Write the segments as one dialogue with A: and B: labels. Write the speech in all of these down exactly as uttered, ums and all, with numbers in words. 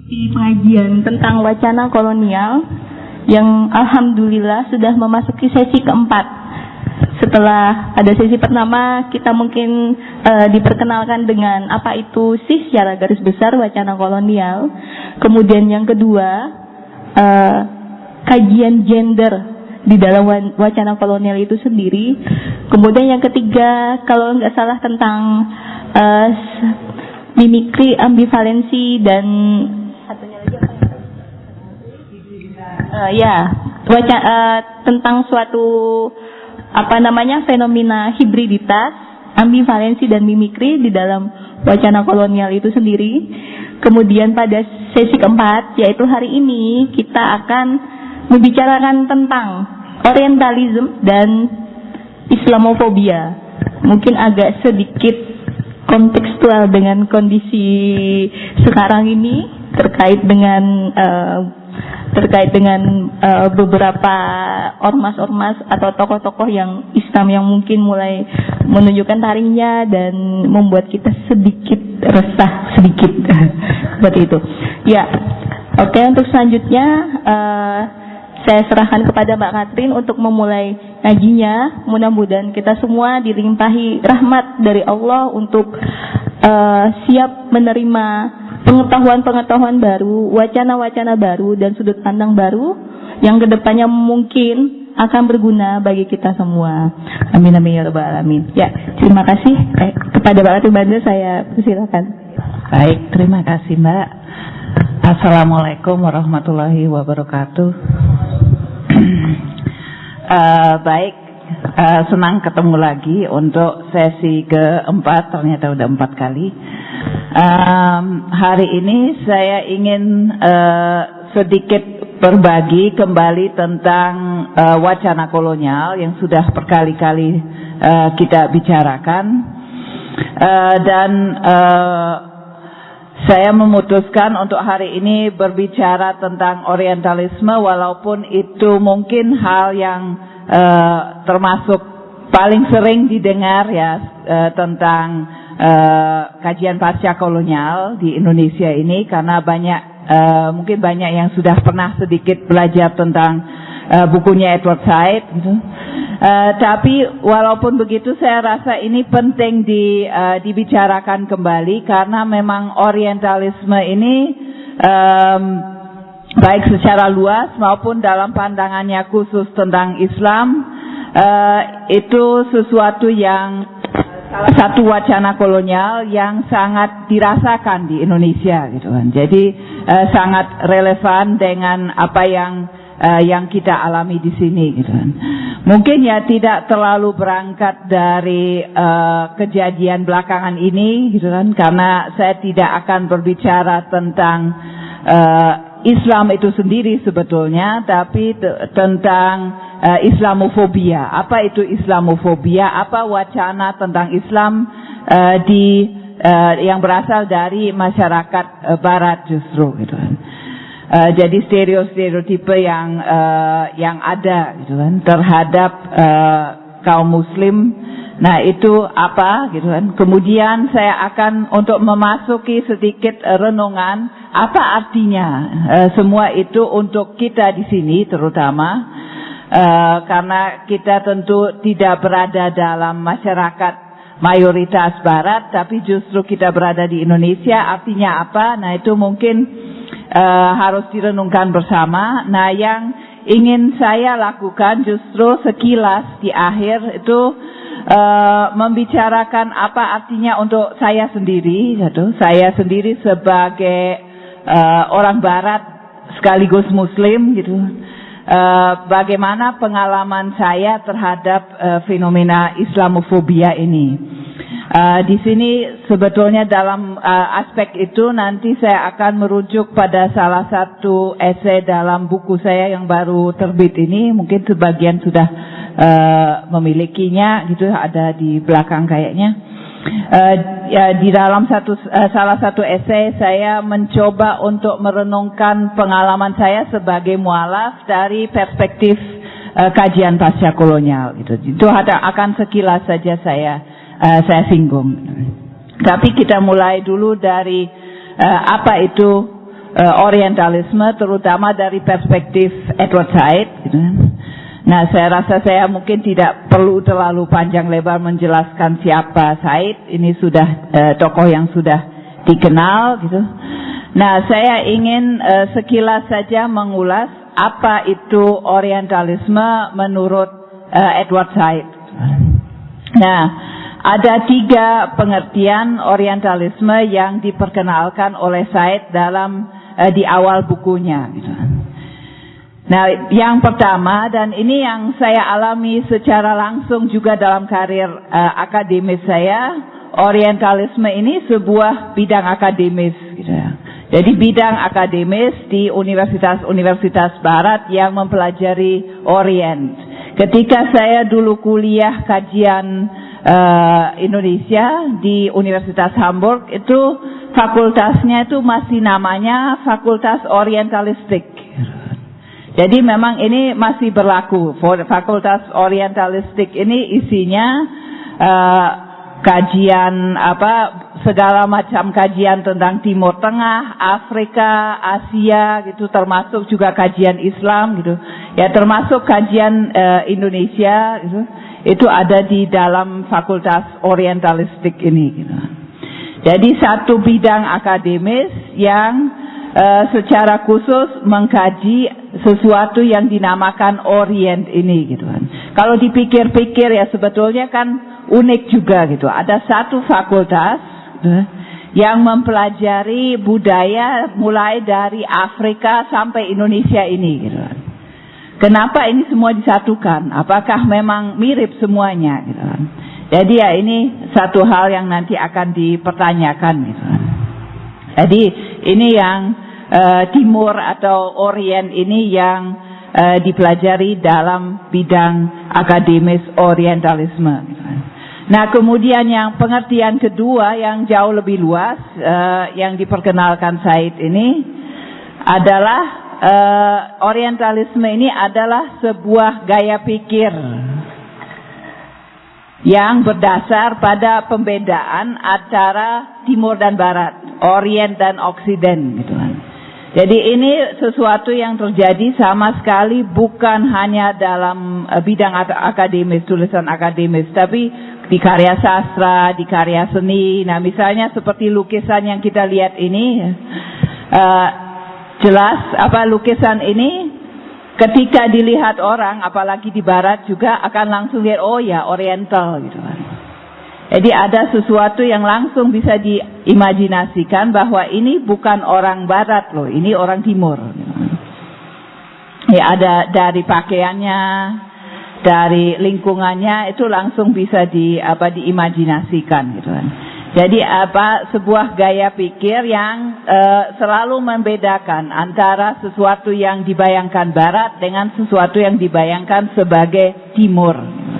A: Di pengajian tentang wacana kolonial yang alhamdulillah sudah memasuki sesi keempat. Setelah pada sesi pertama kita mungkin uh, diperkenalkan dengan apa itu sih secara garis besar wacana kolonial. Kemudian yang kedua uh, kajian gender di dalam wacana kolonial itu sendiri. Kemudian yang ketiga kalau nggak salah tentang uh, mimikri, ambivalensi dan satunya lagi apa ya? Uh, ya, wacana uh, tentang suatu apa namanya fenomena hibriditas, ambivalensi dan mimikri di dalam wacana kolonial itu sendiri. Kemudian pada sesi keempat yaitu hari ini kita akan membicarakan tentang orientalisme dan islamofobia. Mungkin agak sedikit kontekstual dengan kondisi sekarang ini terkait dengan uh, terkait dengan uh, beberapa ormas-ormas atau tokoh-tokoh yang Islam yang mungkin mulai menunjukkan taringnya dan membuat kita sedikit resah sedikit seperti itu. Ya, oke okay, untuk selanjutnya uh, saya serahkan kepada Mbak Katrin untuk memulai ngajinya. Mudah-mudahan kita semua dilimpahi rahmat dari Allah untuk uh, siap menerima pengetahuan-pengetahuan baru, wacana-wacana baru, dan sudut pandang baru yang kedepannya mungkin akan berguna bagi kita semua. Amin amin ya rabbal alamin. Ya, terima kasih eh, kepada Mbak Katrin Banda, saya persilakan.
B: Baik, terima kasih Mbak. Assalamualaikum warahmatullahi wabarakatuh. uh, baik, uh, senang ketemu lagi untuk sesi keempat, ternyata udah empat kali. Um, hari ini saya ingin uh, sedikit berbagi kembali tentang uh, wacana kolonial yang sudah berkali-kali uh, kita bicarakan, uh, dan uh, saya memutuskan untuk hari ini berbicara tentang orientalisme, walaupun itu mungkin hal yang uh, termasuk paling sering didengar ya uh, tentang uh, kajian pasca kolonial di Indonesia ini, karena banyak uh, mungkin banyak yang sudah pernah sedikit belajar tentang uh, bukunya Edward Said gitu. Uh, tapi walaupun begitu saya rasa ini penting di, uh, dibicarakan kembali, karena memang orientalisme ini um, baik secara luas maupun dalam pandangannya khusus tentang Islam uh, itu sesuatu yang salah satu wacana kolonial yang sangat dirasakan di Indonesia gitu kan. Jadi uh, sangat relevan dengan apa yang Uh, yang kita alami di sini gitu kan. Mungkin ya tidak terlalu berangkat dari uh, kejadian belakangan ini gitu kan, karena saya tidak akan berbicara tentang uh, Islam itu sendiri sebetulnya, tapi tentang uh, Islamofobia. Apa itu Islamofobia? Apa wacana tentang Islam uh, di uh, yang berasal dari masyarakat uh, Barat justru gitu kan. Uh, jadi stereotipe yang uh, yang ada gitu kan terhadap uh, kaum muslim. Nah, itu apa gitu kan. Kemudian saya akan untuk memasuki sedikit uh, renungan apa artinya uh, semua itu untuk kita di sini terutama uh, karena kita tentu tidak berada dalam masyarakat mayoritas barat, tapi justru kita berada di Indonesia. Artinya apa? Nah, itu mungkin Uh, harus direnungkan bersama. Nah, yang ingin saya lakukan justru sekilas di akhir itu uh, membicarakan apa artinya untuk saya sendiri, gitu. Saya sendiri sebagai uh, orang Barat sekaligus Muslim, gitu. Uh, bagaimana pengalaman saya terhadap uh, fenomena Islamofobia ini. Uh, di sini sebetulnya dalam uh, aspek itu nanti saya akan merujuk pada salah satu esai dalam buku saya yang baru terbit ini. Mungkin sebagian sudah uh, memilikinya, gitu, ada di belakang kayaknya. Uh, ya, di dalam satu uh, salah satu esai saya mencoba untuk merenungkan pengalaman saya sebagai mualaf dari perspektif uh, kajian pasca kolonial. Gitu. Itu ada, akan sekilas saja saya Uh, saya singgung. Tapi kita mulai dulu dari uh, apa itu uh, Orientalisme, terutama dari perspektif Edward Said. Gitu. Nah, saya rasa saya mungkin tidak perlu terlalu panjang lebar menjelaskan siapa Said. Ini sudah uh, tokoh yang sudah dikenal, gitu. Nah, saya ingin uh, sekilas saja mengulas apa itu Orientalisme menurut uh, Edward Said. Nah, ada tiga pengertian Orientalisme yang diperkenalkan oleh Said dalam uh, di awal bukunya. Gitu. Nah, yang pertama, dan ini yang saya alami secara langsung juga dalam karir uh, akademis saya, Orientalisme ini sebuah bidang akademis. Gitu ya. Jadi bidang akademis di universitas-universitas barat yang mempelajari Orient. Ketika saya dulu kuliah kajian uh, Indonesia di Universitas Hamburg, itu fakultasnya itu masih namanya Fakultas Orientalistik. Jadi memang ini masih berlaku. Fakultas Orientalistik ini isinya uh, kajian apa segala macam kajian tentang Timur Tengah, Afrika, Asia gitu, termasuk juga kajian Islam gitu. Ya, termasuk kajian uh, Indonesia gitu. Itu ada di dalam Fakultas Orientalistik ini gitu. Jadi satu bidang akademis yang uh, secara khusus mengkaji sesuatu yang dinamakan Orient ini gitu kan. Kalau dipikir-pikir ya sebetulnya kan unik juga gitu. Ada satu fakultas uh, yang mempelajari budaya mulai dari Afrika sampai Indonesia ini gitu kan. Kenapa ini semua disatukan? Apakah memang mirip semuanya gitu kan? Jadi ya ini satu hal yang nanti akan dipertanyakan gitu kan. Jadi ini yang uh, Timur atau Orient ini yang uh, dipelajari dalam bidang akademis Orientalisme gitu kan. Nah, kemudian yang pengertian kedua yang jauh lebih luas uh, yang diperkenalkan Said ini adalah Uh, Orientalisme ini adalah sebuah gaya pikir yang berdasar pada pembedaan antara Timur dan Barat, Orient dan Oksiden gitu kan. Jadi ini sesuatu yang terjadi sama sekali bukan hanya dalam uh, bidang akademis, tulisan akademis, tapi di karya sastra, di karya seni. Nah, misalnya seperti lukisan yang kita lihat ini, uh, jelas apa lukisan ini ketika dilihat orang, apalagi di Barat juga akan langsung lihat, oh ya Oriental gitu kan. Jadi ada sesuatu yang langsung bisa diimajinasikan bahwa ini bukan orang Barat loh, ini orang Timur. Gitu. Ya ada dari pakaiannya, dari lingkungannya itu langsung bisa di apa diimajinasikan gitu kan. Jadi apa sebuah gaya pikir yang uh, selalu membedakan antara sesuatu yang dibayangkan Barat dengan sesuatu yang dibayangkan sebagai Timur.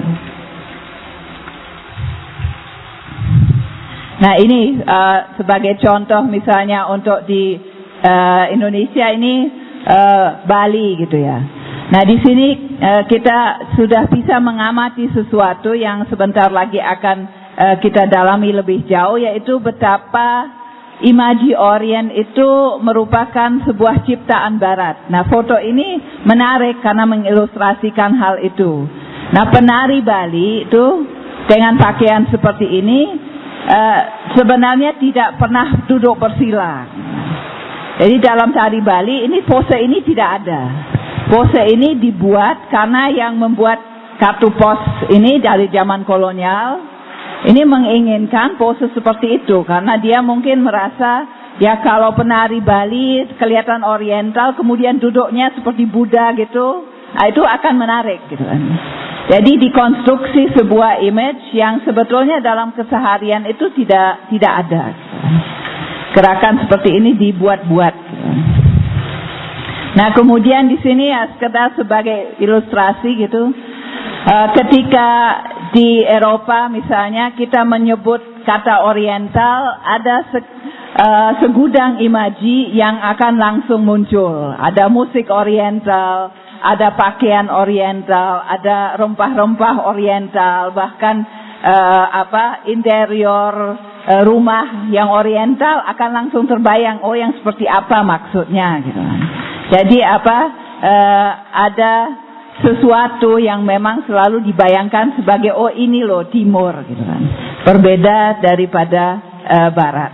B: Nah ini uh, sebagai contoh misalnya untuk di uh, Indonesia ini uh, Bali gitu ya. Nah di sini uh, kita sudah bisa mengamati sesuatu yang sebentar lagi akan kita dalami lebih jauh, yaitu betapa imaji Orient itu merupakan sebuah ciptaan Barat. Nah foto ini menarik karena mengilustrasikan hal itu. Nah penari Bali itu dengan pakaian seperti ini uh, sebenarnya tidak pernah duduk bersila. Jadi dalam tari Bali ini pose ini tidak ada. Pose ini dibuat karena yang membuat kartu pos ini dari zaman kolonial ini menginginkan pose seperti itu karena dia mungkin merasa ya kalau penari Bali kelihatan Oriental kemudian duduknya seperti Buddha gitu, nah, itu akan menarik gitu kan. Jadi dikonstruksi sebuah image yang sebetulnya dalam keseharian itu tidak tidak ada. Gitu. Gerakan seperti ini dibuat-buat. Gitu. Nah kemudian di sini ya sekedar sebagai ilustrasi gitu. Uh, ketika di Eropa misalnya kita menyebut kata Oriental, ada se, uh, segudang imaji yang akan langsung muncul. Ada musik Oriental, ada pakaian Oriental, ada rempah-rempah Oriental, bahkan uh, apa interior uh, rumah yang oriental akan langsung terbayang, oh yang seperti apa maksudnya gitu kan. Jadi apa uh, ada sesuatu yang memang selalu dibayangkan sebagai oh ini loh timur gitu kan. Berbeda daripada uh, barat.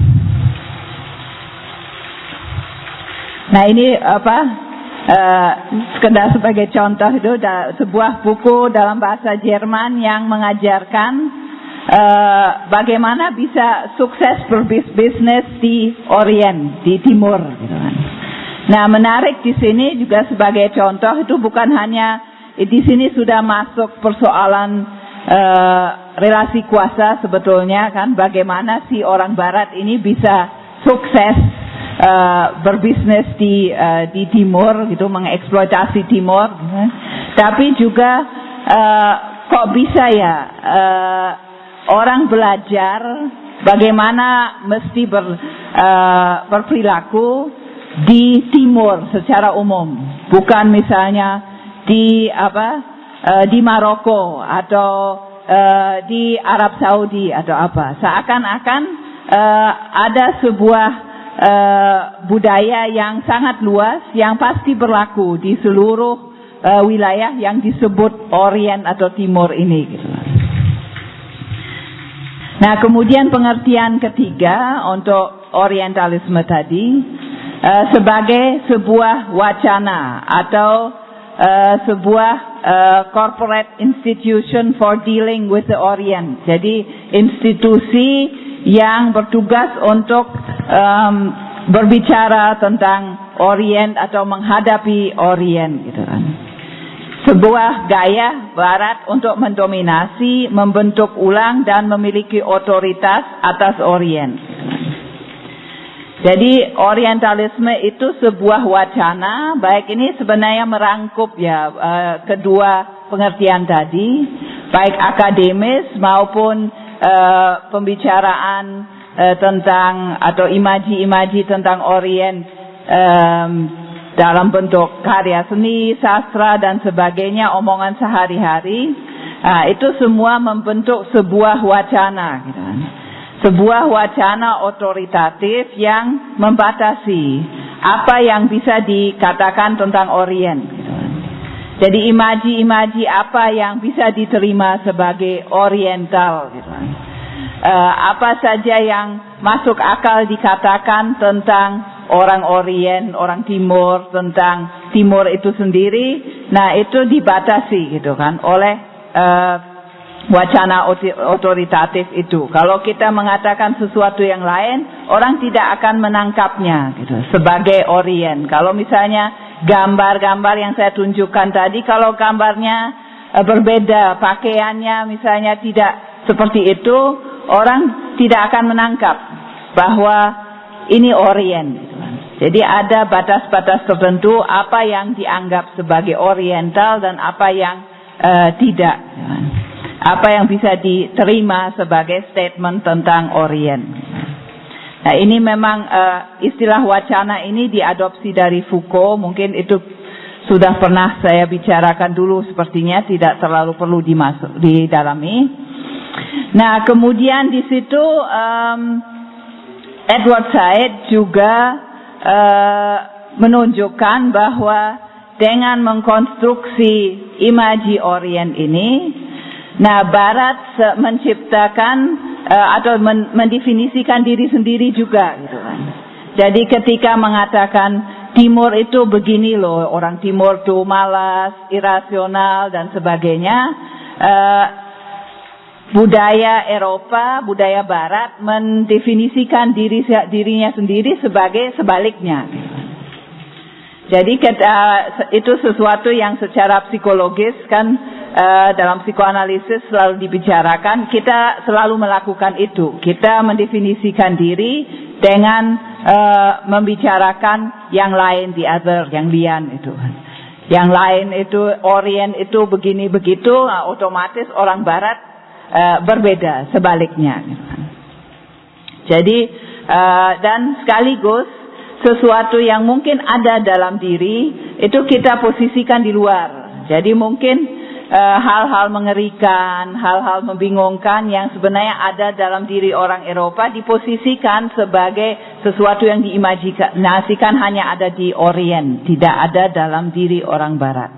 B: Nah ini apa uh, sekedar sebagai contoh itu da, sebuah buku dalam bahasa Jerman yang mengajarkan uh, bagaimana bisa sukses berbisnis di Orient, di Timur gitu kan. Nah menarik di sini juga sebagai contoh itu bukan hanya di sini sudah masuk persoalan uh, relasi kuasa sebetulnya kan, bagaimana si orang Barat ini bisa sukses Uh, berbisnis di uh, di Timur gitu, mengeksploitasi Timur gitu. Tapi juga uh, kok bisa ya uh, orang belajar bagaimana mesti ber, uh, berperilaku di Timur secara umum, bukan misalnya di apa uh, di Maroko atau uh, di Arab Saudi atau apa, seakan-akan uh, ada sebuah Uh, budaya yang sangat luas yang pasti berlaku di seluruh uh, wilayah yang disebut Orient atau Timur ini gitu. Nah kemudian pengertian ketiga untuk Orientalisme tadi uh, sebagai sebuah wacana atau uh, sebuah uh, corporate institution for dealing with the Orient. Jadi institusi yang bertugas untuk um, berbicara tentang Orient atau menghadapi Orient gitu kan. Sebuah gaya Barat untuk mendominasi, membentuk ulang dan memiliki otoritas atas Orient. Jadi Orientalisme itu sebuah wacana, baik ini sebenarnya merangkup ya uh, kedua pengertian tadi, baik akademis maupun Uh, pembicaraan uh, tentang atau imaji-imaji tentang Orient um, dalam bentuk karya seni, sastra dan sebagainya, omongan sehari-hari, uh, itu semua membentuk sebuah wacana gitu kan. Sebuah wacana otoritatif yang membatasi apa yang bisa dikatakan tentang Orient gitu kan. Jadi imaji-imaji apa yang bisa diterima sebagai oriental gitu. Uh, apa saja yang masuk akal dikatakan tentang orang Orient, orang Timur, tentang Timur itu sendiri. Nah itu dibatasi gitu kan oleh uh, wacana otoritatif itu. Kalau kita mengatakan sesuatu yang lain, orang tidak akan menangkapnya gitu sebagai Orient. Kalau misalnya gambar-gambar yang saya tunjukkan tadi, kalau gambarnya e, berbeda, pakaiannya misalnya tidak seperti itu, orang tidak akan menangkap bahwa ini Orient gitu kan. Jadi ada batas-batas tertentu apa yang dianggap sebagai oriental dan apa yang e, tidak gitu kan. Apa yang bisa diterima sebagai statement tentang Orient. Nah ini memang uh, istilah wacana ini diadopsi dari Foucault, mungkin itu sudah pernah saya bicarakan dulu sepertinya, tidak terlalu perlu dimasuk, didalami. Nah kemudian di situ um, Edward Said juga uh, menunjukkan bahwa dengan mengkonstruksi imaji Orient ini, nah Barat menciptakan Uh, atau men- mendefinisikan diri sendiri juga gitu kan. Jadi ketika mengatakan Timur itu begini loh, orang Timur tuh malas, irasional dan sebagainya, uh, budaya Eropa, budaya Barat mendefinisikan diri dirinya sendiri sebagai sebaliknya gitu. Jadi uh, itu sesuatu yang secara psikologis kan uh, dalam psikoanalisis selalu dibicarakan, kita selalu melakukan itu. Kita mendefinisikan diri dengan uh, membicarakan yang lain, the other, yang lian itu. Yang lain itu, Orient itu begini begitu, nah, otomatis orang Barat uh, berbeda, sebaliknya. Jadi uh, dan sekaligus sesuatu yang mungkin ada dalam diri itu kita posisikan di luar. Jadi mungkin uh, hal-hal mengerikan, hal-hal membingungkan yang sebenarnya ada dalam diri orang Eropa diposisikan sebagai sesuatu yang diimajinasikan hanya ada di Orient, tidak ada dalam diri orang Barat.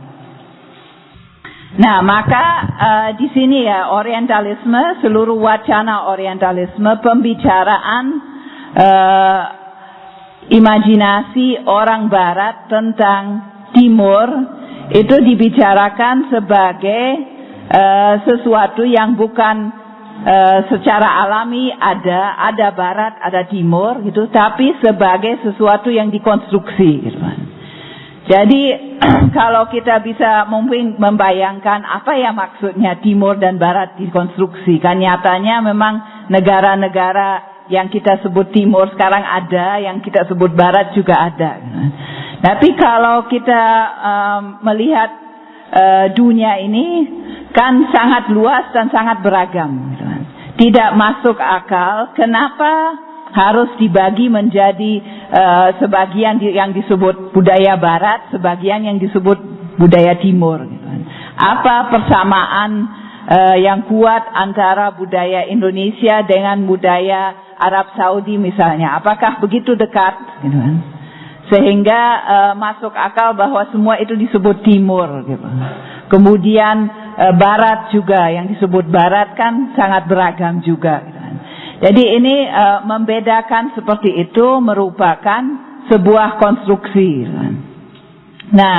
B: Nah, maka uh, di sini ya Orientalisme, seluruh wacana Orientalisme, pembicaraan uh, imajinasi orang Barat tentang Timur itu dibicarakan sebagai uh, sesuatu yang bukan uh, secara alami ada ada Barat, ada Timur gitu, tapi sebagai sesuatu yang dikonstruksi gitu. Jadi kalau kita bisa mungkin membayangkan apa ya maksudnya Timur dan Barat dikonstruksi, kan nyatanya memang negara-negara yang kita sebut Timur sekarang ada, yang kita sebut Barat juga ada. Tapi kalau kita um, melihat uh, dunia ini kan sangat luas dan sangat beragam. Tidak masuk akal kenapa harus dibagi menjadi uh, sebagian di, yang disebut budaya Barat, sebagian yang disebut budaya Timur. Gitu. Apa persamaan uh, yang kuat antara budaya Indonesia dengan budaya Arab Saudi misalnya? Apakah begitu dekat? Gitu. Sehingga uh, masuk akal bahwa semua itu disebut Timur. Gitu. Kemudian uh, Barat juga, yang disebut Barat kan sangat beragam juga. Gitu. Jadi ini uh, membedakan seperti itu merupakan sebuah konstruksi. Nah,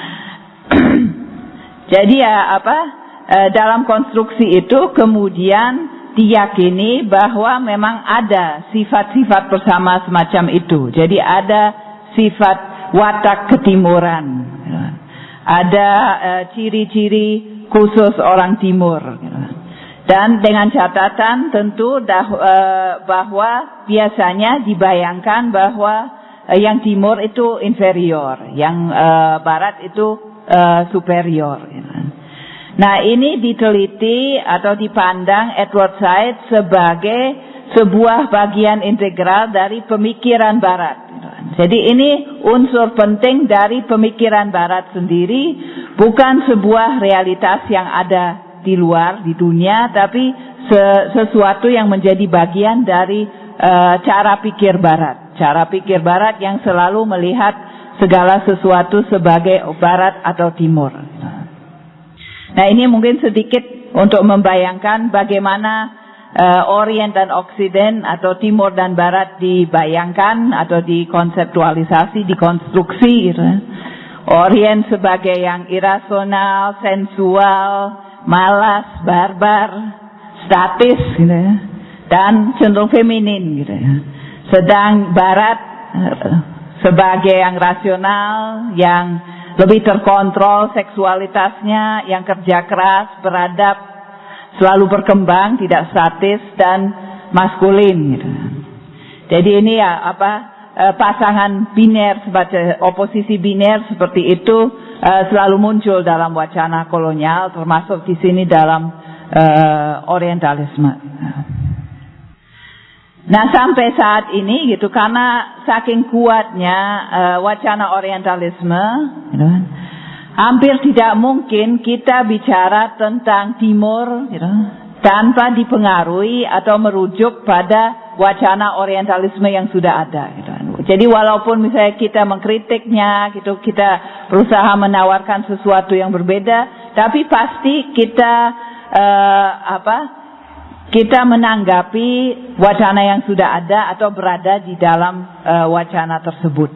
B: jadi ya apa uh, dalam konstruksi itu kemudian diyakini bahwa memang ada sifat-sifat bersama semacam itu. Jadi ada sifat watak ketimuran, ada uh, ciri-ciri khusus orang Timur. Dan dengan catatan tentu dah, uh, bahwa biasanya dibayangkan bahwa uh, yang Timur itu inferior, yang uh, Barat itu uh, superior. Nah, ini diteliti atau dipandang Edward Said sebagai sebuah bagian integral dari pemikiran Barat. Jadi ini unsur penting dari pemikiran Barat sendiri, bukan sebuah realitas yang ada di luar, di dunia, tapi sesuatu yang menjadi bagian dari uh, cara pikir Barat. Cara pikir Barat yang selalu melihat segala sesuatu sebagai Barat atau Timur. Nah, ini mungkin sedikit untuk membayangkan bagaimana uh, Orient dan Oksiden atau Timur dan Barat dibayangkan atau dikonseptualisasi, dikonstruksi gitu. Orient sebagai yang irasional, sensual, malas, barbar, statis gitu ya, dan cenderung feminin gitu ya. Sedang Barat uh, sebagai yang rasional, yang lebih terkontrol seksualitasnya, yang kerja keras, beradab, selalu berkembang, tidak statis dan maskulin gitu. Jadi ini ya apa uh, pasangan biner sebagai oposisi biner seperti itu Uh, selalu muncul dalam wacana kolonial, termasuk di sini dalam uh, Orientalisme. Nah, sampai saat ini gitu, karena saking kuatnya uh, wacana Orientalisme, gitu, hampir tidak mungkin kita bicara tentang Timur gitu, tanpa dipengaruhi atau merujuk pada wacana Orientalisme yang sudah ada. Gitu. Jadi walaupun misalnya kita mengkritiknya, gitu, kita berusaha menawarkan sesuatu yang berbeda, tapi pasti kita uh, apa? Kita menanggapi wacana yang sudah ada atau berada di dalam uh, wacana tersebut.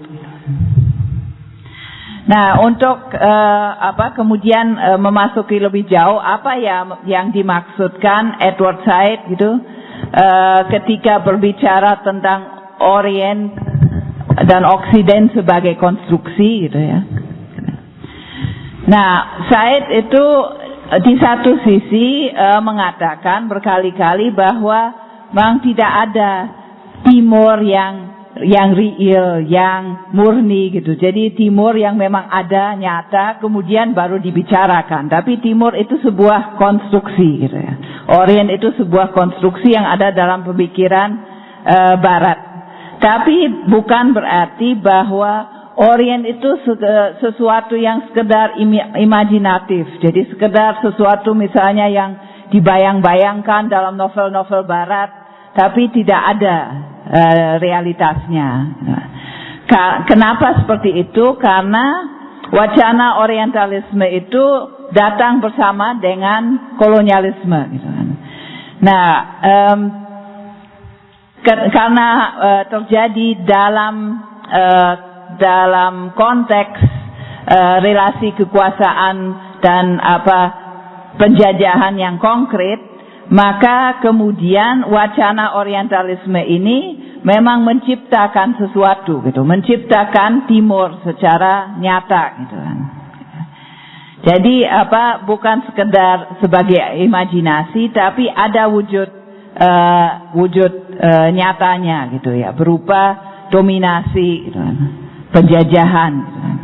B: Nah, untuk uh, apa? Kemudian uh, memasuki lebih jauh, apa ya yang dimaksudkan Edward Said, gitu, uh, ketika berbicara tentang Orient dan Oksiden sebagai konstruksi gitu ya. Nah, Said itu di satu sisi uh, mengatakan berkali-kali bahwa memang tidak ada Timur yang yang real, yang murni gitu. Jadi Timur yang memang ada, nyata, kemudian baru dibicarakan. Tapi Timur itu sebuah konstruksi gitu ya. Orient itu sebuah konstruksi yang ada dalam pemikiran uh, Barat. Tapi bukan berarti bahwa Orient itu sesuatu yang sekedar imajinatif. Jadi sekedar sesuatu misalnya yang dibayang-bayangkan dalam novel-novel barat, tapi tidak ada uh, realitasnya. Kenapa seperti itu? Karena wacana orientalisme itu datang bersama dengan kolonialisme, gitu kan. Nah, um, ke- karena uh, terjadi dalam uh, dalam konteks uh, relasi kekuasaan dan apa penjajahan yang konkret, maka kemudian wacana orientalisme ini memang menciptakan sesuatu, gitu, menciptakan Timur secara nyata, gitu kan. Jadi apa bukan sekedar sebagai imajinasi, tapi ada wujud uh, wujud uh, nyatanya, gitu ya, berupa dominasi, gitu kan, penjajahan, gitu kan.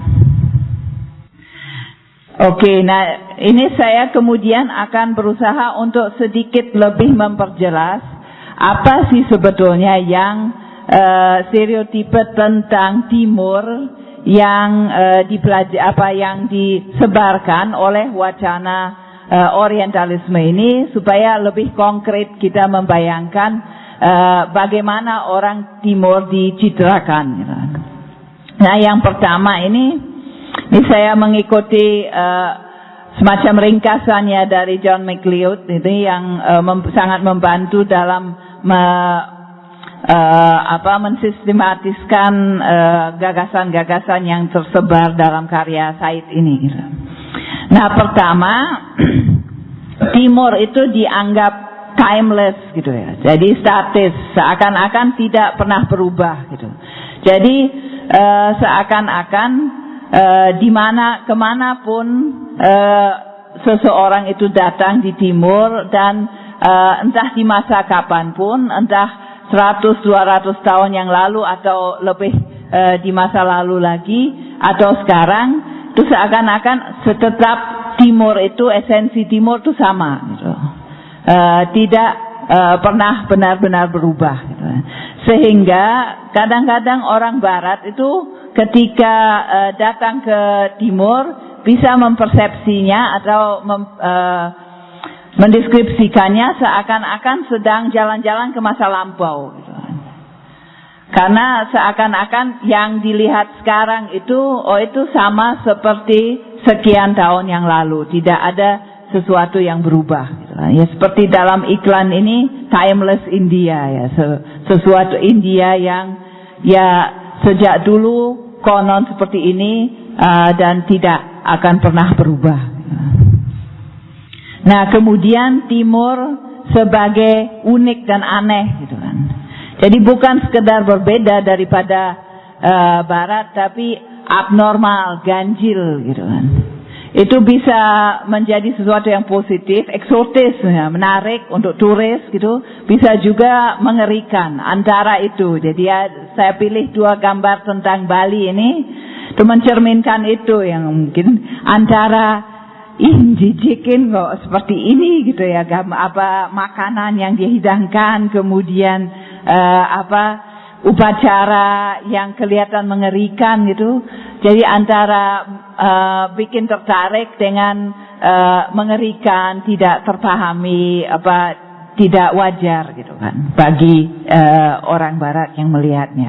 B: Oke, nah ini saya kemudian akan berusaha untuk sedikit lebih memperjelas apa sih sebetulnya yang uh, stereotipe tentang Timur yang uh, dipelajari, apa yang disebarkan oleh wacana uh, orientalisme ini, supaya lebih konkret kita membayangkan uh, bagaimana orang Timur dicitrakan. Nah, yang pertama ini, ini saya mengikuti uh, semacam ringkasannya dari John McLeod, ini yang uh, mem- sangat membantu dalam me, uh, apa mensistematiskan uh, gagasan-gagasan yang tersebar dalam karya Said ini. Gitu. Nah, pertama, Timur itu dianggap timeless, gitu ya. Jadi statis, seakan-akan tidak pernah berubah, gitu. Jadi uh, seakan-akan uh, di mana kemanapun uh, seseorang itu datang di Timur, dan uh, entah di masa kapanpun, entah seratus dua ratus tahun yang lalu atau lebih uh, di masa lalu lagi atau sekarang, itu seakan-akan tetap Timur itu, esensi Timur itu sama, gitu. Uh, tidak uh, pernah benar-benar berubah, gitu. Sehingga kadang-kadang orang Barat itu ketika uh, datang ke Timur bisa mempersepsinya atau mem, uh, mendeskripsikannya seakan-akan sedang jalan-jalan ke masa lampau, gitu. Karena seakan-akan yang dilihat sekarang itu, oh itu sama seperti sekian tahun yang lalu, tidak ada sesuatu yang berubah, gitu. Ya seperti dalam iklan ini, timeless India, ya, sesuatu India yang ya sejak dulu konon seperti ini uh, dan tidak akan pernah berubah. Nah, kemudian Timur sebagai unik dan aneh, gitu kan. Jadi bukan sekedar berbeda daripada uh, Barat, tapi abnormal, ganjil, gitu kan. Itu bisa menjadi sesuatu yang positif, eksotis, ya, menarik untuk turis, gitu. Bisa juga mengerikan antara itu. Jadi ya, saya pilih dua gambar tentang Bali ini, itu mencerminkan itu, yang mungkin antara ih jijikin kok seperti ini, gitu ya, apa makanan yang dihidangkan, kemudian uh, apa upacara yang kelihatan mengerikan, gitu. Jadi antara uh, bikin tertarik dengan uh, mengerikan, tidak terpahami, apa tidak wajar, gitu kan, bagi uh, orang Barat yang melihatnya.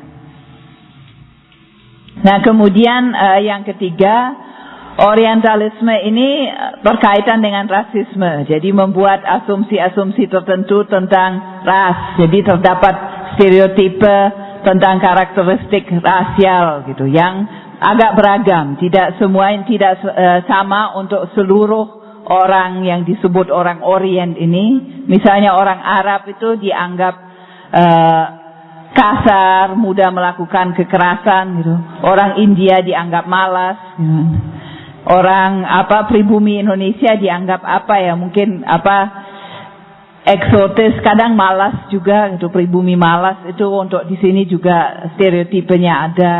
B: Nah, kemudian uh, yang ketiga, orientalisme ini berkaitan dengan rasisme. Jadi membuat asumsi-asumsi tertentu tentang ras. Jadi terdapat stereotipe tentang karakteristik rasial, gitu, yang agak beragam. Tidak semua tidak uh, sama untuk seluruh orang yang disebut orang Orient ini. Misalnya orang Arab itu dianggap uh, kasar, mudah melakukan kekerasan, gitu. Orang India dianggap malas, gitu. Orang apa pribumi Indonesia dianggap apa ya, mungkin apa eksotis, kadang malas juga, itu pribumi malas, itu untuk di sini juga stereotipenya ada.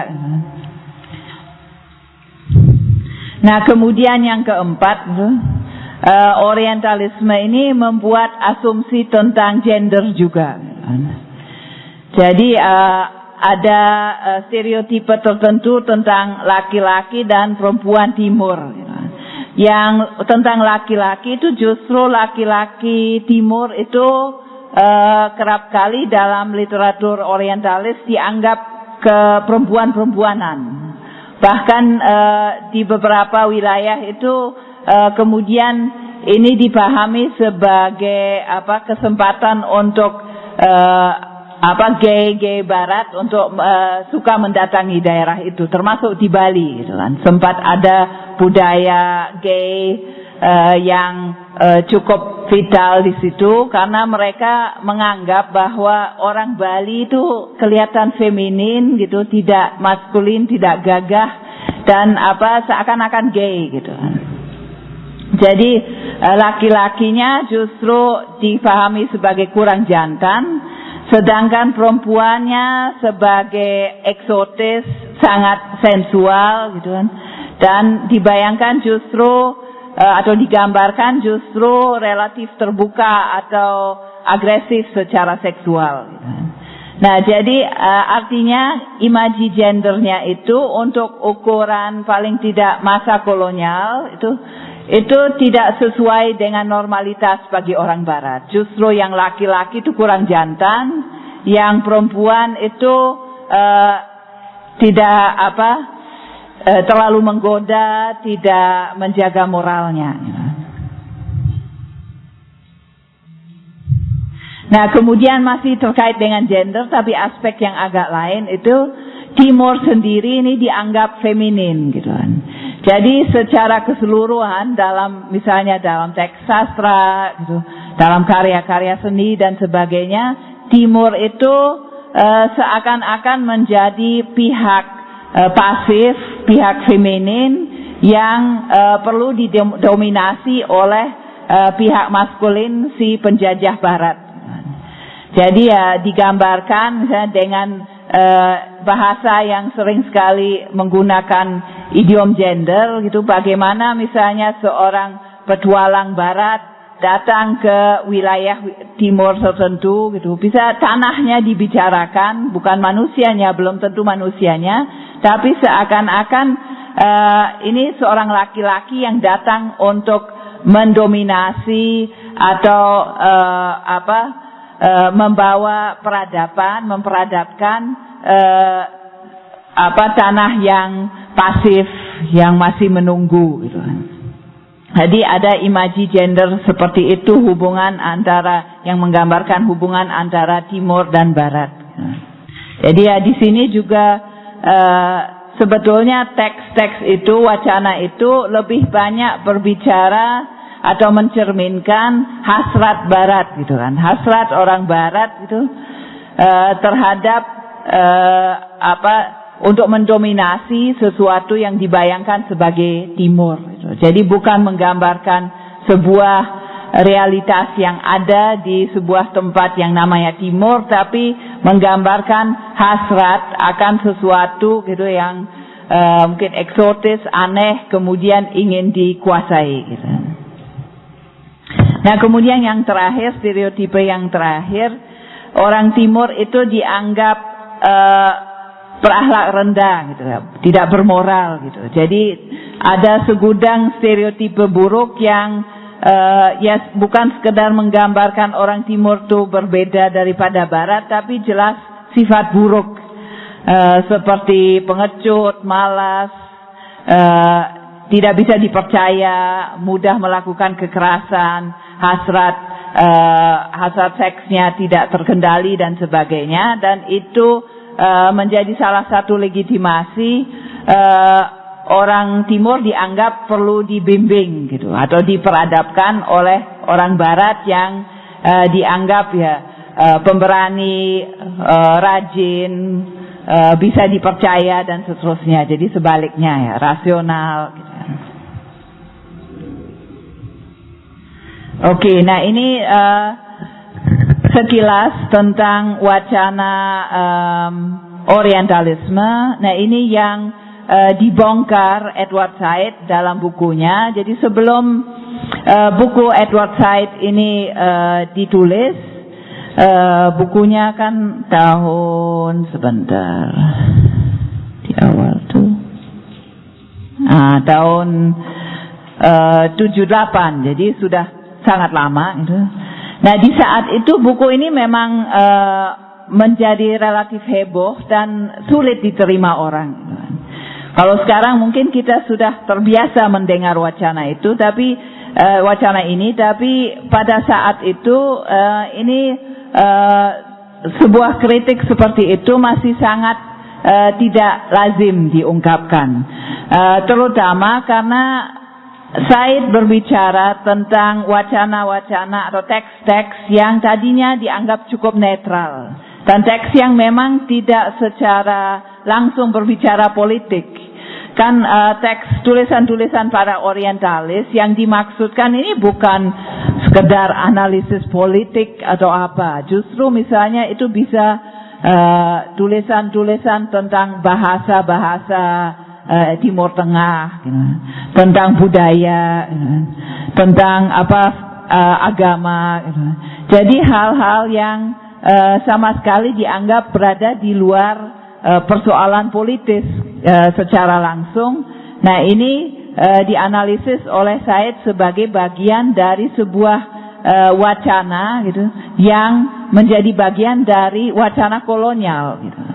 B: Nah, kemudian yang keempat, uh, orientalisme ini membuat asumsi tentang gender juga. Jadi uh, ada uh, stereotipe tertentu tentang laki-laki dan perempuan timur. Yang tentang laki-laki itu justru laki-laki timur itu uh, kerap kali dalam literatur orientalis dianggap ke perempuan-perempuanan. Bahkan uh, di beberapa wilayah itu uh, kemudian ini dipahami sebagai apa kesempatan untuk uh, apa gay-gay barat untuk uh, suka mendatangi daerah itu, termasuk di Bali gitu kan. Sempat ada budaya gay uh, yang uh, cukup vital di situ karena mereka menganggap bahwa orang Bali itu kelihatan feminin gitu, tidak maskulin, tidak gagah dan apa seakan-akan gay gitu kan. Jadi laki-lakinya justru dipahami sebagai kurang jantan, sedangkan perempuannya sebagai eksotis, sangat sensual gitu kan. Dan dibayangkan justru atau digambarkan justru relatif terbuka atau agresif secara seksual gitu kan. Nah, jadi artinya imaji gendernya itu untuk ukuran paling tidak masa kolonial itu itu tidak sesuai dengan normalitas bagi orang barat. Justru yang laki-laki itu kurang jantan, yang perempuan itu uh, tidak apa uh, terlalu menggoda, tidak menjaga moralnya. Nah, kemudian masih terkait dengan gender, tapi aspek yang agak lain itu Timur sendiri ini dianggap feminin gitu kan. Jadi secara keseluruhan dalam misalnya dalam teks sastra gitu, dalam karya-karya seni dan sebagainya, Timur itu uh, seakan-akan menjadi pihak uh, pasif, pihak feminin yang uh, perlu didominasi oleh uh, pihak maskulin si penjajah barat. Jadi ya digambarkan misalnya dengan uh, bahasa yang sering sekali menggunakan idiom gender gitu, bagaimana misalnya seorang petualang barat datang ke wilayah timur tertentu gitu, bisa tanahnya dibicarakan, bukan manusianya, belum tentu manusianya, tapi seakan-akan uh, ini seorang laki-laki yang datang untuk mendominasi atau uh, apa uh, membawa peradaban, memperadabkan uh, apa tanah yang pasif, yang masih menunggu gitu. Jadi ada imaji gender seperti itu, hubungan antara yang menggambarkan hubungan antara timur dan barat. Jadi ya di sini juga uh, sebetulnya teks-teks itu, wacana itu lebih banyak berbicara atau mencerminkan hasrat barat gitu kan, hasrat orang barat itu uh, terhadap uh, apa untuk mendominasi sesuatu yang dibayangkan sebagai timur. Jadi bukan menggambarkan sebuah realitas yang ada di sebuah tempat yang namanya timur, tapi menggambarkan hasrat akan sesuatu gitu yang uh, mungkin eksotis, aneh, kemudian ingin dikuasai gitu. Nah, kemudian yang terakhir, stereotipe yang terakhir, orang timur itu dianggap uh, berakhlak rendah gitu, tidak bermoral gitu. Jadi ada segudang stereotipe buruk yang uh, ya bukan sekedar menggambarkan orang timur itu berbeda daripada barat, tapi jelas sifat buruk uh, seperti pengecut, malas, uh, tidak bisa dipercaya, mudah melakukan kekerasan, hasrat uh, hasrat seksnya tidak terkendali dan sebagainya, dan itu Uh, menjadi salah satu legitimasi uh, orang timur dianggap perlu dibimbing gitu atau diperadabkan oleh orang barat yang uh, dianggap ya uh, pemberani, uh, rajin, uh, bisa dipercaya dan seterusnya. Jadi sebaliknya ya, rasional gitu. Oke, okay, nah ini uh, sekilas tentang wacana um, orientalisme. Nah, ini yang uh, dibongkar Edward Said dalam bukunya. Jadi sebelum uh, buku Edward Said ini uh, ditulis, uh, bukunya kan tahun sebentar di awal tuh, ah, tahun uh, tujuh delapan, jadi sudah sangat lama gitu. Nah di saat itu buku ini memang uh, menjadi relatif heboh dan sulit diterima orang. Kalau sekarang mungkin kita sudah terbiasa mendengar wacana itu, tapi uh, wacana ini, tapi pada saat itu uh, ini uh, sebuah kritik seperti itu masih sangat uh, tidak lazim diungkapkan, uh, terutama karena Said berbicara tentang wacana-wacana atau teks-teks yang tadinya dianggap cukup netral dan teks yang memang tidak secara langsung berbicara politik. Kan uh, teks tulisan-tulisan para orientalis yang dimaksudkan ini bukan sekedar analisis politik atau apa. Justru misalnya itu bisa uh, tulisan-tulisan tentang bahasa-bahasa Uh, Timur Tengah, you know, tentang budaya, you know, tentang apa uh, agama. You know. Jadi hal-hal yang uh, sama sekali dianggap berada di luar uh, persoalan politis uh, secara langsung. Nah ini uh, dianalisis oleh Said sebagai bagian dari sebuah uh, wacana, gitu, yang menjadi bagian dari wacana kolonial. Gitu.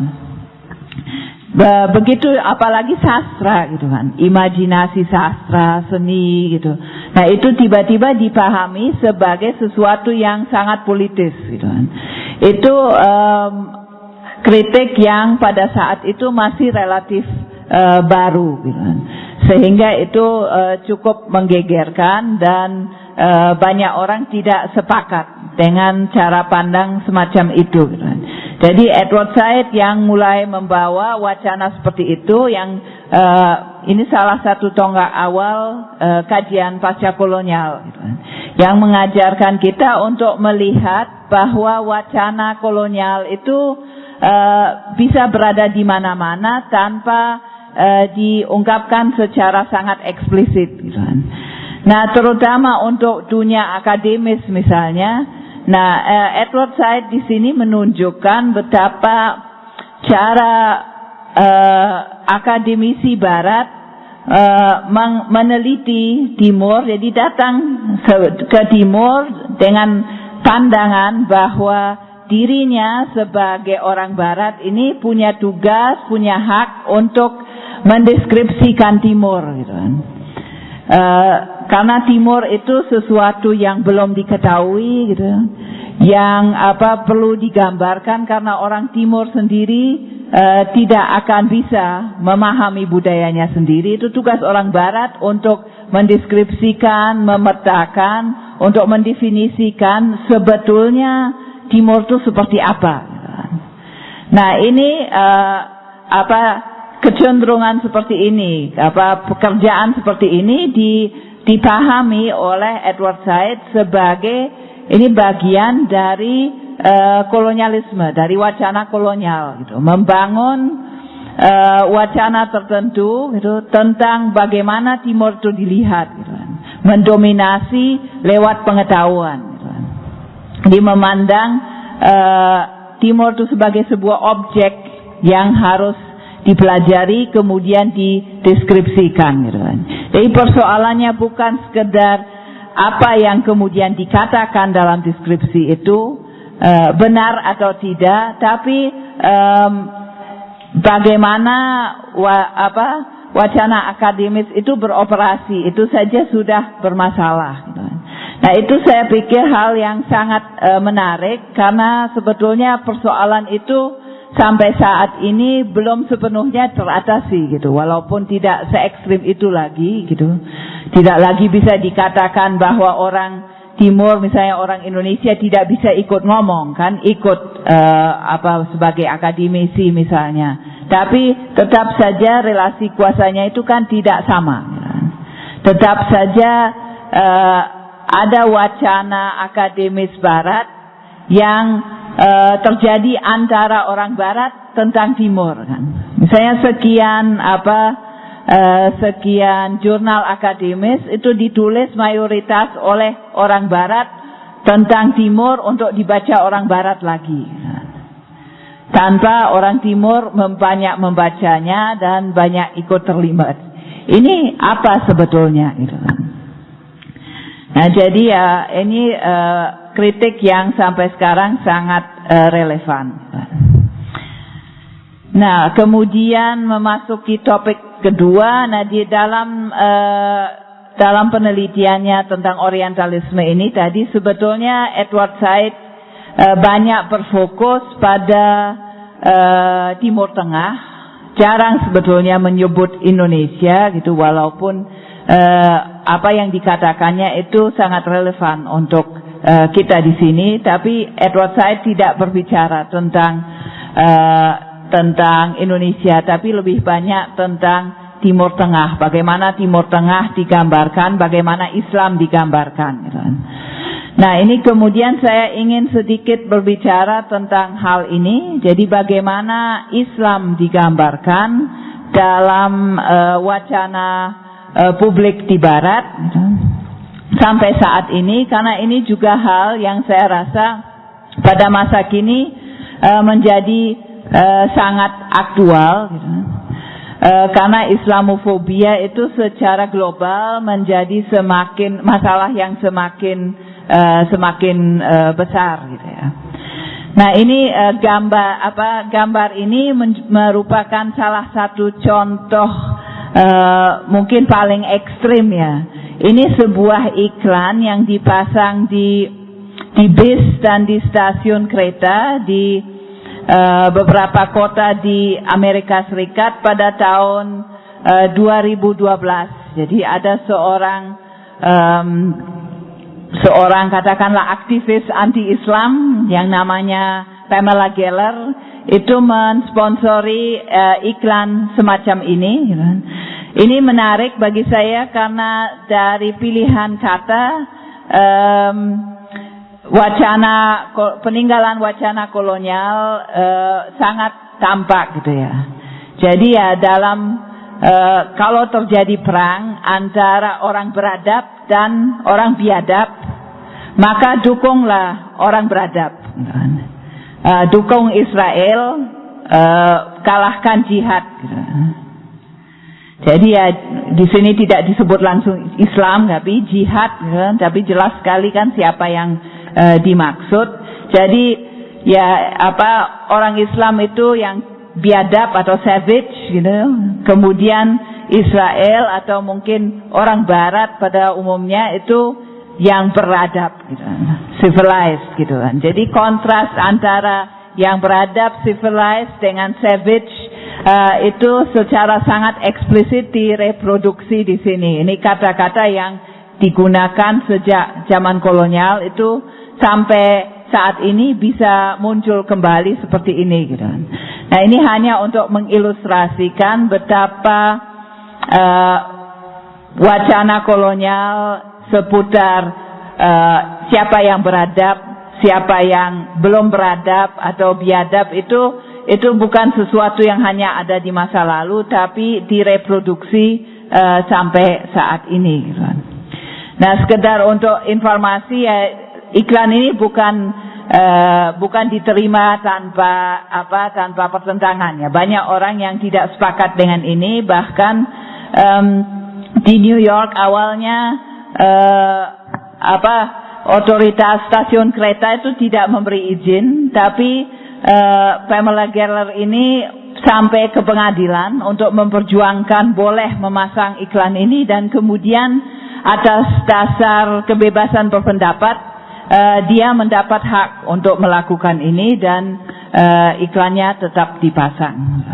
B: Begitu apalagi sastra gitu kan, imajinasi sastra, seni gitu. Nah itu tiba-tiba dipahami sebagai sesuatu yang sangat politis gitu kan. Itu um, kritik yang pada saat itu masih relatif uh, baru gitu kan. Sehingga itu uh, cukup menggegerkan dan uh, banyak orang tidak sepakat dengan cara pandang semacam itu gitu kan. Jadi Edward Said yang mulai membawa wacana seperti itu, yang uh, ini salah satu tonggak awal uh, kajian pasca kolonial, gitu, yang mengajarkan kita untuk melihat bahwa wacana kolonial itu uh, bisa berada di mana-mana tanpa uh, diungkapkan secara sangat eksplisit. Gitu. Nah, terutama untuk dunia akademis misalnya. Nah, Edward Said di sini menunjukkan betapa cara uh, akademisi Barat uh, meneliti Timur, jadi datang ke Timur dengan pandangan bahwa dirinya sebagai orang Barat ini punya tugas, punya hak untuk mendeskripsikan Timur, gitu kan. Uh, karena Timur itu sesuatu yang belum diketahui gitu, yang apa perlu digambarkan karena orang Timur sendiri uh, tidak akan bisa memahami budayanya sendiri. Itu tugas orang Barat untuk mendeskripsikan, memetakan, untuk mendefinisikan sebetulnya Timur itu seperti apa. Nah ini uh, apa kecenderungan seperti ini, apa pekerjaan seperti ini di, dipahami oleh Edward Said sebagai ini bagian dari uh, kolonialisme, dari wacana kolonial, gitu, membangun uh, wacana tertentu, gitu, tentang bagaimana Timur itu dilihat, gitu, mendominasi lewat pengetahuan, gitu, dia memandang uh, Timur itu sebagai sebuah objek yang harus dipelajari kemudian dideskripsikan gitu kan. Jadi persoalannya bukan sekedar apa yang kemudian dikatakan dalam deskripsi itu uh, benar atau tidak, tapi um, bagaimana wa, apa wacana akademis itu beroperasi, itu saja sudah bermasalah gitu kan. Nah itu saya pikir hal yang sangat uh, menarik, karena sebetulnya persoalan itu sampai saat ini belum sepenuhnya teratasi gitu, walaupun tidak se-ekstrim itu lagi gitu. Tidak lagi bisa dikatakan bahwa orang Timur, misalnya orang Indonesia, tidak bisa ikut ngomong kan, ikut uh, apa sebagai akademisi misalnya. Tapi tetap saja relasi kuasanya itu kan tidak sama. Tetap saja uh, ada wacana akademis Barat yang Uh, terjadi antara orang Barat tentang Timur kan. Misalnya sekian apa uh, sekian jurnal akademis itu ditulis mayoritas oleh orang Barat tentang Timur untuk dibaca orang Barat lagi, tanpa orang Timur banyak membacanya dan banyak ikut terlibat. Ini apa sebetulnya? Gitu. Nah, jadi ya ini uh, kritik yang sampai sekarang sangat uh, relevan. Nah, kemudian memasuki topik kedua. Nah, di dalam uh, dalam penelitiannya tentang Orientalisme ini tadi sebetulnya Edward Said uh, banyak berfokus pada uh, Timur Tengah, jarang sebetulnya menyebut Indonesia gitu, walaupun uh, apa yang dikatakannya itu sangat relevan untuk uh, kita di sini. Tapi Edward Said tidak berbicara tentang uh, tentang Indonesia, tapi lebih banyak tentang Timur Tengah, bagaimana Timur Tengah digambarkan, bagaimana Islam digambarkan. Nah, ini kemudian saya ingin sedikit berbicara tentang hal ini. Jadi bagaimana Islam digambarkan dalam uh, wacana uh, publik di Barat sampai saat ini, karena ini juga hal yang saya rasa pada masa kini uh, menjadi Uh, sangat aktual gitu. uh, karena Islamofobia itu secara global menjadi semakin masalah yang semakin uh, semakin uh, besar gitu ya. Nah, ini uh, gambar apa gambar ini men- merupakan salah satu contoh uh, mungkin paling ekstrim ya. Ini sebuah iklan yang dipasang di di bis dan di stasiun kereta di Uh, beberapa kota di Amerika Serikat pada tahun uh, dua ribu dua belas. Jadi ada seorang um, seorang katakanlah aktivis anti-Islam yang namanya Pamela Geller itu mensponsori uh, iklan semacam ini. Ini menarik bagi saya karena dari pilihan kata um, wacana peninggalan wacana kolonial uh, sangat tampak gitu ya. Jadi ya dalam uh, kalau terjadi perang antara orang beradab dan orang biadab, maka dukunglah orang beradab. Uh, dukung Israel, uh, kalahkan jihad. Gitu. Jadi ya di sini tidak disebut langsung Islam, tapi jihad, gitu. Tapi jelas sekali kan siapa yang Uh, dimaksud. Jadi ya apa orang Islam itu yang biadab atau savage gitu. Kemudian Israel atau mungkin orang Barat pada umumnya itu yang beradab gitu. Civilized gitu kan. Jadi kontras antara yang beradab civilized dengan savage uh, itu secara sangat eksplisit direproduksi di sini. Ini kata-kata yang digunakan sejak zaman kolonial itu sampai saat ini bisa muncul kembali seperti ini gitu. Nah, ini hanya untuk mengilustrasikan betapa uh, wacana kolonial seputar uh, siapa yang beradab, siapa yang belum beradab atau biadab itu itu bukan sesuatu yang hanya ada di masa lalu, tapi direproduksi uh, sampai saat ini gitu. Nah, sekedar untuk informasi ya, iklan ini bukan uh, bukan diterima tanpa apa tanpa pertentangan ya. Banyak orang yang tidak sepakat dengan ini, bahkan um, di New York awalnya uh, apa otoritas stasiun kereta itu tidak memberi izin, tapi uh, Pamela Geller ini sampai ke pengadilan untuk memperjuangkan boleh memasang iklan ini, dan kemudian atas dasar kebebasan berpendapat Uh, dia mendapat hak untuk melakukan ini dan uh, iklannya tetap dipasang.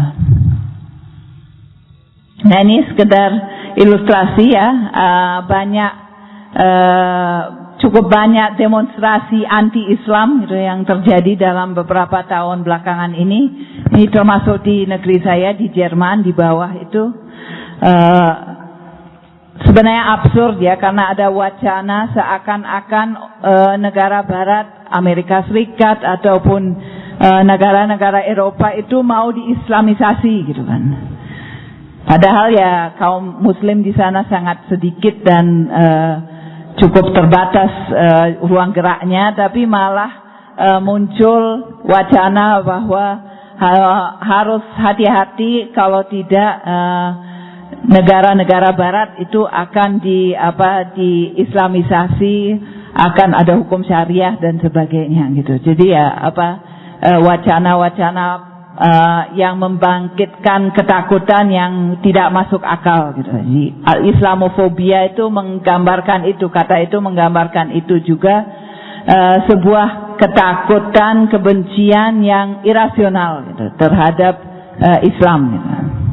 B: Nah, ini sekedar ilustrasi ya. Uh, banyak uh, cukup banyak demonstrasi anti-Islam gitu yang terjadi dalam beberapa tahun belakangan ini. Ini termasuk di negeri saya di Jerman, di bawah itu. Uh, Sebenarnya absurd ya, karena ada wacana seakan-akan e, negara Barat, Amerika Serikat ataupun e, negara-negara Eropa itu mau diislamisasi gitu kan. Padahal ya kaum Muslim di sana sangat sedikit dan e, cukup terbatas uh, ruang geraknya, tapi malah uh, muncul wacana bahwa uh, harus hati-hati kalau tidak uh, negara-negara Barat itu akan di apa diislamisasi, akan ada hukum syariah dan sebagainya gitu. Jadi ya apa uh, wacana-wacana Uh, yang membangkitkan ketakutan yang tidak masuk akal gitu. Jadi, Islamofobia itu menggambarkan itu, kata itu menggambarkan itu juga uh, sebuah ketakutan, kebencian yang irasional gitu, terhadap uh, Islam gitu.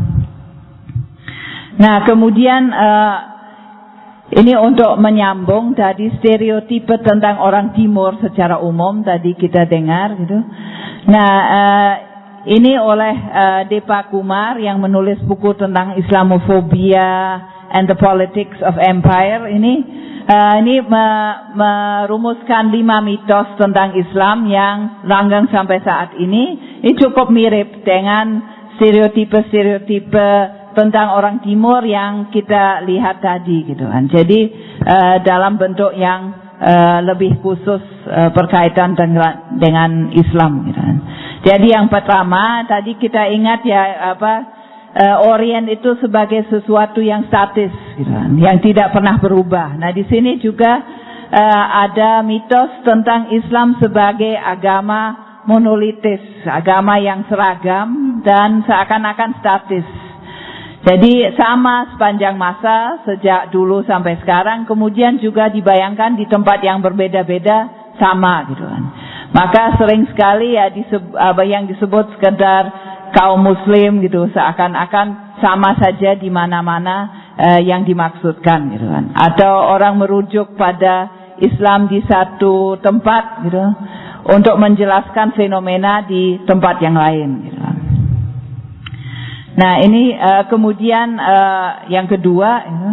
B: Nah kemudian uh, ini untuk menyambung tadi stereotipe tentang orang Timur secara umum tadi kita dengar gitu. Nah uh, ini oleh uh, Deepa Kumar yang menulis buku tentang Islamofobia and the Politics of Empire. Ini uh, ini me, merumuskan lima mitos tentang Islam yang langgeng sampai saat ini. Ini cukup mirip dengan stereotipe-stereotipe tentang orang Timur yang kita lihat tadi gitu kan. Jadi uh, dalam bentuk yang uh, lebih khusus uh, berkaitan dengan, dengan Islam gitu kan. Jadi yang pertama tadi kita ingat ya apa uh, Orient itu sebagai sesuatu yang statis gitu kan, yang tidak pernah berubah. Nah di sini juga uh, ada mitos tentang Islam sebagai agama monolitis, agama yang seragam dan seakan-akan statis. Jadi sama sepanjang masa sejak dulu sampai sekarang, kemudian juga dibayangkan di tempat yang berbeda-beda sama gitu kan. Maka sering sekali ya disebut, apa yang disebut sekedar kaum muslim gitu, seakan-akan sama saja di mana-mana eh, yang dimaksudkan gitu kan. Atau orang merujuk pada Islam di satu tempat gitu untuk menjelaskan fenomena di tempat yang lain gitu kan. Nah ini eh, kemudian eh, yang kedua gitu,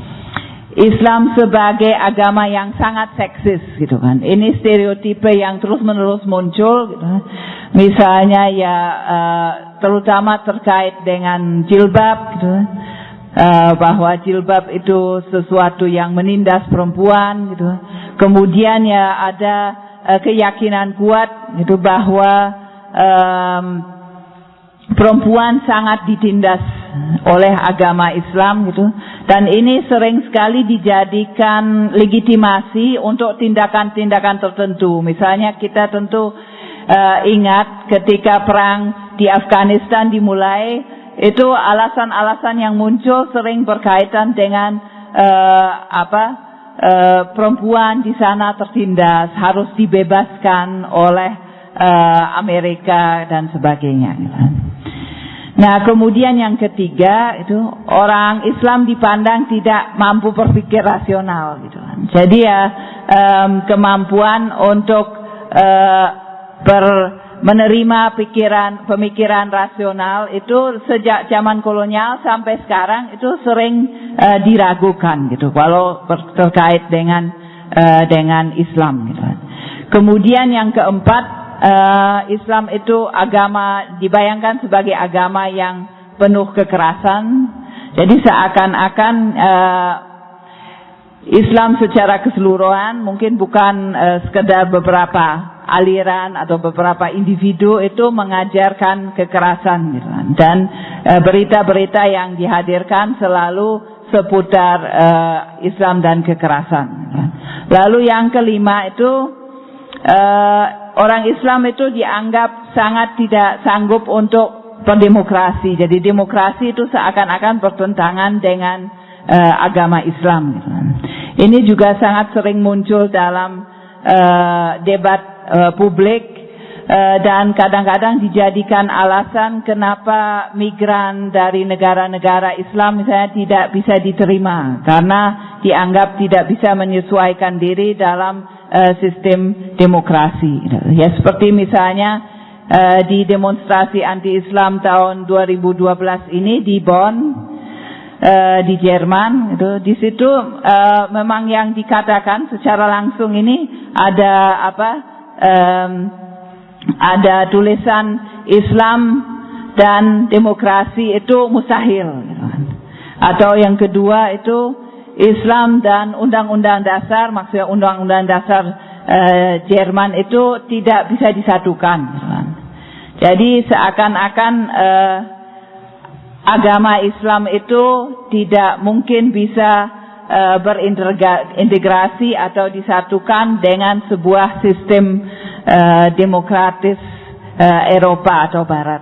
B: Islam sebagai agama yang sangat seksis gitu kan. Ini stereotipe yang terus-menerus muncul gitu. Misalnya ya uh, terutama terkait dengan jilbab gitu. Uh, bahwa jilbab itu sesuatu yang menindas perempuan gitu. Kemudian ya ada uh, keyakinan kuat gitu bahwa um, perempuan sangat ditindas oleh agama Islam gitu. Dan ini sering sekali dijadikan legitimasi untuk tindakan-tindakan tertentu. Misalnya kita tentu uh, ingat ketika perang di Afghanistan dimulai, itu alasan-alasan yang muncul sering berkaitan dengan uh, apa uh, perempuan di sana tertindas, harus dibebaskan oleh uh, Amerika dan sebagainya. Nah kemudian yang ketiga itu orang Islam dipandang tidak mampu berpikir rasional gitu kan. Jadi ya um, kemampuan untuk uh, ber, menerima pikiran pemikiran rasional itu sejak zaman kolonial sampai sekarang itu sering uh, diragukan gitu kalau terkait dengan uh, dengan Islam gitu kan. Kemudian yang keempat, Uh, Islam itu agama dibayangkan sebagai agama yang penuh kekerasan. Jadi seakan-akan uh, Islam secara keseluruhan mungkin bukan uh, sekedar beberapa aliran atau beberapa individu itu mengajarkan kekerasan gitu kan. Dan uh, berita-berita yang dihadirkan selalu seputar uh, Islam dan kekerasan gitu kan. Lalu yang kelima itu uh, orang Islam itu dianggap sangat tidak sanggup untuk berdemokrasi. Jadi demokrasi itu seakan-akan bertentangan dengan uh, agama Islam. Gitu. Ini juga sangat sering muncul dalam uh, debat uh, publik uh, dan kadang-kadang dijadikan alasan kenapa migran dari negara-negara Islam misalnya tidak bisa diterima karena dianggap tidak bisa menyesuaikan diri dalam Uh, sistem demokrasi. Ya seperti misalnya uh, di demonstrasi anti-Islam tahun dua ribu dua belas ini di Bonn uh, di Jerman itu di situ uh, memang yang dikatakan secara langsung ini ada apa um, ada tulisan Islam dan demokrasi itu mustahil gitu kan. Atau yang kedua itu Islam dan undang-undang dasar, maksudnya undang-undang dasar uh, Jerman itu tidak bisa disatukan. Jadi seakan-akan uh, agama Islam itu tidak mungkin bisa uh, berintegrasi atau disatukan dengan sebuah sistem uh, demokratis uh, Eropa atau Barat.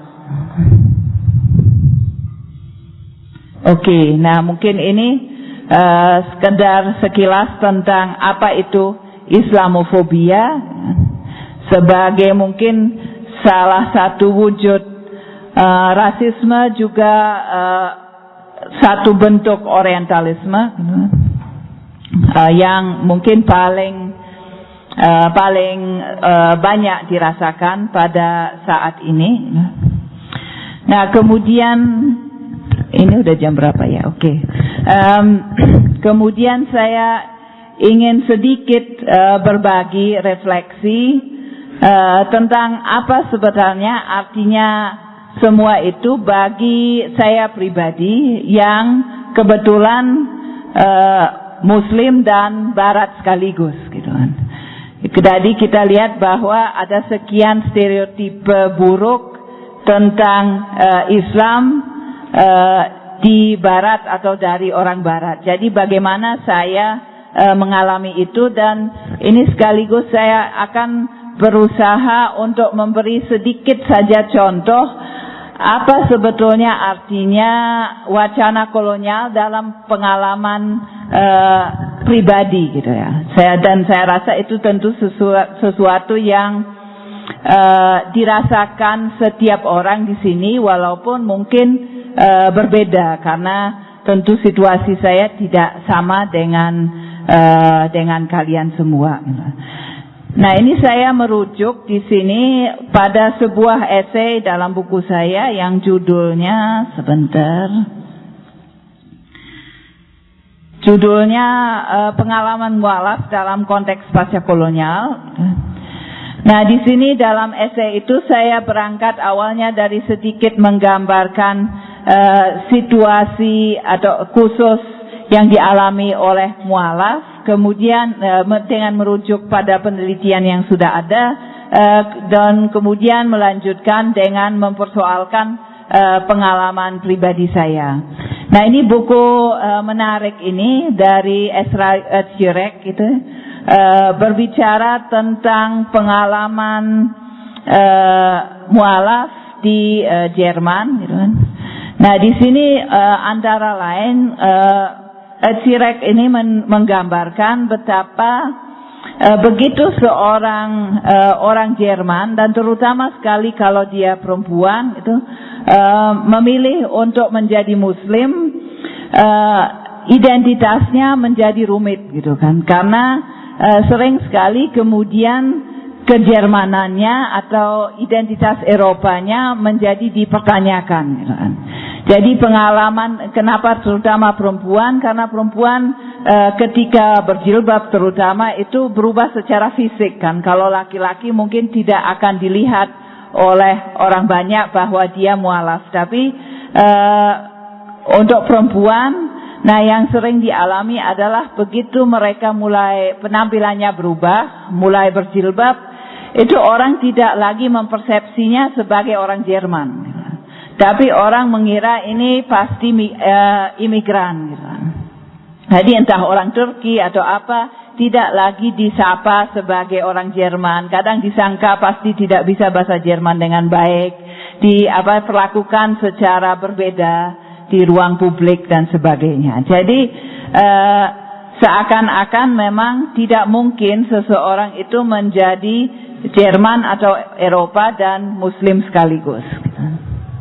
B: Oke, okay, nah mungkin ini uh, sekedar sekilas tentang apa itu Islamofobia sebagai mungkin salah satu wujud uh, rasisme, juga uh, satu bentuk orientalisme uh, yang mungkin paling uh, paling uh, banyak dirasakan pada saat ini. Nah kemudian ini udah jam berapa ya? Oke. Okay. Um, kemudian saya ingin sedikit uh, berbagi refleksi Uh, tentang apa sebenarnya artinya semua itu bagi saya pribadi yang kebetulan uh, Muslim dan Barat sekaligus, gitu kan. Jadi kita lihat bahwa ada sekian stereotipe buruk tentang uh, Islam uh, di Barat atau dari orang Barat. Jadi bagaimana saya uh, mengalami itu, dan ini sekaligus saya akan berusaha untuk memberi sedikit saja contoh apa sebetulnya artinya wacana kolonial dalam pengalaman uh, pribadi, gitu ya. Saya dan saya rasa itu tentu sesuatu, sesuatu yang uh, dirasakan setiap orang di sini, walaupun mungkin uh, berbeda karena tentu situasi saya tidak sama dengan uh, dengan kalian semua. Nah, ini saya merujuk di sini pada sebuah esai dalam buku saya yang judulnya sebentar. Judulnya uh, Pengalaman Mualaf dalam Konteks Pasca Kolonial. Nah, di sini dalam esai itu saya berangkat awalnya dari sedikit menggambarkan uh, situasi atau khusus yang dialami oleh mualaf. Kemudian uh, dengan merujuk pada penelitian yang sudah ada, uh, dan kemudian melanjutkan dengan mempersoalkan uh, pengalaman pribadi saya. Nah, ini buku uh, menarik ini dari Ezra Edzurek gitu, uh, berbicara tentang pengalaman uh, mualaf di uh, Jerman, gitu kan. Nah, di sini uh, antara lain uh, Edzurek ini men menggambarkan betapa uh, begitu seorang uh, orang Jerman, dan terutama sekali kalau dia perempuan itu uh, memilih untuk menjadi Muslim, uh, identitasnya menjadi rumit, gitu kan, karena uh, sering sekali kemudian kejermanannya atau identitas Eropanya menjadi dipertanyakan, gitu kan. Jadi pengalaman kenapa terutama perempuan, karena perempuan e, ketika berjilbab terutama itu berubah secara fisik kan. Kalau laki-laki mungkin tidak akan dilihat oleh orang banyak bahwa dia mualaf, tapi e, untuk perempuan, nah yang sering dialami adalah begitu mereka mulai penampilannya berubah, mulai berjilbab, itu orang tidak lagi mempersepsinya sebagai orang Jerman. Tapi orang mengira ini pasti uh, imigran, gitu. Jadi entah orang Turki atau apa, tidak lagi disapa sebagai orang Jerman. Kadang disangka pasti tidak bisa bahasa Jerman dengan baik, di apa perlakukan secara berbeda di ruang publik dan sebagainya. Jadi uh, seakan-akan memang tidak mungkin seseorang itu menjadi Jerman atau Eropa dan Muslim sekaligus. Gitu.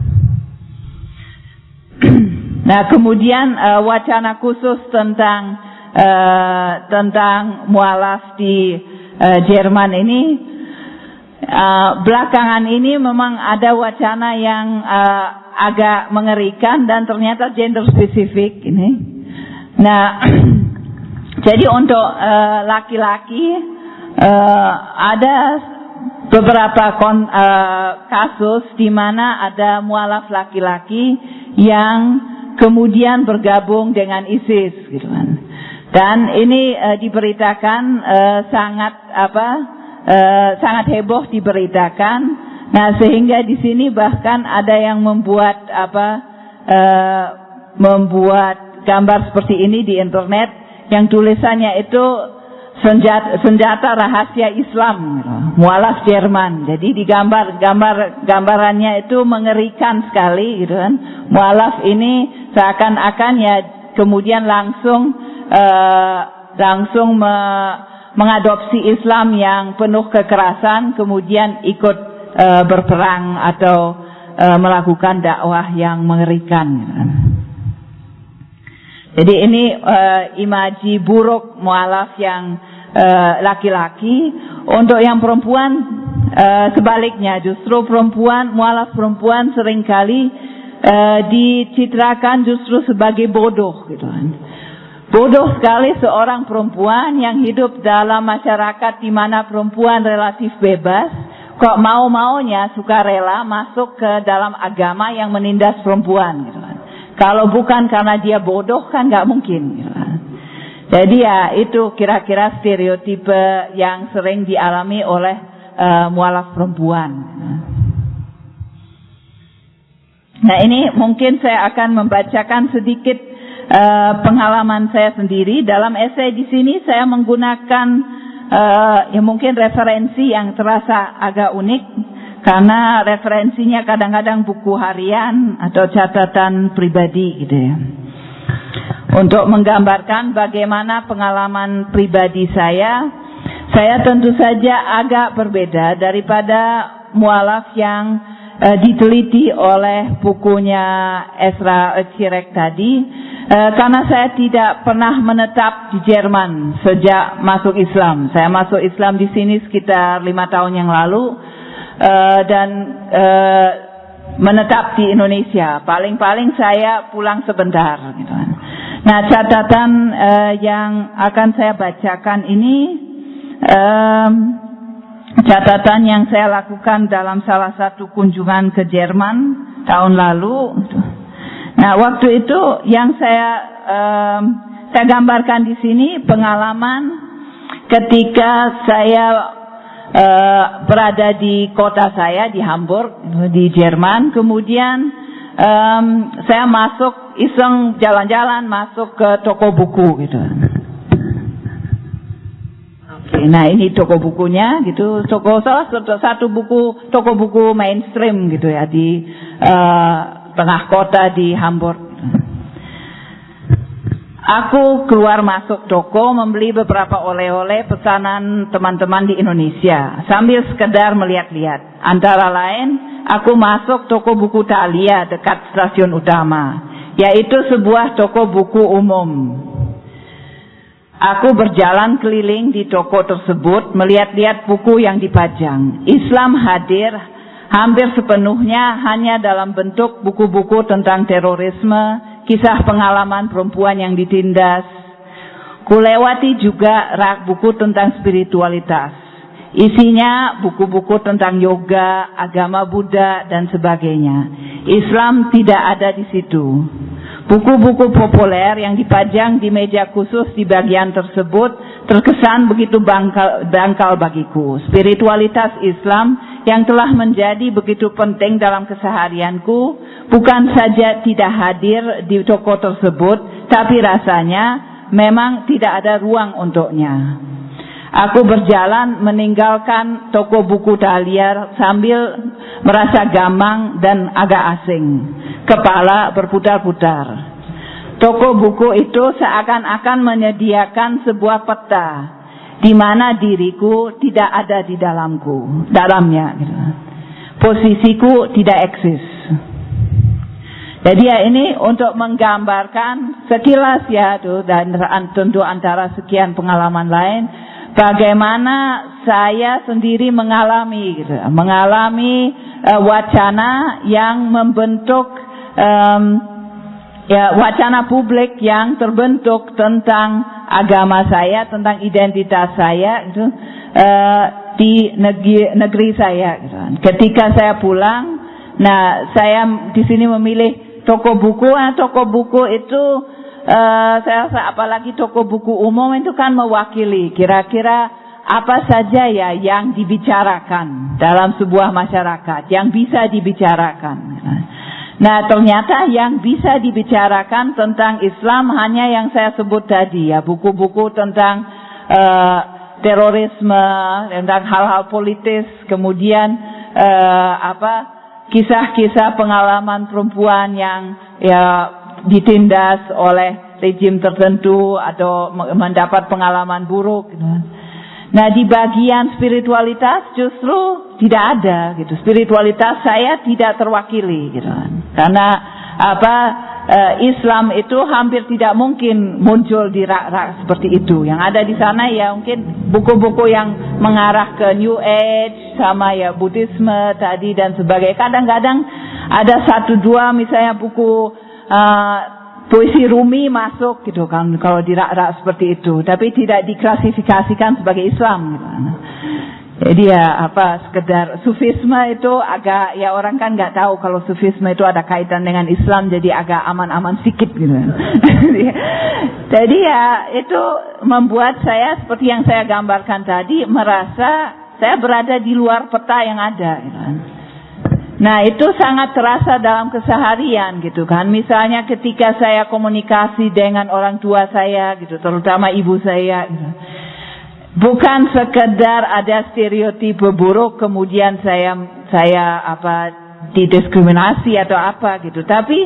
B: Nah, kemudian uh, wacana khusus tentang uh, tentang mualaf di uh, Jerman ini, uh, belakangan ini memang ada wacana yang uh, agak mengerikan dan ternyata gender spesifik ini. Nah, jadi untuk laki-laki uh, uh, ada beberapa kon, uh, kasus di mana ada mualaf laki-laki yang kemudian bergabung dengan ISIS, gitu kan. Dan ini uh, diberitakan uh, sangat apa uh, sangat heboh diberitakan. Nah, sehingga di sini bahkan ada yang membuat apa uh, membuat gambar seperti ini di internet yang tulisannya itu senjata, senjata rahasia Islam, mualaf Jerman. Jadi digambar gambar gambarannya itu mengerikan sekali gitu kan. Mualaf ini seakan-akan ya kemudian langsung uh, langsung me, mengadopsi Islam yang penuh kekerasan, kemudian ikut uh, berperang atau uh, melakukan dakwah yang mengerikan gitu kan. Jadi ini uh, imaji buruk mualaf yang laki-laki. Uh, Untuk yang perempuan uh, sebaliknya, justru perempuan, mualaf perempuan seringkali uh, dicitrakan justru sebagai bodoh gitu kan. Bodoh sekali seorang perempuan yang hidup dalam masyarakat di mana perempuan relatif bebas, kok mau-maunya sukarela masuk ke dalam agama yang menindas perempuan gitu kan. Kalau bukan karena dia bodoh kan nggak mungkin gitu kan. Jadi ya itu kira-kira stereotipe yang sering dialami oleh uh, mualaf perempuan. Nah, ini mungkin saya akan membacakan sedikit uh, pengalaman saya sendiri. Dalam esai di sini saya menggunakan uh, ya mungkin referensi yang terasa agak unik, karena referensinya kadang-kadang buku harian atau catatan pribadi gitu ya. Untuk menggambarkan bagaimana pengalaman pribadi saya, saya tentu saja agak berbeda daripada mualaf yang uh, diteliti oleh bukunya Ezra Özçivit tadi, uh, karena saya tidak pernah menetap di Jerman sejak masuk Islam. Saya masuk Islam di sini sekitar lima tahun yang lalu, uh, dan uh, menetap di Indonesia. Paling-paling saya pulang sebentar gitu kan. Nah, catatan uh, yang akan saya bacakan ini um, catatan yang saya lakukan dalam salah satu kunjungan ke Jerman tahun lalu. Nah, waktu itu yang saya um, saya gambarkan di sini pengalaman ketika saya uh, berada di kota saya di Hamburg di Jerman, kemudian Um, saya masuk iseng jalan-jalan masuk ke toko buku gitu. Oke, nah ini toko bukunya gitu, toko salah satu, satu buku toko buku mainstream gitu ya di uh, tengah kota di Hamburg. Aku keluar masuk toko membeli beberapa oleh-oleh pesanan teman-teman di Indonesia sambil sekedar melihat-lihat. Antara lain, aku masuk toko buku Thalia dekat stasiun utama, yaitu sebuah toko buku umum. Aku berjalan keliling di toko tersebut melihat-lihat buku yang dipajang. Islam hadir hampir sepenuhnya hanya dalam bentuk buku-buku tentang terorisme, kisah pengalaman perempuan yang ditindas. Kulewati juga rak buku tentang spiritualitas. Isinya buku-buku tentang yoga, agama Buddha, dan sebagainya. Islam tidak ada di situ. Buku-buku populer yang dipajang di meja khusus di bagian tersebut terkesan begitu bangkal, dangkal bagiku. Spiritualitas Islam yang telah menjadi begitu penting dalam keseharianku bukan saja tidak hadir di toko tersebut, tapi rasanya memang tidak ada ruang untuknya. Aku berjalan meninggalkan toko buku Thalia sambil merasa gamang dan agak asing. Kepala berputar-putar. Toko buku itu seakan-akan menyediakan sebuah peta di mana diriku tidak ada di dalamku, dalamnya. Gitu. Posisiku tidak eksis. Jadi ya ini untuk menggambarkan sekilas ya tuh, dan tentu antara sekian pengalaman lain, bagaimana saya sendiri mengalami gitu, mengalami uh, wacana yang membentuk um, ya wacana publik yang terbentuk tentang agama saya, tentang identitas saya gitu, uh, di negeri, negeri saya gitu. Ketika saya pulang, nah saya di sini memilih toko buku. Nah, toko buku itu uh, saya rasa apalagi toko buku umum itu kan mewakili kira-kira apa saja ya yang dibicarakan dalam sebuah masyarakat, yang bisa dibicarakan. Nah, ternyata yang bisa dibicarakan tentang Islam hanya yang saya sebut tadi ya, buku-buku tentang uh, terorisme, tentang hal-hal politis, kemudian uh, apa kisah-kisah pengalaman perempuan yang ya ditindas oleh rejim tertentu atau mendapat pengalaman buruk gitu. Nah, di bagian spiritualitas justru tidak ada gitu. Spiritualitas saya tidak terwakili gitu kan. Karena apa uh, Islam itu hampir tidak mungkin muncul di rak-rak seperti itu. Yang ada di sana ya mungkin buku-buku yang mengarah ke New Age sama ya Buddhisme tadi dan sebagainya. Kadang-kadang ada satu dua misalnya buku uh, puisi Rumi masuk gitu kan kalau di rak-rak seperti itu, tapi tidak diklasifikasikan sebagai Islam gitu kan. Jadi ya apa sekedar sufisme itu agak ya orang kan nggak tahu kalau sufisme itu ada kaitan dengan Islam, jadi agak aman-aman sedikit gitu. Jadi ya itu membuat saya seperti yang saya gambarkan tadi merasa saya berada di luar peta yang ada gitu kan. Nah, itu sangat terasa dalam keseharian gitu kan. Misalnya ketika saya komunikasi dengan orang tua saya gitu, terutama ibu saya gitu. Bukan sekedar ada stereotip buruk kemudian saya saya apa didiskriminasi atau apa gitu, tapi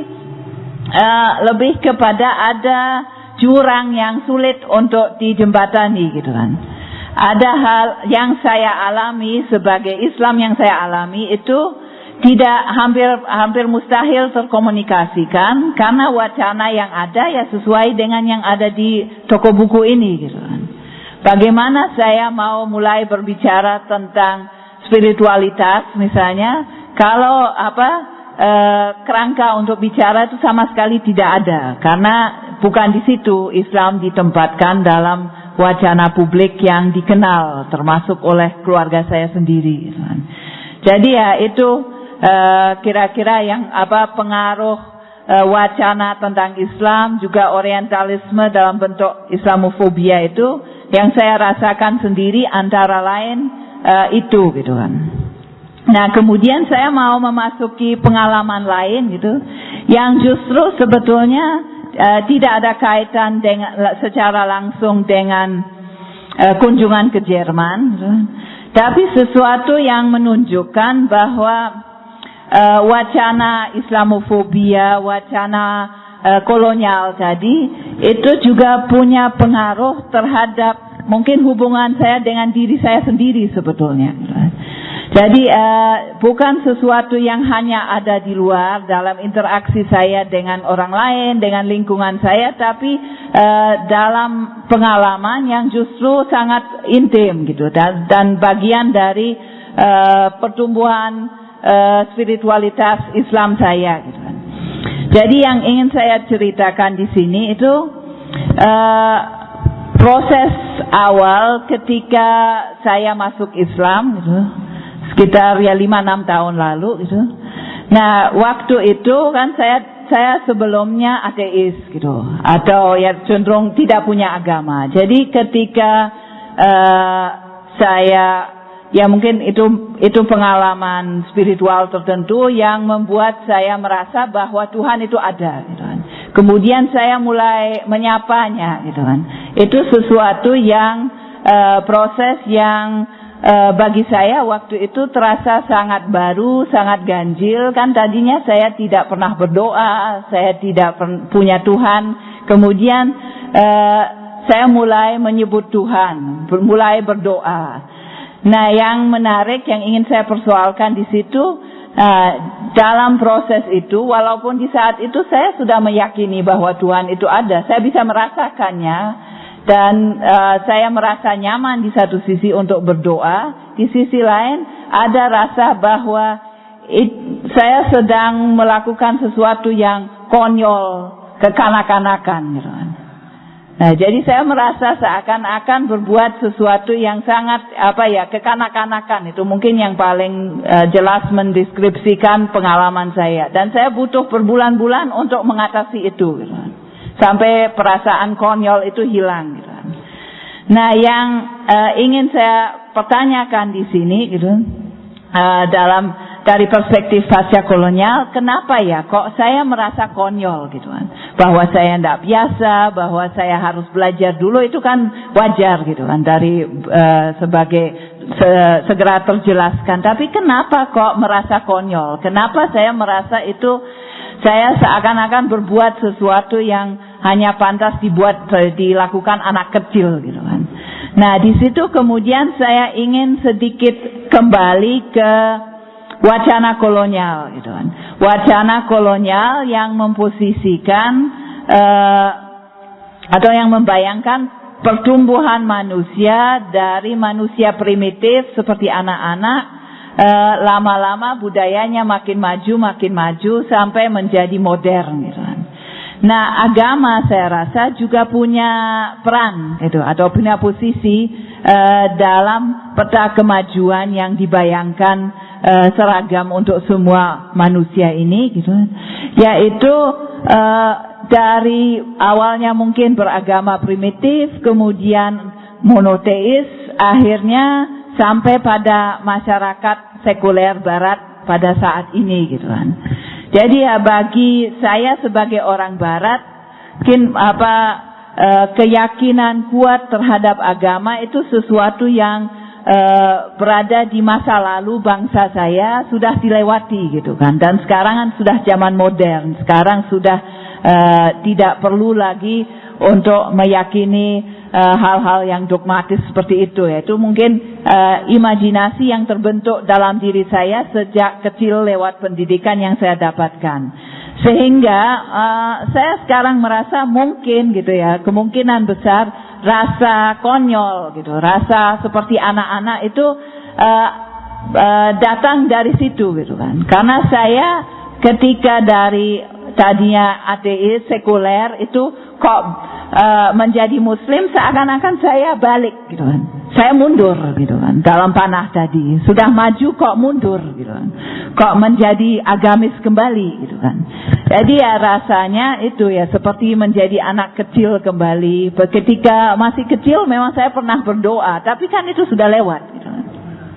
B: uh, lebih kepada ada jurang yang sulit untuk dijembatani gitu kan. Ada hal yang saya alami sebagai Islam yang saya alami itu tidak hampir hampir mustahil terkomunikasikan karena wacana yang ada ya sesuai dengan yang ada di toko buku ini gitu kan. Bagaimana saya mau mulai berbicara tentang spiritualitas misalnya kalau apa e, kerangka untuk bicara itu sama sekali tidak ada karena bukan di situ Islam ditempatkan dalam wacana publik yang dikenal termasuk oleh keluarga saya sendiri gitu kan. Jadi ya itu e, kira-kira yang apa pengaruh e, wacana tentang Islam juga orientalisme dalam bentuk Islamofobia itu yang saya rasakan sendiri antara lain uh, itu gitu kan. Nah, kemudian saya mau memasuki pengalaman lain gitu yang justru sebetulnya uh, tidak ada kaitan dengan secara langsung dengan uh, kunjungan ke Jerman gitu. Tapi sesuatu yang menunjukkan bahwa uh, wacana Islamofobia, wacana Uh, kolonial tadi itu juga punya pengaruh terhadap mungkin hubungan saya dengan diri saya sendiri sebetulnya. Jadi uh, bukan sesuatu yang hanya ada di luar dalam interaksi saya dengan orang lain, dengan lingkungan saya, tapi uh, dalam pengalaman yang justru sangat intim gitu dan, dan bagian dari uh, pertumbuhan uh, spiritualitas Islam saya gitu. Jadi yang ingin saya ceritakan di sini itu uh, proses awal ketika saya masuk Islam gitu, sekitar ya lima enam tahun lalu gitu. Nah, waktu itu kan saya saya sebelumnya ateis gitu atau ya cenderung tidak punya agama. Jadi ketika uh, saya ya mungkin itu itu pengalaman spiritual tertentu yang membuat saya merasa bahwa Tuhan itu ada gitu kan. Kemudian saya mulai menyapanya gitu kan. Itu sesuatu yang uh, proses yang uh, bagi saya waktu itu terasa sangat baru, sangat ganjil kan. Tadinya saya tidak pernah berdoa, saya tidak punya Tuhan. Kemudian uh, saya mulai menyebut Tuhan, mulai berdoa. Nah, yang menarik yang ingin saya persoalkan di situ uh, dalam proses itu, walaupun di saat itu saya sudah meyakini bahwa Tuhan itu ada, saya bisa merasakannya dan uh, saya merasa nyaman di satu sisi untuk berdoa, di sisi lain ada rasa bahwa it, saya sedang melakukan sesuatu yang konyol, kekanak-kanakan gitu kan. Nah, jadi saya merasa seakan-akan berbuat sesuatu yang sangat apa ya kekanak-kanakan. Itu mungkin yang paling uh, jelas mendeskripsikan pengalaman saya. Dan saya butuh berbulan-bulan untuk mengatasi itu. Gitu. sampai perasaan konyol itu hilang gitu. Nah, yang uh, ingin saya pertanyakan di sini gitu, uh, dalam dari perspektif pasca kolonial, kenapa ya kok saya merasa konyol gitu kan? Bahwa saya tidak biasa, bahwa saya harus belajar dulu, itu kan wajar gitu kan, dari uh, sebagai se, segera terjelaskan. Tapi kenapa kok merasa konyol? Kenapa saya merasa itu saya seakan-akan berbuat sesuatu yang hanya pantas dibuat dilakukan anak kecil gitu kan. Nah, di situ kemudian saya ingin sedikit kembali ke wacana kolonial gitu kan. Wacana kolonial yang memposisikan uh, atau yang membayangkan pertumbuhan manusia dari manusia primitif seperti anak-anak, uh, lama-lama budayanya makin maju makin maju sampai menjadi modern gitu kan. Nah, agama saya rasa juga punya peran gitu, atau punya posisi uh, dalam peta kemajuan yang dibayangkan uh, seragam untuk semua manusia ini gitu, yaitu uh, dari awalnya mungkin beragama primitif, kemudian monoteis, akhirnya sampai pada masyarakat sekuler barat pada saat ini gitu kan. Jadi ya, bagi saya sebagai orang barat, mungkin apa e, keyakinan kuat terhadap agama itu sesuatu yang e, berada di masa lalu bangsa saya, sudah dilewati gitu kan. Dan sekarang kan sudah zaman modern, sekarang sudah e, tidak perlu lagi untuk meyakini hal-hal uh, yang dogmatis seperti itu ya. Itu mungkin uh, imajinasi yang terbentuk dalam diri saya sejak kecil lewat pendidikan yang saya dapatkan, sehingga uh, saya sekarang merasa mungkin gitu ya, kemungkinan besar rasa konyol gitu, rasa seperti anak-anak itu uh, uh, datang dari situ gitu kan. Karena saya ketika dari tadinya ateis sekuler itu kok Uh, menjadi muslim, seakan-akan saya balik gitu kan, saya mundur gitu kan, dalam panah tadi sudah maju kok mundur gitu kan, kok menjadi agamis kembali gitu kan. Jadi ya rasanya itu ya seperti menjadi anak kecil kembali. Ketika masih kecil memang saya pernah berdoa, tapi kan itu sudah lewat gitu kan.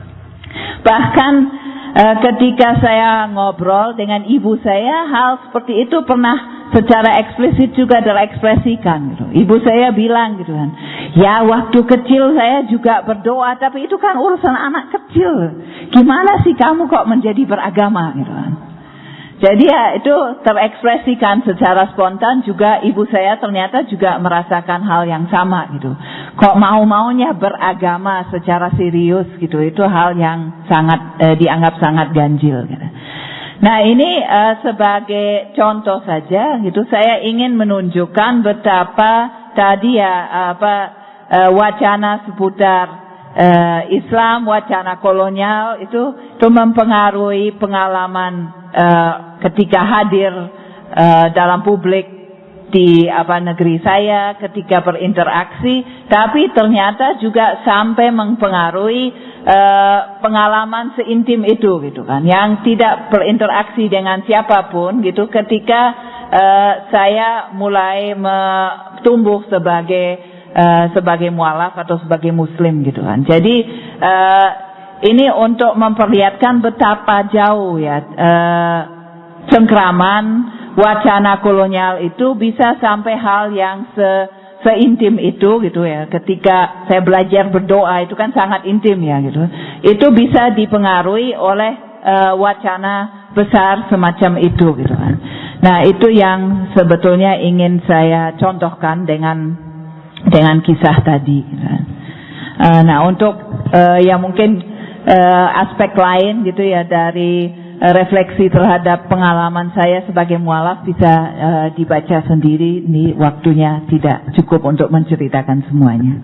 B: Bahkan uh, ketika saya ngobrol dengan ibu saya, hal seperti itu pernah secara eksplisit juga terekspresikan gitu. Ibu saya bilang gitu kan, ya waktu kecil saya juga berdoa, tapi itu kan urusan anak kecil. Gimana sih kamu kok menjadi beragama gitu kan. Jadi ya itu terekspresikan secara spontan juga, ibu saya ternyata juga merasakan hal yang sama gitu. Kok mau-maunya beragama secara serius gitu, itu hal yang sangat eh, dianggap sangat ganjil gitu. Nah, ini uh, sebagai contoh saja gitu, saya ingin menunjukkan betapa tadi ya apa uh, wacana seputar uh, Islam, wacana kolonial itu itu mempengaruhi pengalaman uh, ketika hadir uh, dalam publik di apa negeri saya, ketika berinteraksi, tapi ternyata juga sampai mempengaruhi Uh, pengalaman seintim itu gitu kan, yang tidak berinteraksi dengan siapapun gitu, ketika uh, saya mulai tumbuh sebagai uh, sebagai mualaf atau sebagai muslim gitu kan. Jadi uh, ini untuk memperlihatkan betapa jauh ya uh, cengkraman wacana kolonial itu bisa sampai hal yang se seintim itu gitu ya. Ketika saya belajar berdoa itu kan sangat intim ya gitu. Itu bisa dipengaruhi oleh uh, wacana besar semacam itu gitu kan. Nah, itu yang sebetulnya ingin saya contohkan dengan dengan kisah tadi gitu kan. Uh, nah, untuk uh, ya mungkin uh, aspek lain gitu ya dari refleksi terhadap pengalaman saya sebagai mualaf bisa uh, dibaca sendiri. Ini waktunya tidak cukup untuk menceritakan semuanya.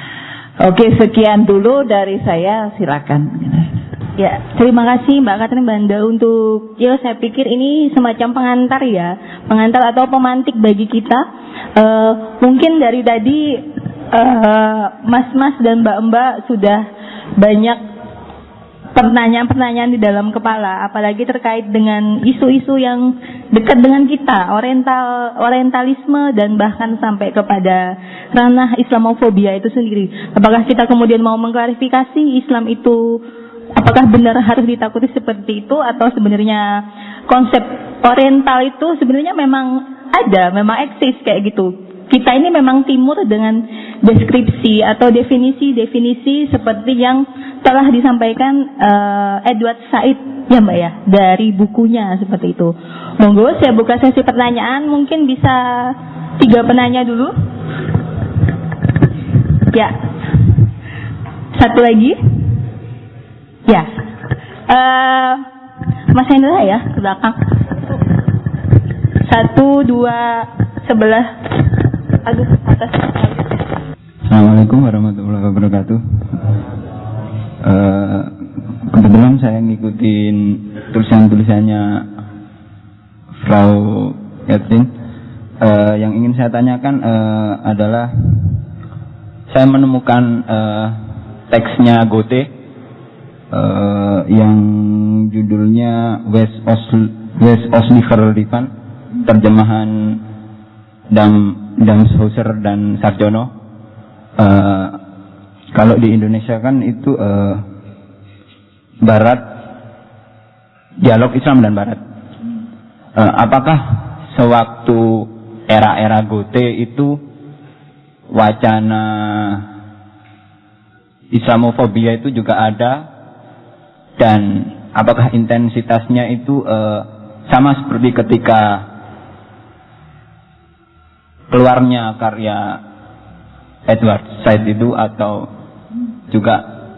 B: Oke, sekian dulu dari saya, silakan.
A: Ya, terima kasih Mbak Katrin Banda untuk, ya saya pikir ini semacam pengantar ya, pengantar atau pemantik bagi kita. Uh, mungkin dari tadi uh, mas-mas dan mbak-mbak sudah banyak pertanyaan-pertanyaan di dalam kepala, apalagi terkait dengan isu-isu yang dekat dengan kita, oriental, orientalisme dan bahkan sampai kepada ranah Islamofobia itu sendiri. Apakah kita kemudian mau mengklarifikasi Islam itu apakah benar harus ditakuti seperti itu, atau sebenarnya konsep oriental itu sebenarnya memang ada, memang eksis kayak gitu. Kita ini memang timur dengan deskripsi atau definisi-definisi seperti yang telah disampaikan uh, Edward Said ya Mbak ya, dari bukunya seperti itu. Monggo saya buka sesi pertanyaan, mungkin bisa tiga penanya dulu. Ya, satu lagi. Ya, uh, Mas Hendra ya, ke belakang. Satu, dua, sebelah. Aduh, atas.
C: Assalamualaikum warahmatullahi wabarakatuh. Uh, kebetulan saya ngikutin tulisan-tulisannya Frau Catherine. Uh, yang ingin saya tanyakan uh, adalah saya menemukan uh, teksnya Goethe uh, yang judulnya Wes Auslicher Divan, terjemahan Dam Damshauser dan Sarjono. Uh, kalau di Indonesia kan itu uh, Barat, dialog Islam dan Barat. Uh, apakah sewaktu era-era Goethe itu wacana Islamofobia itu juga ada, dan apakah intensitasnya itu uh, sama seperti ketika keluarnya karya Edward Said itu, atau juga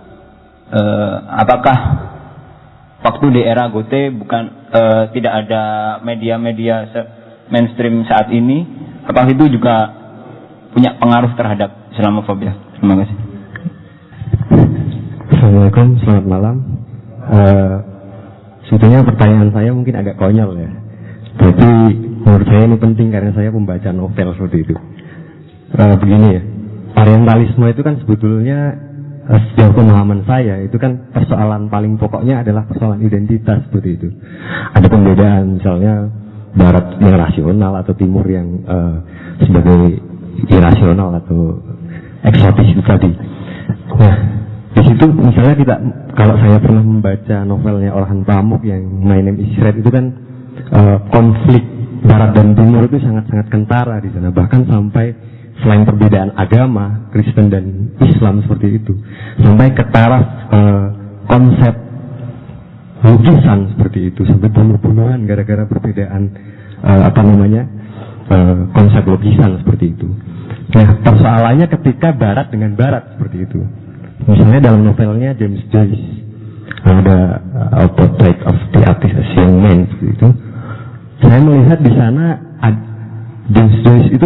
C: eh, apakah waktu di era Goethe bukan eh, tidak ada media-media mainstream saat ini, apakah itu juga punya pengaruh terhadap Islamofobia? Terima kasih.
D: Assalamualaikum, selamat malam. Uh, sebetulnya pertanyaan saya mungkin agak konyol ya. Berarti menurut saya ini penting karena saya pembaca novel seperti itu. Uh, begini ya, orientalisme itu kan sebetulnya uh, sejauh pemahaman saya itu kan persoalan paling pokoknya adalah persoalan identitas seperti itu. Ada pembedaan misalnya Barat yang rasional atau Timur yang uh, sebagai irasional atau eksotis itu tadi. Nah, di situ misalnya kita, kalau saya pernah membaca novelnya Orhan Pamuk yang My Name is Red itu kan uh, konflik Barat dan Timur itu sangat-sangat kentara di sana, bahkan sampai selain perbedaan agama Kristen dan Islam seperti itu, sampai ke taraf uh, konsep lukisan seperti itu, sampai bunuh-bunuhan gara-gara perbedaan uh, apa namanya uh, konsep lukisan seperti itu. Nah, persoalannya ketika Barat dengan Barat seperti itu. Misalnya dalam novelnya James Joyce ada uh, A Portrait of the Artist as Young Man seperti itu. Saya melihat di sana ad- James Joyce itu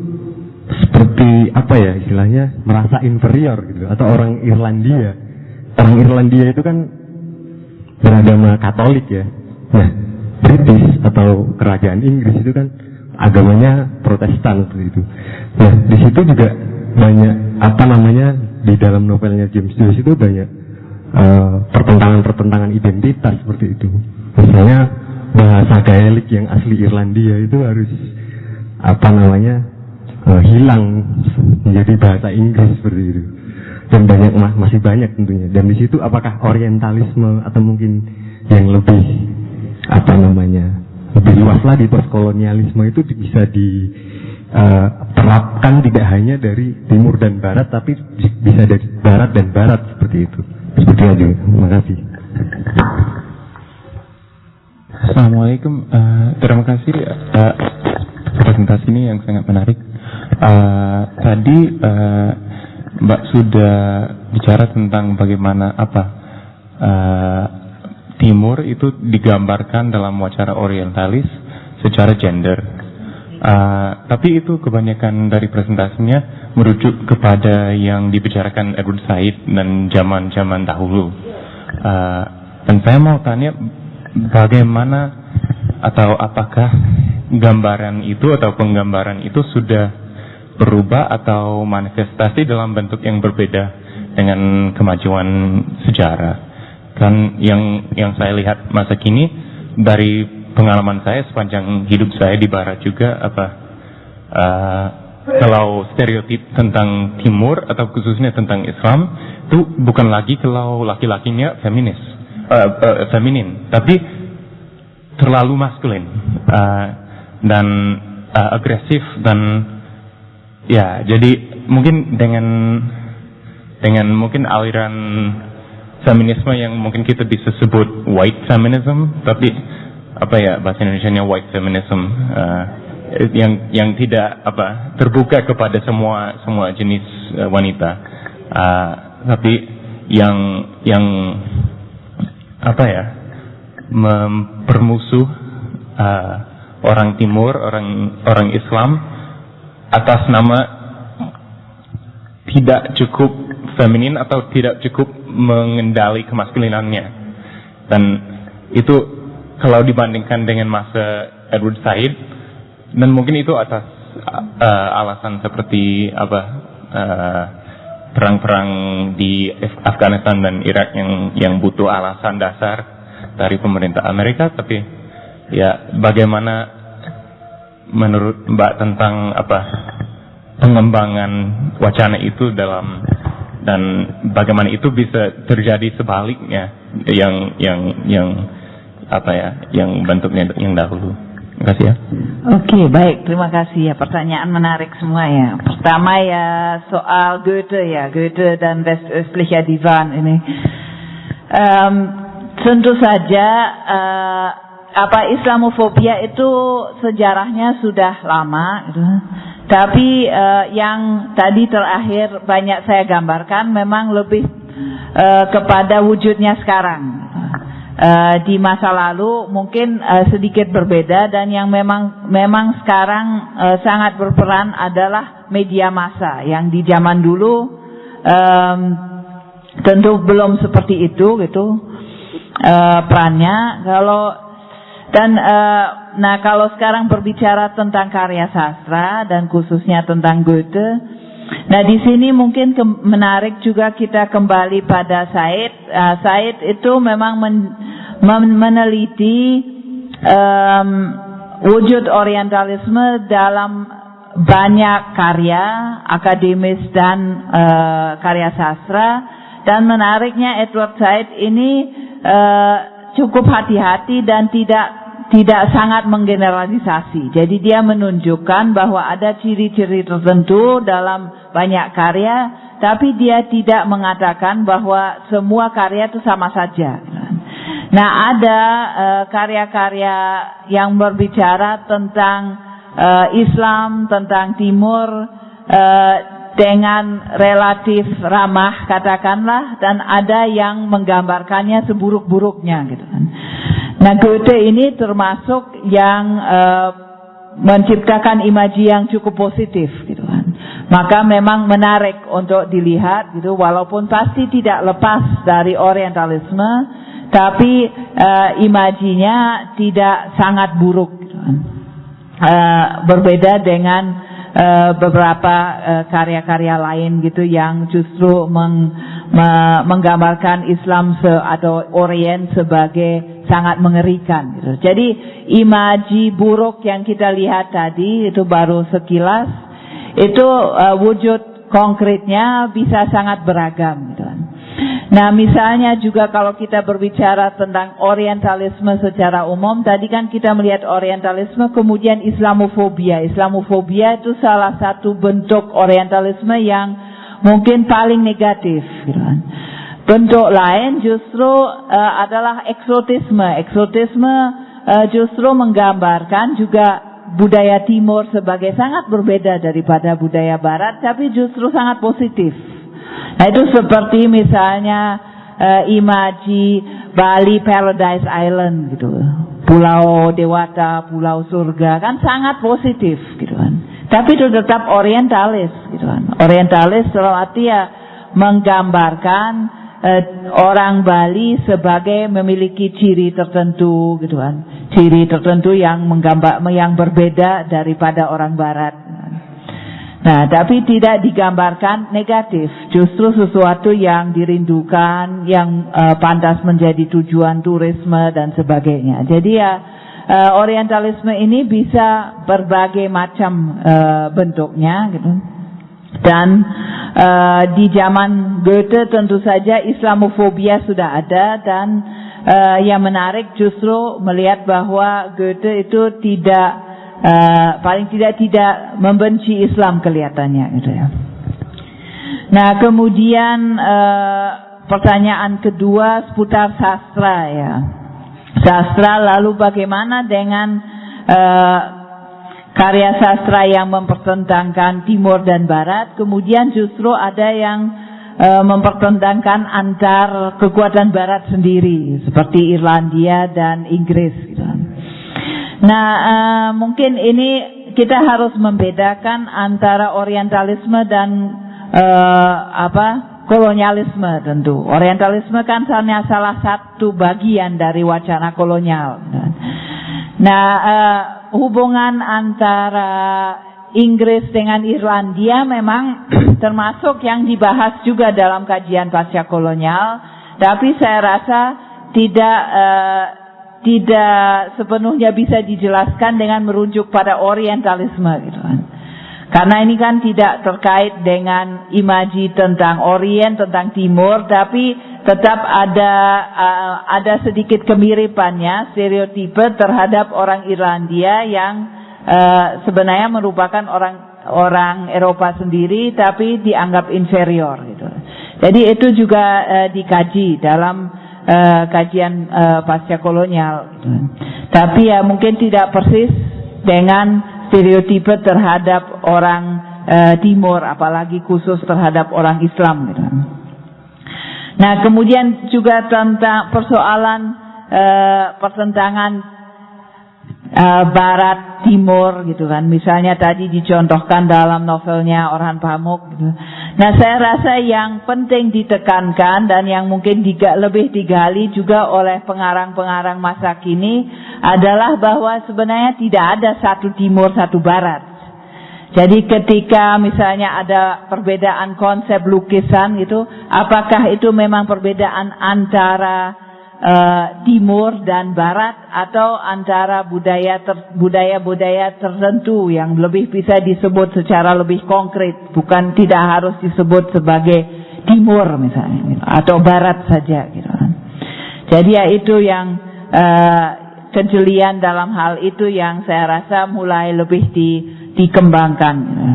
D: seperti apa ya istilahnya, merasa inferior gitu, atau orang Irlandia. Orang Irlandia itu kan beragama Katolik ya. Nah, British atau kerajaan Inggris itu kan agamanya Protestan seperti itu. Nah, di situ juga banyak apa namanya, di dalam novelnya James Joyce itu banyak uh, pertentangan-pertentangan identitas seperti itu. Misalnya bahasa Gaelic yang asli Irlandia itu harus apa namanya uh, hilang menjadi bahasa Inggris seperti itu. Dan banyak masih banyak tentunya. Dan di situ apakah orientalisme atau mungkin yang lebih apa namanya lebih luas lagi postkolonialisme itu bisa diterapkan uh, tidak hanya dari Timur dan Barat, tapi bisa dari Barat dan Barat seperti itu. Seperti itu. Terima kasih.
E: Assalamualaikum. Uh, terima kasih uh, presentasi ini yang sangat menarik. Uh, tadi uh, Mbak sudah bicara tentang bagaimana apa uh, Timur itu digambarkan dalam wacara orientalis secara gender. Uh, tapi itu kebanyakan dari presentasinya merujuk kepada yang dibicarakan Edward Said dan zaman-zaman dahulu. Uh, dan saya mau tanya bagaimana atau apakah gambaran itu atau penggambaran itu sudah berubah atau manifestasi dalam bentuk yang berbeda dengan kemajuan sejarah. kan yang yang saya lihat masa kini dari pengalaman saya sepanjang hidup saya di Barat juga apa uh, kalau stereotip tentang Timur atau khususnya tentang Islam itu bukan lagi kalau laki-lakinya feminis, uh, uh, feminin, tapi terlalu maskulin uh, dan uh, agresif dan ya jadi mungkin dengan dengan mungkin aliran feminisme yang mungkin kita bisa sebut white feminism, tapi apa ya bahasa Indonesianya white feminism uh, yang yang tidak apa terbuka kepada semua semua jenis uh, wanita, uh, tapi yang yang apa ya mempermusuh uh, orang Timur, orang orang Islam atas nama tidak cukup feminin atau tidak cukup mengendali kemaskulinannya. Dan itu kalau dibandingkan dengan masa Edward Said, dan mungkin itu atas uh, alasan seperti apa uh, perang-perang di Afghanistan dan Irak yang yang butuh alasan dasar dari pemerintah Amerika. Tapi ya bagaimana menurut Mbak tentang apa pengembangan wacana itu dalam dan bagaimana itu bisa terjadi sebaliknya yang yang yang apa ya yang bentuknya yang dahulu. Terima kasih ya.
B: Oke, baik, terima kasih ya. Pertanyaan menarik semua ya. Pertama ya soal Goethe ya, Goethe dan Westöstlicher Divan ini. Um, tentu saja uh, apa Islamofobia itu sejarahnya sudah lama gitu. Tapi uh, yang tadi terakhir banyak saya gambarkan memang lebih uh, kepada wujudnya sekarang. Uh, di masa lalu mungkin uh, sedikit berbeda, dan yang memang memang sekarang uh, sangat berperan adalah media massa yang di zaman dulu um, tentu belum seperti itu gitu uh, perannya. Kalau dan uh, nah kalau sekarang berbicara tentang karya sastra dan khususnya tentang Goethe, nah di sini mungkin ke- menarik juga kita kembali pada Said. Uh, Said itu memang men- men- meneliti um, wujud Orientalisme dalam banyak karya akademis dan uh, karya sastra. Dan menariknya Edward Said ini uh, cukup hati-hati dan tidak tidak sangat menggeneralisasi. Jadi dia menunjukkan bahwa ada ciri-ciri tertentu dalam banyak karya, tapi dia tidak mengatakan bahwa semua karya itu sama saja. Nah, ada uh, karya-karya yang berbicara tentang uh, Islam, tentang Timur uh, dengan relatif ramah katakanlah, dan ada yang menggambarkannya seburuk-buruknya gitu kan. Nah, Goethe ini termasuk yang uh, menciptakan imaji yang cukup positif gitu kan. Maka memang menarik untuk dilihat gitu, walaupun pasti tidak lepas dari Orientalisme, tapi uh, imajinya tidak sangat buruk gitu kan. Uh, berbeda dengan uh, beberapa uh, karya-karya lain gitu yang justru meng, me, menggambarkan Islam se, atau Orient sebagai sangat mengerikan gitu. Jadi imaji buruk yang kita lihat tadi itu baru sekilas, itu uh, wujud konkretnya bisa sangat beragam gitu. Nah, misalnya juga kalau kita berbicara tentang Orientalisme secara umum, tadi kan kita melihat Orientalisme, kemudian Islamofobia. Islamofobia itu salah satu bentuk Orientalisme yang mungkin paling negatif gitu kan. Bentuk lain justru uh, adalah eksotisme. Eksotisme uh, justru menggambarkan juga budaya Timur sebagai sangat berbeda daripada budaya Barat, tapi justru sangat positif. Nah, itu seperti misalnya uh, imaji Bali Paradise Island gitu, Pulau Dewata, Pulau Surga, kan sangat positif gitu kan. Tapi itu tetap orientalis gitu kan. Orientalis dalam arti ya menggambarkan Uh, orang Bali sebagai memiliki ciri tertentu gitu kan, ciri tertentu yang menggambar yang berbeda daripada orang Barat. Nah, tapi tidak digambarkan negatif, justru sesuatu yang dirindukan, yang uh, pantas menjadi tujuan turisme dan sebagainya. Jadi ya, uh, Orientalisme ini bisa berbagai macam uh, bentuknya, gitu. Dan uh, di zaman Goethe tentu saja Islamofobia sudah ada, dan uh, yang menarik justru melihat bahwa Goethe itu tidak Uh, paling tidak tidak membenci Islam kelihatannya, gitu ya. Nah, kemudian uh, pertanyaan kedua seputar sastra, ya. Sastra, lalu bagaimana dengan uh, karya sastra yang mempertentangkan Timur dan Barat? Kemudian justru ada yang uh, mempertentangkan antar kekuatan Barat sendiri, seperti Irlandia dan Inggris, gitu. Nah, uh, mungkin ini kita harus membedakan antara Orientalisme dan uh, apa kolonialisme tentu. Orientalisme kan hanya salah satu bagian dari wacana kolonial. Nah, uh, hubungan antara Inggris dengan Irlandia memang termasuk yang dibahas juga dalam kajian pasca kolonial, tapi saya rasa tidak uh, tidak sepenuhnya bisa dijelaskan dengan merujuk pada Orientalisme, gitu kan. Karena ini kan tidak terkait dengan imaji tentang Orient, tentang Timur, tapi tetap ada uh, ada sedikit kemiripannya, stereotipe terhadap orang Irlandia yang uh, sebenarnya merupakan orang orang Eropa sendiri, tapi dianggap inferior, gitu. Jadi itu juga uh, dikaji dalam Uh, kajian uh, pasca kolonial, gitu. Tapi ya mungkin tidak persis dengan stereotipe terhadap orang uh, Timur, apalagi khusus terhadap orang Islam, gitu. Nah, kemudian juga tentang persoalan uh, pertentangan uh, Barat Timur, gitu kan. Misalnya tadi dicontohkan dalam novelnya Orhan Pamuk, gitu. Nah, saya rasa yang penting ditekankan dan yang mungkin diga, lebih digali juga oleh pengarang-pengarang masa kini adalah bahwa sebenarnya tidak ada satu Timur, satu Barat. Jadi ketika misalnya ada perbedaan konsep lukisan itu, apakah itu memang perbedaan antara Uh, Timur dan Barat atau antara budaya ter, budaya-budaya tertentu yang lebih bisa disebut secara lebih konkret, bukan tidak harus disebut sebagai Timur misalnya, gitu, atau Barat saja, gitu kan. Jadi ya itu yang uh, kejelian dalam hal itu yang saya rasa mulai lebih di, dikembangkan, gitu.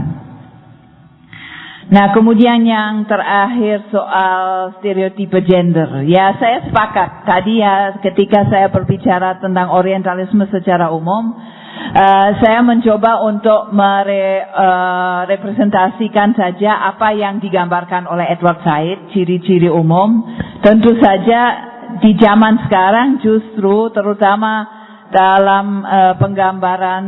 B: Nah, kemudian yang terakhir soal stereotipe gender. Ya, saya sepakat. Tadi ya ketika saya berbicara tentang Orientalisme secara umum, uh, saya mencoba untuk merepresentasikan uh, saja apa yang digambarkan oleh Edward Said, ciri-ciri umum. Tentu saja di zaman sekarang justru terutama dalam uh, penggambaran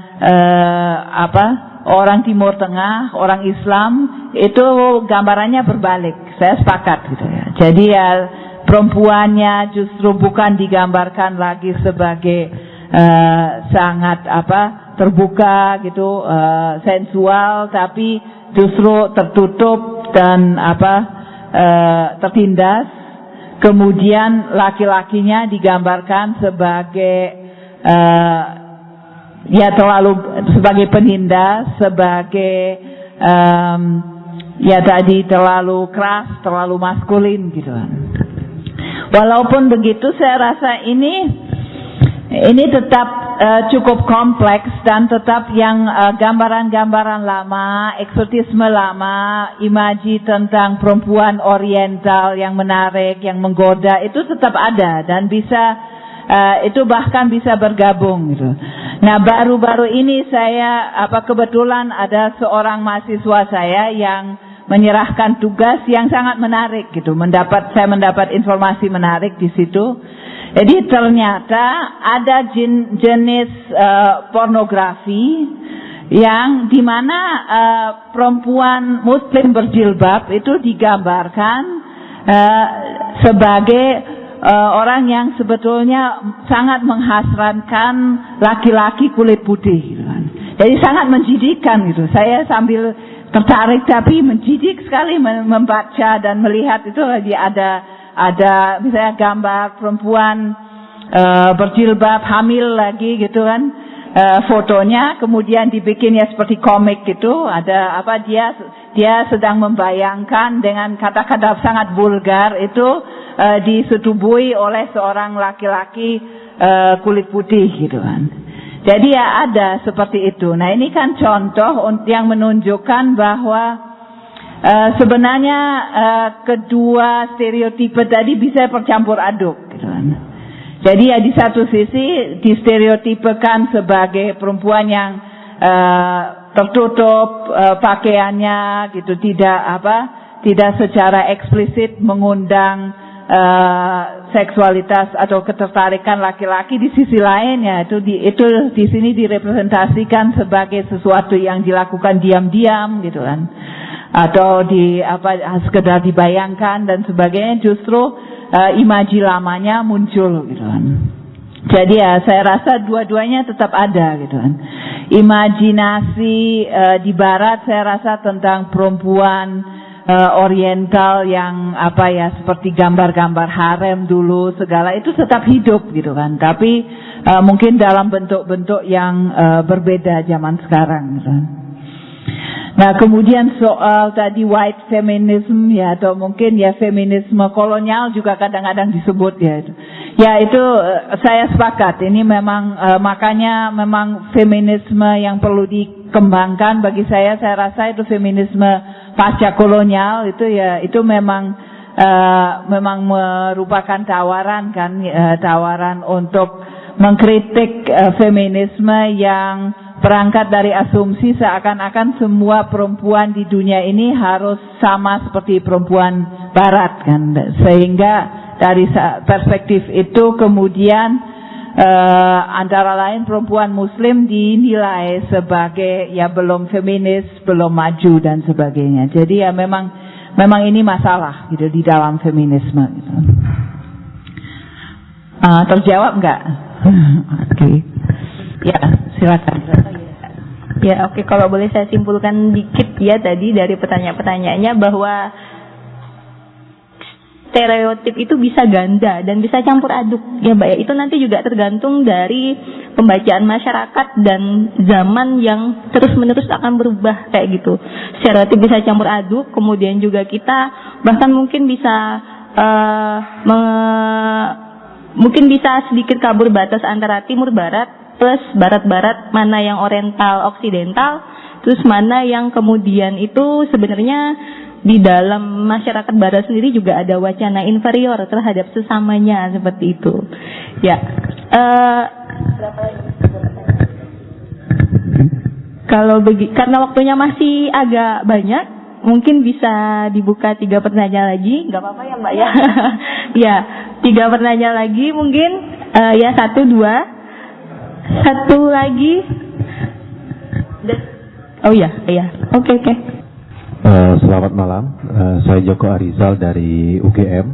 B: uh, apa orang Timur Tengah, orang Islam, itu gambarannya berbalik. Saya sepakat, gitu ya. Jadi ya perempuannya justru bukan digambarkan lagi sebagai uh, sangat apa terbuka, gitu, uh, sensual, tapi justru tertutup dan apa uh, tertindas. Kemudian laki-lakinya digambarkan sebagai uh, ya terlalu sebagai penindas, sebagai um, ya tadi terlalu keras, terlalu maskulin, gitu kan. Walaupun begitu, saya rasa ini ini tetap uh, cukup kompleks dan tetap yang uh, gambaran-gambaran lama, eksotisme lama, imaji tentang perempuan Oriental yang menarik, yang menggoda, itu tetap ada dan bisa Uh, itu bahkan bisa bergabung, gitu. Nah, baru-baru ini saya apa kebetulan ada seorang mahasiswa saya yang menyerahkan tugas yang sangat menarik, gitu. Mendapat saya mendapat informasi menarik di situ. Jadi ternyata ada jen, jenis uh, pornografi yang dimana uh, perempuan Muslim berjilbab itu digambarkan uh, sebagai Uh, orang yang sebetulnya sangat menghasratkan laki-laki kulit putih, gitu kan. Jadi sangat menjijikkan, gitu. Saya sambil tertarik tapi menjidik sekali membaca dan melihat itu lagi ada ada misalnya gambar perempuan uh, berjilbab hamil lagi gitu kan, uh, fotonya kemudian dibikinnya seperti komik gitu, ada apa dia dia sedang membayangkan dengan kata-kata sangat vulgar itu uh, disetubui oleh seorang laki-laki uh, kulit putih gitu kan. Jadi ya ada seperti itu. Nah ini kan contoh yang menunjukkan bahwa uh, sebenarnya uh, kedua stereotipe tadi bisa bercampur aduk. Gitu kan. Jadi ya di satu sisi distereotipekan sebagai perempuan yang uh, tertutup uh, pakaiannya, gitu, tidak apa, tidak secara eksplisit mengundang Uh, seksualitas atau ketertarikan laki-laki. Di sisi lain ya itu di itu di sini direpresentasikan sebagai sesuatu yang dilakukan diam-diam gitu kan, atau di apa sekedar dibayangkan dan sebagainya, justru uh, imaji lamanya muncul gitu kan. Jadi ya saya rasa dua-duanya tetap ada gitu kan. Imajinasi uh, di barat saya rasa tentang perempuan Uh, oriental yang apa ya seperti gambar-gambar harem dulu segala itu tetap hidup gitu kan, tapi uh, mungkin dalam bentuk-bentuk yang uh, berbeda zaman sekarang gitu. Nah kemudian soal tadi white feminism ya, atau mungkin ya feminisme kolonial juga kadang-kadang disebut ya itu. Ya itu uh, saya sepakat, ini memang uh, makanya memang feminisme yang perlu dikembangkan bagi saya, saya rasa itu feminisme pasca kolonial itu ya itu memang uh, memang merupakan tawaran kan, uh, tawaran untuk mengkritik uh, feminisme yang berangkat dari asumsi seakan-akan semua perempuan di dunia ini harus sama seperti perempuan barat kan, sehingga dari perspektif itu kemudian Uh, antara lain perempuan muslim dinilai sebagai ya belum feminis, belum maju dan sebagainya. Jadi ya memang memang ini masalah gitu di dalam feminisme gitu. Uh, terjawab enggak? Oke. Okay. Ya, silakan.
A: Ya, oke, okay. Kalau boleh saya simpulkan dikit ya tadi dari pertanyaan-pertanyaannya bahwa stereotip itu bisa ganda dan bisa campur aduk ya Mbak ya. Itu nanti juga tergantung dari pembacaan masyarakat dan zaman yang terus-menerus akan berubah kayak gitu. Stereotip bisa campur aduk, kemudian juga kita bahkan mungkin bisa uh, me- mungkin bisa sedikit kabur batas antara timur barat plus barat barat, mana yang oriental oksidental, terus mana yang kemudian itu sebenarnya di dalam masyarakat barat sendiri juga ada wacana inferior terhadap sesamanya seperti itu. Ya, uh, kalau begi, karena waktunya masih agak banyak, mungkin bisa dibuka tiga pertanyaan lagi, nggak apa-apa ya Mbak ya? Ya, tiga pertanyaan lagi mungkin, uh, ya satu dua, satu lagi. Oh ya, iya, oke okay, oke. Okay.
D: Uh, selamat malam, uh, saya Joko Arizal dari U G M.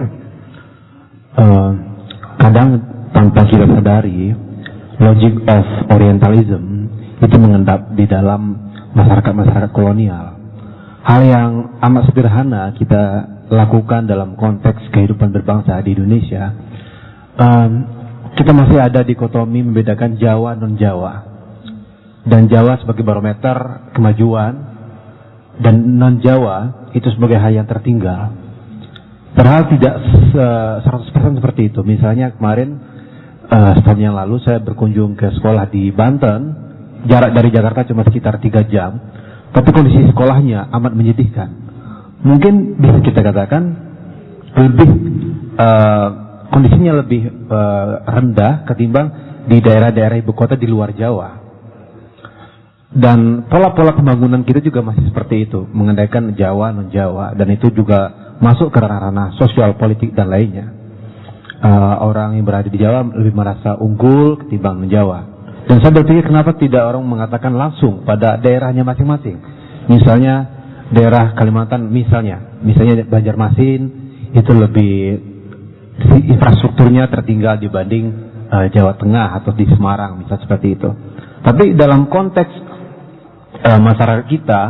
D: Uh, kadang tanpa kita sadari, logic of Orientalism itu mengendap di dalam masyarakat-masyarakat kolonial. Hal yang amat sederhana kita lakukan dalam konteks kehidupan berbangsa di Indonesia. Um, kita masih ada dikotomi membedakan Jawa non-Jawa, dan Jawa sebagai barometer kemajuan dan non-Jawa itu sebagai hal yang tertinggal. Padahal tidak seratus persen seperti itu. Misalnya kemarin uh, setahun yang lalu saya berkunjung ke sekolah di Banten, jarak dari Jakarta cuma sekitar tiga jam, tapi kondisi sekolahnya amat menyedihkan. Mungkin bisa kita katakan lebih uh, kondisinya lebih uh, rendah ketimbang di daerah-daerah ibu kota di luar Jawa. Dan pola-pola pembangunan kita juga masih seperti itu, mengandaikan Jawa non-Jawa, dan itu juga masuk ke ranah-ranah sosial, politik dan lainnya. Uh, orang yang berada di Jawa lebih merasa unggul ketimbang non-Jawa. Dan saya berpikir kenapa tidak orang mengatakan langsung pada daerahnya masing-masing. Misalnya daerah Kalimantan, misalnya, misalnya Banjarmasin itu lebih infrastrukturnya tertinggal dibanding uh, Jawa Tengah atau di Semarang, misalnya seperti itu. Tapi dalam konteks Uh, masyarakat kita,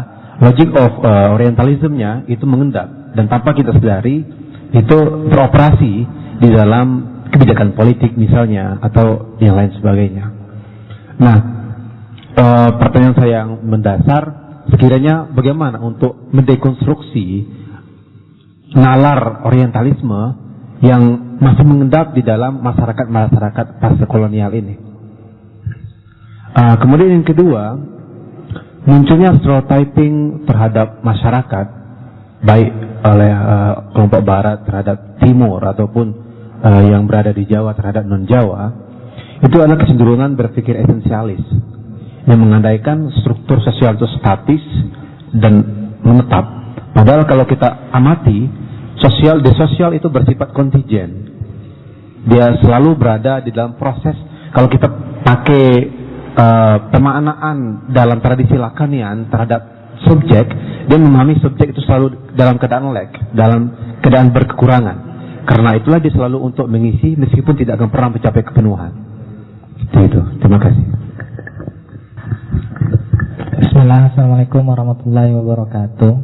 D: logic of uh, orientalismnya itu mengendap dan tanpa kita sadari itu beroperasi di dalam kebijakan politik misalnya atau yang lain sebagainya. Nah, uh, pertanyaan saya yang mendasar, sekiranya bagaimana untuk mendekonstruksi nalar orientalisme yang masih mengendap di dalam masyarakat-masyarakat pasca kolonial ini. Uh, kemudian yang kedua, munculnya stereotyping terhadap masyarakat, baik oleh uh, kelompok barat terhadap timur ataupun uh, yang berada di Jawa terhadap non-Jawa, itu adalah kecenderungan berpikir esensialis yang mengandaikan struktur sosial itu statis dan menetap. Padahal kalau kita amati, sosial desosial itu bersifat kontingen. Dia selalu berada di dalam proses. Kalau kita pakai uh, pemaknaan dalam tradisi Lacanian terhadap subjek, dia memahami subjek itu selalu dalam keadaan lack, dalam keadaan berkekurangan. Karena itulah dia selalu untuk mengisi meskipun tidak akan pernah mencapai kepenuhan. Itu. Terima kasih.
F: Bismillah, Assalamualaikum warahmatullahi wabarakatuh.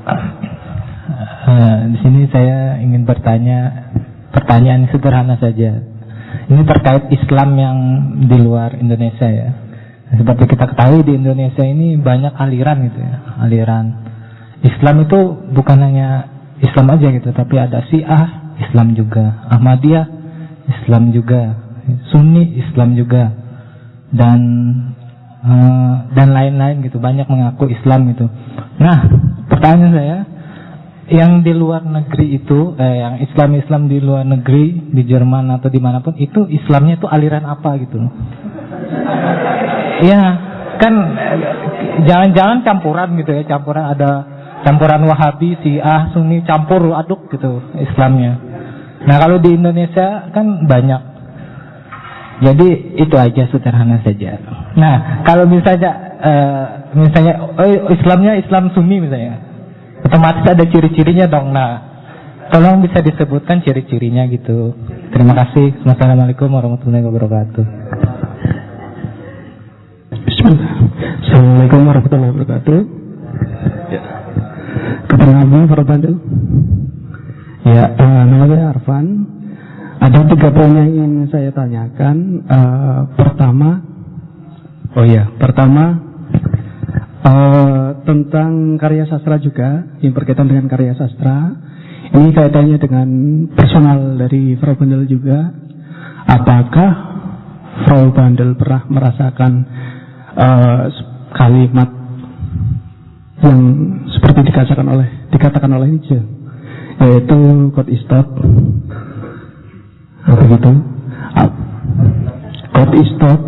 F: Uh, di sini saya ingin bertanya pertanyaan sederhana saja. Ini terkait Islam yang di luar Indonesia ya. Seperti kita ketahui di Indonesia ini banyak aliran gitu ya. Aliran Islam itu bukan hanya Islam aja gitu, tapi ada Syiah Islam juga, Ahmadiyah Islam juga, Sunni Islam juga, dan Uh, dan lain-lain gitu, banyak mengaku Islam gitu. Nah, pertanyaan saya, yang di luar negeri itu, eh, yang Islam-Islam di luar negeri, di Jerman atau dimanapun, itu Islamnya itu aliran apa gitu? Iya, kan jangan-jangan campuran gitu ya, campuran ada campuran Wahabi, Syiah, Sunni, campur aduk gitu Islamnya. Nah, kalau di Indonesia kan banyak. Jadi itu aja, sederhana saja. Nah, kalau misalnya uh, misalnya oh, Islamnya Islam Sunni misalnya, otomatis ada ciri-cirinya dong. Nah, tolong bisa disebutkan ciri-cirinya gitu. Terima kasih. Wassalamualaikum warahmatullahi wabarakatuh.
G: Bismillah. Assalamualaikum warahmatullahi wabarakatuh. Ya. Kepada Nabi para bandel. Ya, uh, nama saya Arfan. Ada tiga poin yang ingin saya tanyakan. Uh, pertama, oh ya, pertama uh, tentang karya sastra juga, yang berkaitan dengan karya sastra. Ini kaitannya dengan personal dari Frau Bandel juga. Apakah Frau Bandel pernah merasakan uh, kalimat yang seperti dikatakan oleh dikatakan oleh Nietzsche, yaitu "Gott ist tot"? Apa gitu? Gott ist tot.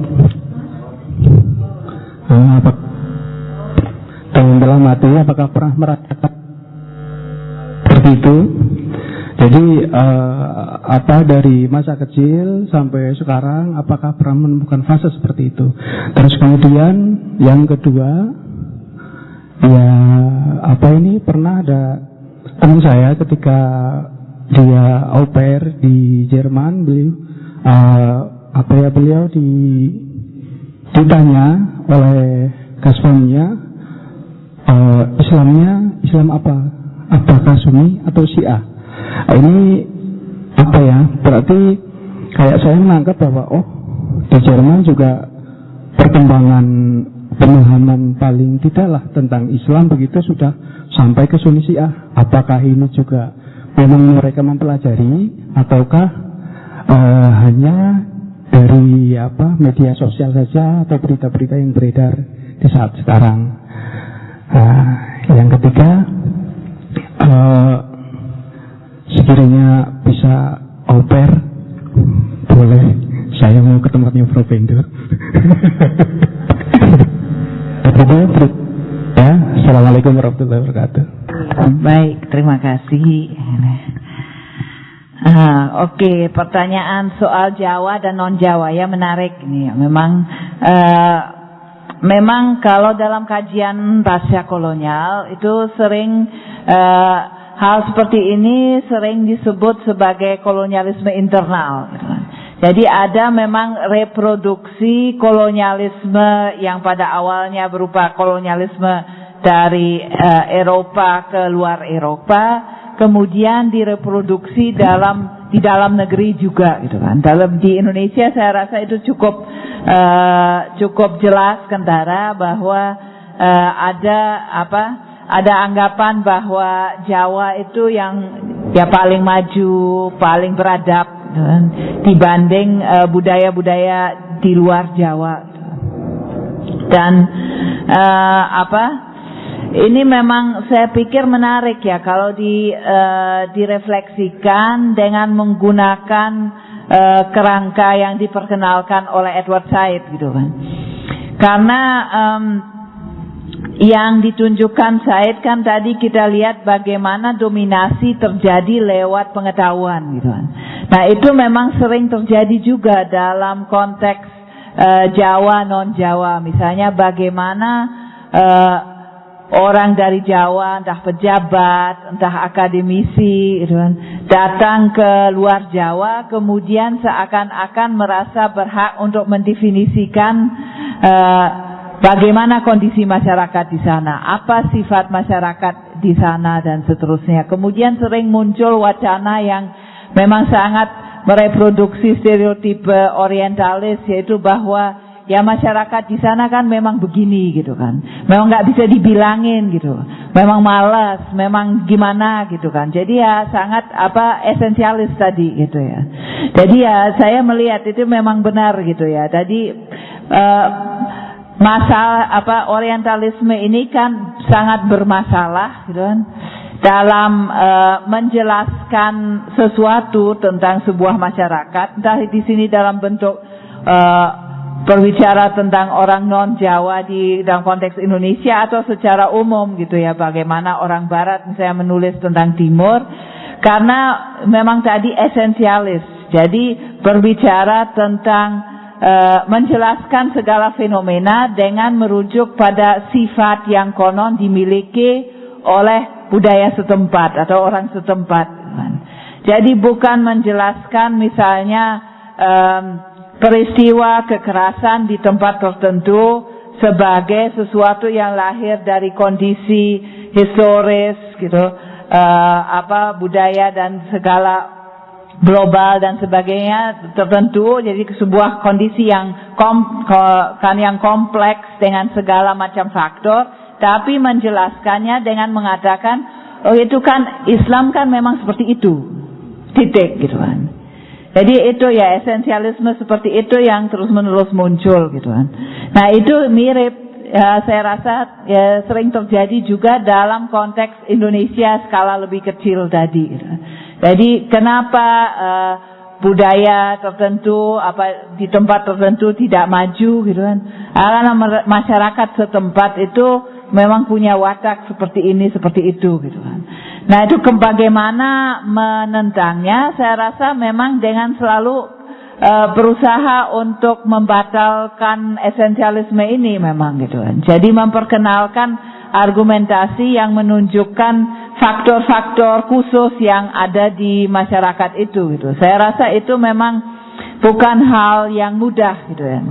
G: Nah, apa? Dengan dalam hati, apakah pernah merasakan seperti itu? Jadi uh, apa dari masa kecil sampai sekarang, apakah pernah menemukan fase seperti itu? Terus kemudian yang kedua, ya apa ini pernah ada teman saya ketika dia au pair di Jerman, beliau uh, apa ya beliau di, ditanya oleh kasponnya, uh, Islamnya Islam apa? Apakah Sunni atau Syiah? Nah, ini apa ya? Berarti kayak saya menangkap bahwa oh di Jerman juga perkembangan pemahaman paling tidaklah tentang Islam begitu sudah sampai ke Sunni Syiah. Apakah ini juga memang mereka mempelajari ataukah uh, hanya dari apa media sosial saja atau berita-berita yang beredar di saat sekarang? Uh, yang ketiga, uh, sekiranya bisa au pair, boleh saya mau ke tempatnya Frau Bandel. Ya, assalamualaikum warahmatullahi wabarakatuh.
B: Baik, terima kasih. Ah, Oke, okay. Pertanyaan soal Jawa dan non Jawa ya menarik ini. Memang, uh, memang kalau dalam kajian pasca kolonial itu sering uh, hal seperti ini sering disebut sebagai kolonialisme internal. Jadi ada memang reproduksi kolonialisme yang pada awalnya berupa kolonialisme dari uh, Eropa ke luar Eropa, kemudian direproduksi dalam di dalam negeri juga gitu kan. Dalam di Indonesia saya rasa itu cukup uh, cukup jelas kentara bahwa uh, ada apa ada anggapan bahwa Jawa itu yang ya paling maju, paling beradab gitu kan, dibanding uh, budaya-budaya di luar Jawa gitu. Dan uh, apa ini memang saya pikir menarik ya kalau di uh, direfleksikan dengan menggunakan uh, kerangka yang diperkenalkan oleh Edward Said gitu kan. Karena um, yang ditunjukkan Said kan tadi kita lihat bagaimana dominasi terjadi lewat pengetahuan gitu kan. Nah itu memang sering terjadi juga dalam konteks uh, Jawa non Jawa. Misalnya bagaimana uh, orang dari Jawa, entah pejabat, entah akademisi, gitu kan, datang ke luar Jawa, kemudian seakan-akan merasa berhak untuk mendefinisikan uh, bagaimana kondisi masyarakat di sana, apa sifat masyarakat di sana, dan seterusnya. Kemudian sering muncul wacana yang memang sangat mereproduksi stereotipe orientalis, yaitu bahwa ya masyarakat di sana kan memang begini gitu kan, memang nggak bisa dibilangin gitu, memang malas, memang gimana gitu kan. Jadi ya sangat apa esensialis tadi gitu ya. Jadi ya saya melihat itu memang benar gitu ya. Tadi uh, masalah apa orientalisme ini kan sangat bermasalah gitu kan dalam uh, menjelaskan sesuatu tentang sebuah masyarakat, entah di sini dalam bentuk uh, berbicara tentang orang non Jawa di dalam konteks Indonesia atau secara umum gitu ya, bagaimana orang Barat misalnya menulis tentang Timur, karena memang tadi esensialis. Jadi berbicara tentang uh, menjelaskan segala fenomena dengan merujuk pada sifat yang konon dimiliki oleh budaya setempat atau orang setempat. Jadi bukan menjelaskan misalnya um, peristiwa kekerasan di tempat tertentu sebagai sesuatu yang lahir dari kondisi historis gitu, uh, apa budaya dan segala global dan sebagainya tertentu. Jadi sebuah kondisi yang kom, kan yang kompleks dengan segala macam faktor, tapi menjelaskannya dengan mengatakan oh itu kan Islam kan memang seperti itu, titik gitu kan. Jadi itu ya esensialisme seperti itu yang terus-menerus muncul gitu kan. Nah itu mirip ya, saya rasa ya, sering terjadi juga dalam konteks Indonesia skala lebih kecil tadi gitu. Jadi kenapa uh, budaya tertentu apa di tempat tertentu tidak maju gitu kan. Karena masyarakat setempat itu memang punya watak seperti ini seperti itu gitu kan. Nah itu bagaimana menentangnya, saya rasa memang dengan selalu uh, berusaha untuk membatalkan esensialisme ini memang gitu kan. Jadi memperkenalkan argumentasi yang menunjukkan faktor-faktor khusus yang ada di masyarakat itu gitu. Saya rasa itu memang bukan hal yang mudah gitu ya.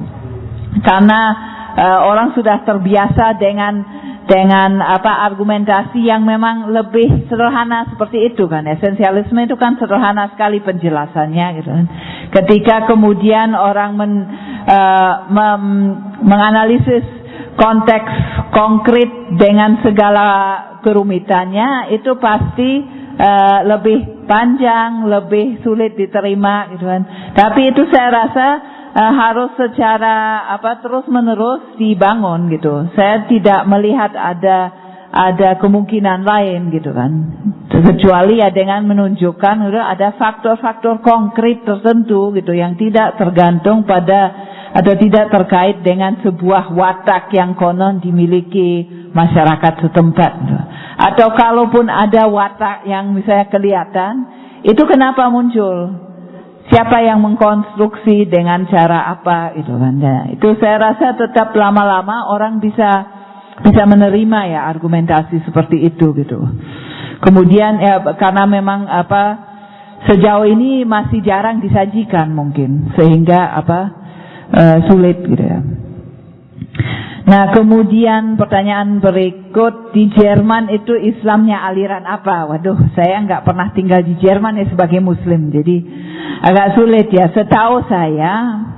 B: Karena uh, orang sudah terbiasa dengan dengan apa argumentasi yang memang lebih sederhana seperti itu kan. Esensialisme itu kan sederhana sekali penjelasannya gitu kan. Ketika kemudian orang men, uh, mem, menganalisis konteks konkret dengan segala kerumitannya, itu pasti uh, lebih panjang, lebih sulit diterima gitu kan. Tapi itu saya rasa Uh, harus secara apa terus menerus dibangun gitu. Saya tidak melihat ada ada kemungkinan lain gitu kan. Kecuali ya dengan menunjukkan udah ada faktor-faktor konkret tertentu gitu yang tidak tergantung pada atau tidak terkait dengan sebuah watak yang konon dimiliki masyarakat setempat. Gitu. Atau kalaupun ada watak yang misalnya kelihatan, itu kenapa muncul? Siapa yang mengkonstruksi dengan cara apa itu kan? Ya, itu saya rasa tetap lama-lama orang bisa bisa menerima ya argumentasi seperti itu gitu. Kemudian ya karena memang apa sejauh ini masih jarang disajikan mungkin sehingga apa uh, sulit gitu ya. Nah, kemudian pertanyaan berikut, di Jerman itu Islamnya aliran apa? Waduh, saya nggak pernah tinggal di Jerman ya sebagai Muslim, jadi agak sulit ya. Setahu saya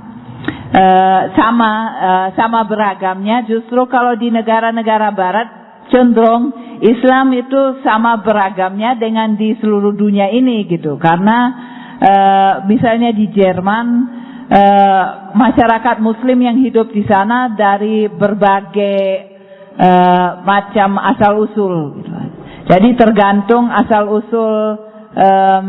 B: uh, sama uh, sama beragamnya. Justru kalau di negara-negara Barat cenderung Islam itu sama beragamnya dengan di seluruh dunia ini gitu. Karena uh, misalnya di Jerman, Uh, masyarakat Muslim yang hidup di sana dari berbagai uh, macam asal usul, gitu. Jadi tergantung asal usul um,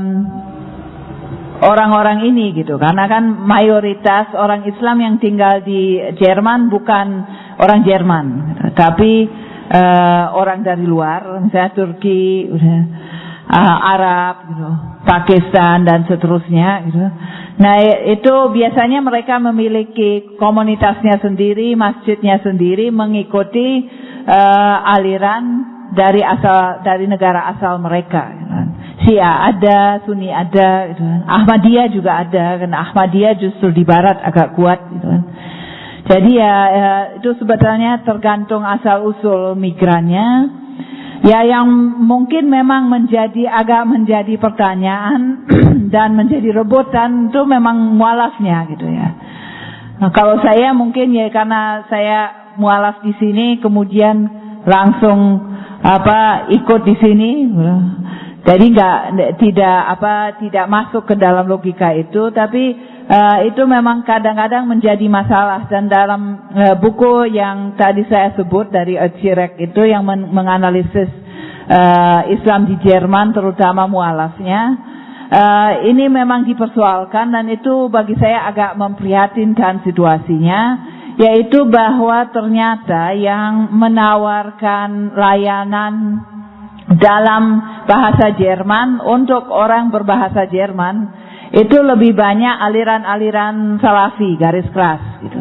B: orang-orang ini, gitu. Karena kan mayoritas orang Islam yang tinggal di Jerman bukan orang Jerman, gitu. Tapi uh, orang dari luar, misalnya Turki, udah, uh, Arab, gitu, Pakistan dan seterusnya, gitu. Nah, itu biasanya mereka memiliki komunitasnya sendiri, masjidnya sendiri, mengikuti uh, aliran dari asal dari negara asal mereka. Syiah ada, Sunni ada, gitu. Ahmadiyah juga ada, karena Ahmadiyah justru di Barat agak kuat. Gitu. Jadi ya, ya itu sebetulnya tergantung asal usul migrannya. Ya, yang mungkin memang menjadi agak menjadi pertanyaan dan menjadi rebutan itu memang mualafnya, gitu ya. Nah, kalau saya mungkin ya karena saya mualaf di sini, kemudian langsung apa ikut di sini, jadi nggak tidak apa tidak masuk ke dalam logika itu, tapi uh, itu memang kadang-kadang menjadi masalah. Dan dalam uh, buku yang tadi saya sebut dari Ecirek itu yang men menganalisis uh, Islam di Jerman, terutama mualafnya, uh, ini memang dipersoalkan, dan itu bagi saya agak memprihatinkan situasinya, yaitu bahwa ternyata yang menawarkan layanan dalam bahasa Jerman untuk orang berbahasa Jerman itu lebih banyak aliran-aliran Salafi garis keras, gitu.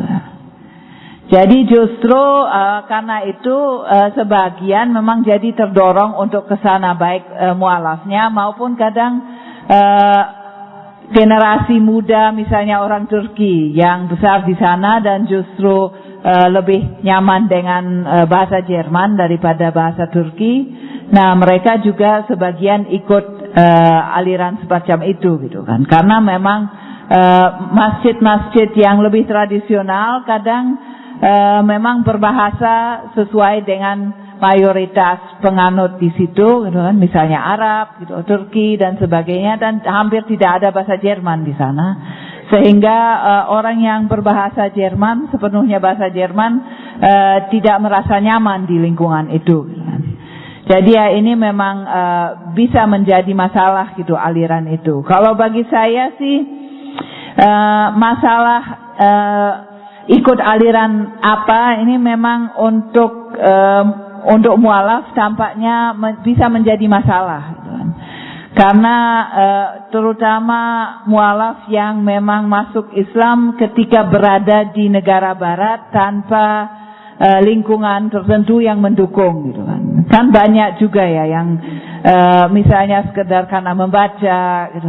B: Jadi justru uh, karena itu uh, sebagian memang jadi terdorong untuk ke sana, baik uh, mualafnya maupun kadang uh, generasi muda, misalnya orang Turki yang besar di sana dan justru uh, lebih nyaman dengan uh, bahasa Jerman daripada bahasa Turki. Nah, mereka juga sebagian ikut uh, aliran semacam itu, gitu kan. Karena memang masjid-masjid uh, yang lebih tradisional kadang uh, memang berbahasa sesuai dengan mayoritas penganut di situ, gitu kan. Misalnya Arab, gitu, Turki dan sebagainya, dan hampir tidak ada bahasa Jerman di sana. Sehingga uh, orang yang berbahasa Jerman, sepenuhnya bahasa Jerman, uh, tidak merasa nyaman di lingkungan itu, gitu kan. Jadi ya ini memang uh, bisa menjadi masalah, gitu, aliran itu. Kalau bagi saya sih uh, masalah uh, ikut aliran apa ini memang untuk uh, untuk mualaf tampaknya me bisa menjadi masalah, gitu kan. Karena uh, terutama mualaf yang memang masuk Islam ketika berada di negara Barat tanpa uh, lingkungan tertentu yang mendukung, gitu kan. Kan banyak juga ya yang uh, misalnya sekedar karena membaca, gitu,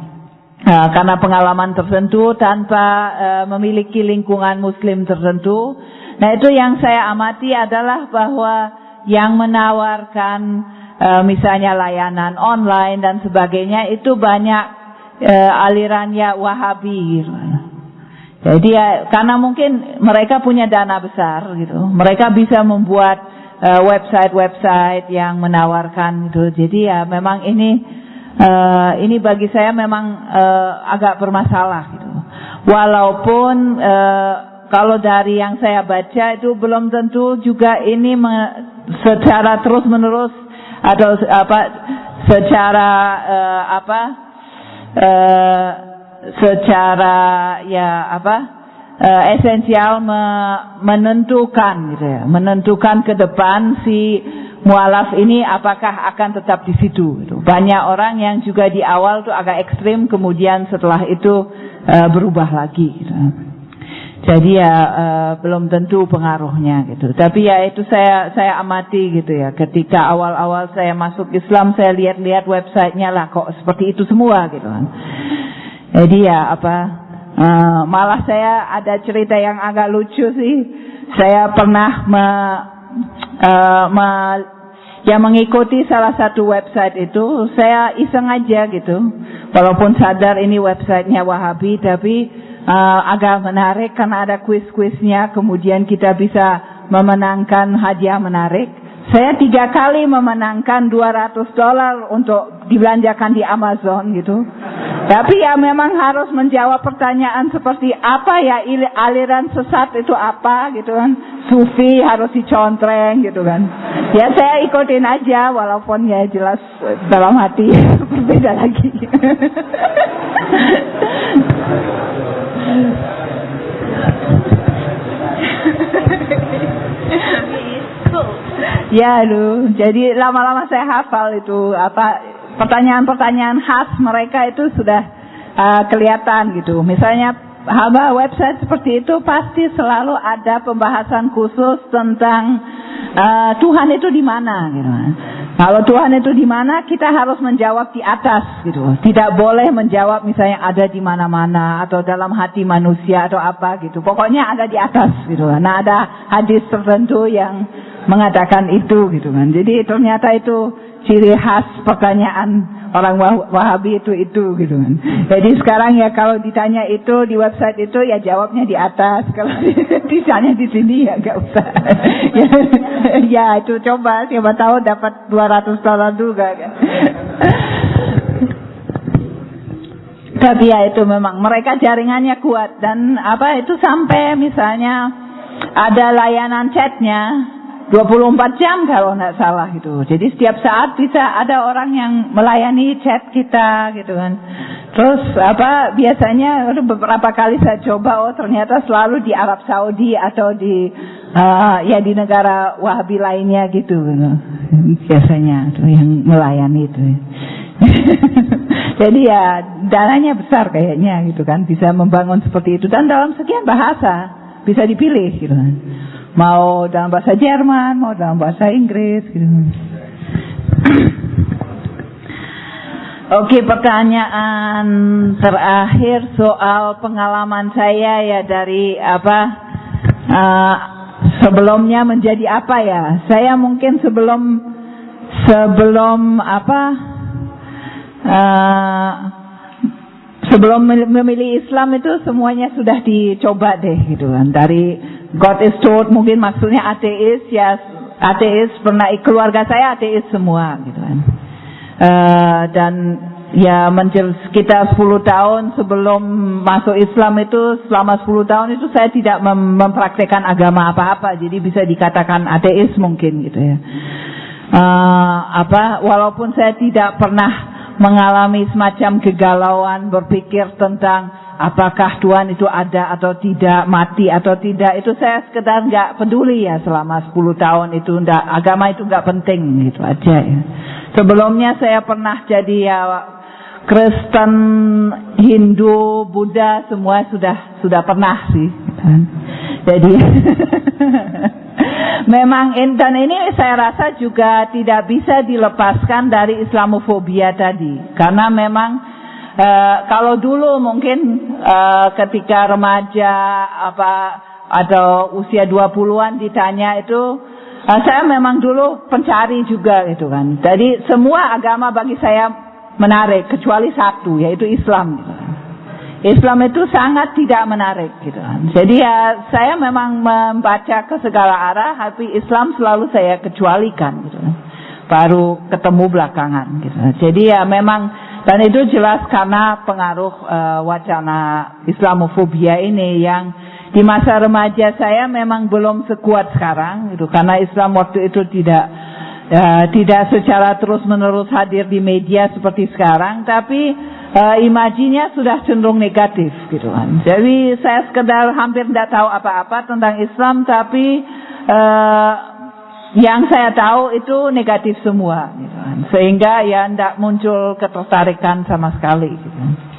B: uh, karena pengalaman tertentu tanpa uh, memiliki lingkungan Muslim tertentu. Nah, itu yang saya amati adalah bahwa yang menawarkan uh, misalnya layanan online dan sebagainya itu banyak uh, alirannya Wahabi, gitu. Jadi ya karena mungkin mereka punya dana besar, gitu, mereka bisa membuat website-website uh, yang menawarkan, gitu. Jadi ya memang ini uh, ini bagi saya memang uh, agak bermasalah, gitu. Walaupun uh, kalau dari yang saya baca itu belum tentu juga ini secara terus-menerus atau apa secara uh, apa uh, secara ya apa Uh, esensial me menentukan, gitu ya, menentukan ke depan si mualaf ini apakah akan tetap di situ, gitu. Banyak orang yang juga di awal tuh agak ekstrim, kemudian setelah itu uh, berubah lagi, gitu. Jadi ya uh, belum tentu pengaruhnya, gitu. Tapi ya itu saya saya amati, gitu ya. Ketika awal-awal saya masuk Islam, saya lihat-lihat websitenya lah kok seperti itu semua, gitu kan. Jadi ya apa Uh, malah saya ada cerita yang agak lucu sih. Saya pernah me, uh, me, ya mengikuti salah satu website itu. Saya iseng aja gitu. Walaupun sadar ini websitenya Wahabi, tapi uh, agak menarik karena ada kuis-kuisnya. Kemudian kita bisa memenangkan hadiah menarik. Saya tiga kali memenangkan dua ratus dolar untuk dibelanjakan di Amazon gitu. Tapi ya memang harus menjawab pertanyaan seperti apa ya aliran sesat itu apa gitu kan. Sufi harus dicontreng gitu kan. Ya saya ikutin aja walaupun ya jelas dalam hati berbeda lagi. Ya lu, jadi lama-lama saya hafal itu apa pertanyaan-pertanyaan khas mereka itu sudah uh, kelihatan gitu. Misalnya haba website seperti itu pasti selalu ada pembahasan khusus tentang uh, Tuhan itu di mana gitu. Kalau Tuhan itu di mana, kita harus menjawab di atas gitu. Tidak boleh menjawab misalnya ada di mana-mana atau dalam hati manusia atau apa gitu. Pokoknya ada di atas gitu. Nah, ada hadis tertentu yang mengatakan itu gitu kan. Jadi ternyata itu ciri khas pertanyaan orang Wahabi itu itu gitu kan. Jadi sekarang ya kalau ditanya itu di website itu ya jawabnya di atas. Kalau ditanya di sini ya nggak usah. ya, ya itu coba siapa tahu dapat dua ratus dolar juga kan. Tapi ya itu memang mereka jaringannya kuat dan apa itu sampai misalnya ada layanan chatnya dua puluh empat jam kalau nggak salah gitu. Jadi setiap saat bisa ada orang yang melayani chat kita gitu kan. Terus apa biasanya beberapa kali saya coba, oh ternyata selalu di Arab Saudi atau di uh, ya di negara Wahabi lainnya gitu, gitu. Biasanya tuh yang melayani itu. Jadi ya dananya besar kayaknya gitu kan, bisa membangun seperti itu dan dalam sekian bahasa bisa dipilih gitu kan. Mau dalam bahasa Jerman, mau dalam bahasa Inggris gitu. Oke, pertanyaan terakhir soal pengalaman saya ya dari apa uh, sebelumnya menjadi apa ya. Saya mungkin sebelum sebelum apa uh, sebelum memilih Islam itu semuanya sudah dicoba deh gitu kan. Dari God is truth mungkin maksudnya ateis ya, ateis pernah keluarga saya ateis semua gitu kan. Uh, dan ya menjel sekitar sepuluh tahun sebelum masuk Islam itu selama sepuluh tahun itu saya tidak mem mempraktekkan agama apa-apa, jadi bisa dikatakan ateis mungkin gitu ya. Uh, apa walaupun saya tidak pernah mengalami semacam kegalauan berpikir tentang apakah Tuhan itu ada atau tidak, mati atau tidak, itu saya sekedar nggak peduli ya selama sepuluh tahun itu, enggak, agama itu nggak penting gitu aja ya. Sebelumnya saya pernah jadi ya Kristen, Hindu, Buddha, semua sudah sudah pernah sih. Jadi memang dan ini saya rasa juga tidak bisa dilepaskan dari Islamofobia tadi, karena memang Uh, kalau dulu mungkin uh, ketika remaja apa atau usia dua puluhan ditanya itu uh, saya memang dulu pencari juga gitu kan. Jadi semua agama bagi saya menarik kecuali satu, yaitu Islam gitu kan. Islam itu sangat tidak menarik gitu kan. Jadi ya saya memang membaca ke segala arah, tapi Islam selalu saya kecualikan gitu kan. Baru ketemu belakangan gitu. Jadi ya memang, dan itu jelas karena pengaruh uh, wacana Islamofobia ini yang di masa remaja saya memang belum sekuat sekarang gitu, karena Islam waktu itu tidak uh, tidak secara terus menerus hadir di media seperti sekarang, tapi uh, imajinya sudah cenderung negatif gitu kan. Jadi saya sekedar hampir tidak tahu apa-apa tentang Islam, tapi uh, yang saya tahu itu negatif semua gitu kan. Sehingga ya tidak muncul ketertarikan sama sekali gitu.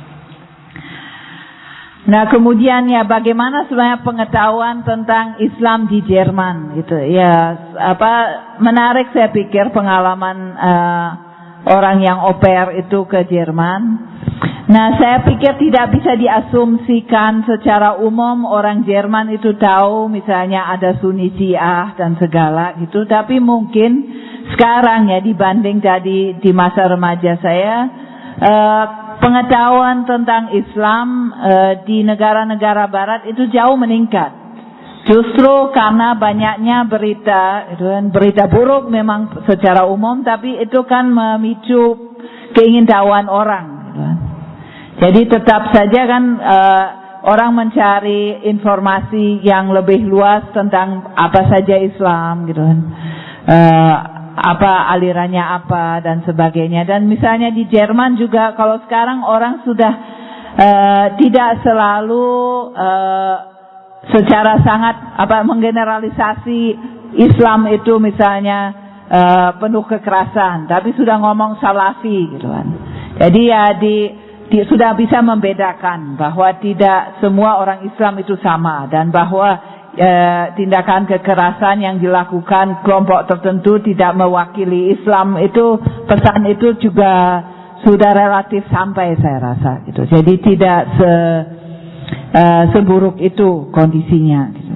B: Nah kemudian ya bagaimana sebenarnya pengetahuan tentang Islam di Jerman gitu ya, apa menarik saya pikir pengalaman uh, orang yang oper itu ke Jerman. Nah, saya pikir tidak bisa diasumsikan secara umum orang Jerman itu tahu misalnya ada Sunni Syiah dan segala gitu. Tapi mungkin sekarang ya dibanding tadi di masa remaja saya, eh, pengetahuan tentang Islam eh, di negara-negara Barat itu jauh meningkat. Justru karena banyaknya berita, itu kan berita buruk memang secara umum, tapi itu kan memicu keingintahuan orang. Gitu kan. Jadi tetap saja kan uh, orang mencari informasi yang lebih luas tentang apa saja Islam gitu kan, uh, apa alirannya apa dan sebagainya. Dan misalnya di Jerman juga kalau sekarang orang sudah uh, tidak selalu uh, secara sangat apa menggeneralisasi Islam itu misalnya uh, penuh kekerasan, tapi sudah ngomong salafi gitu kan. Jadi ya di Dia sudah bisa membedakan bahwa tidak semua orang Islam itu sama, dan bahwa e, tindakan kekerasan yang dilakukan kelompok tertentu tidak mewakili Islam, itu pesan itu juga sudah relatif sampai saya rasa gitu. Jadi tidak se, e, seburuk itu kondisinya gitu.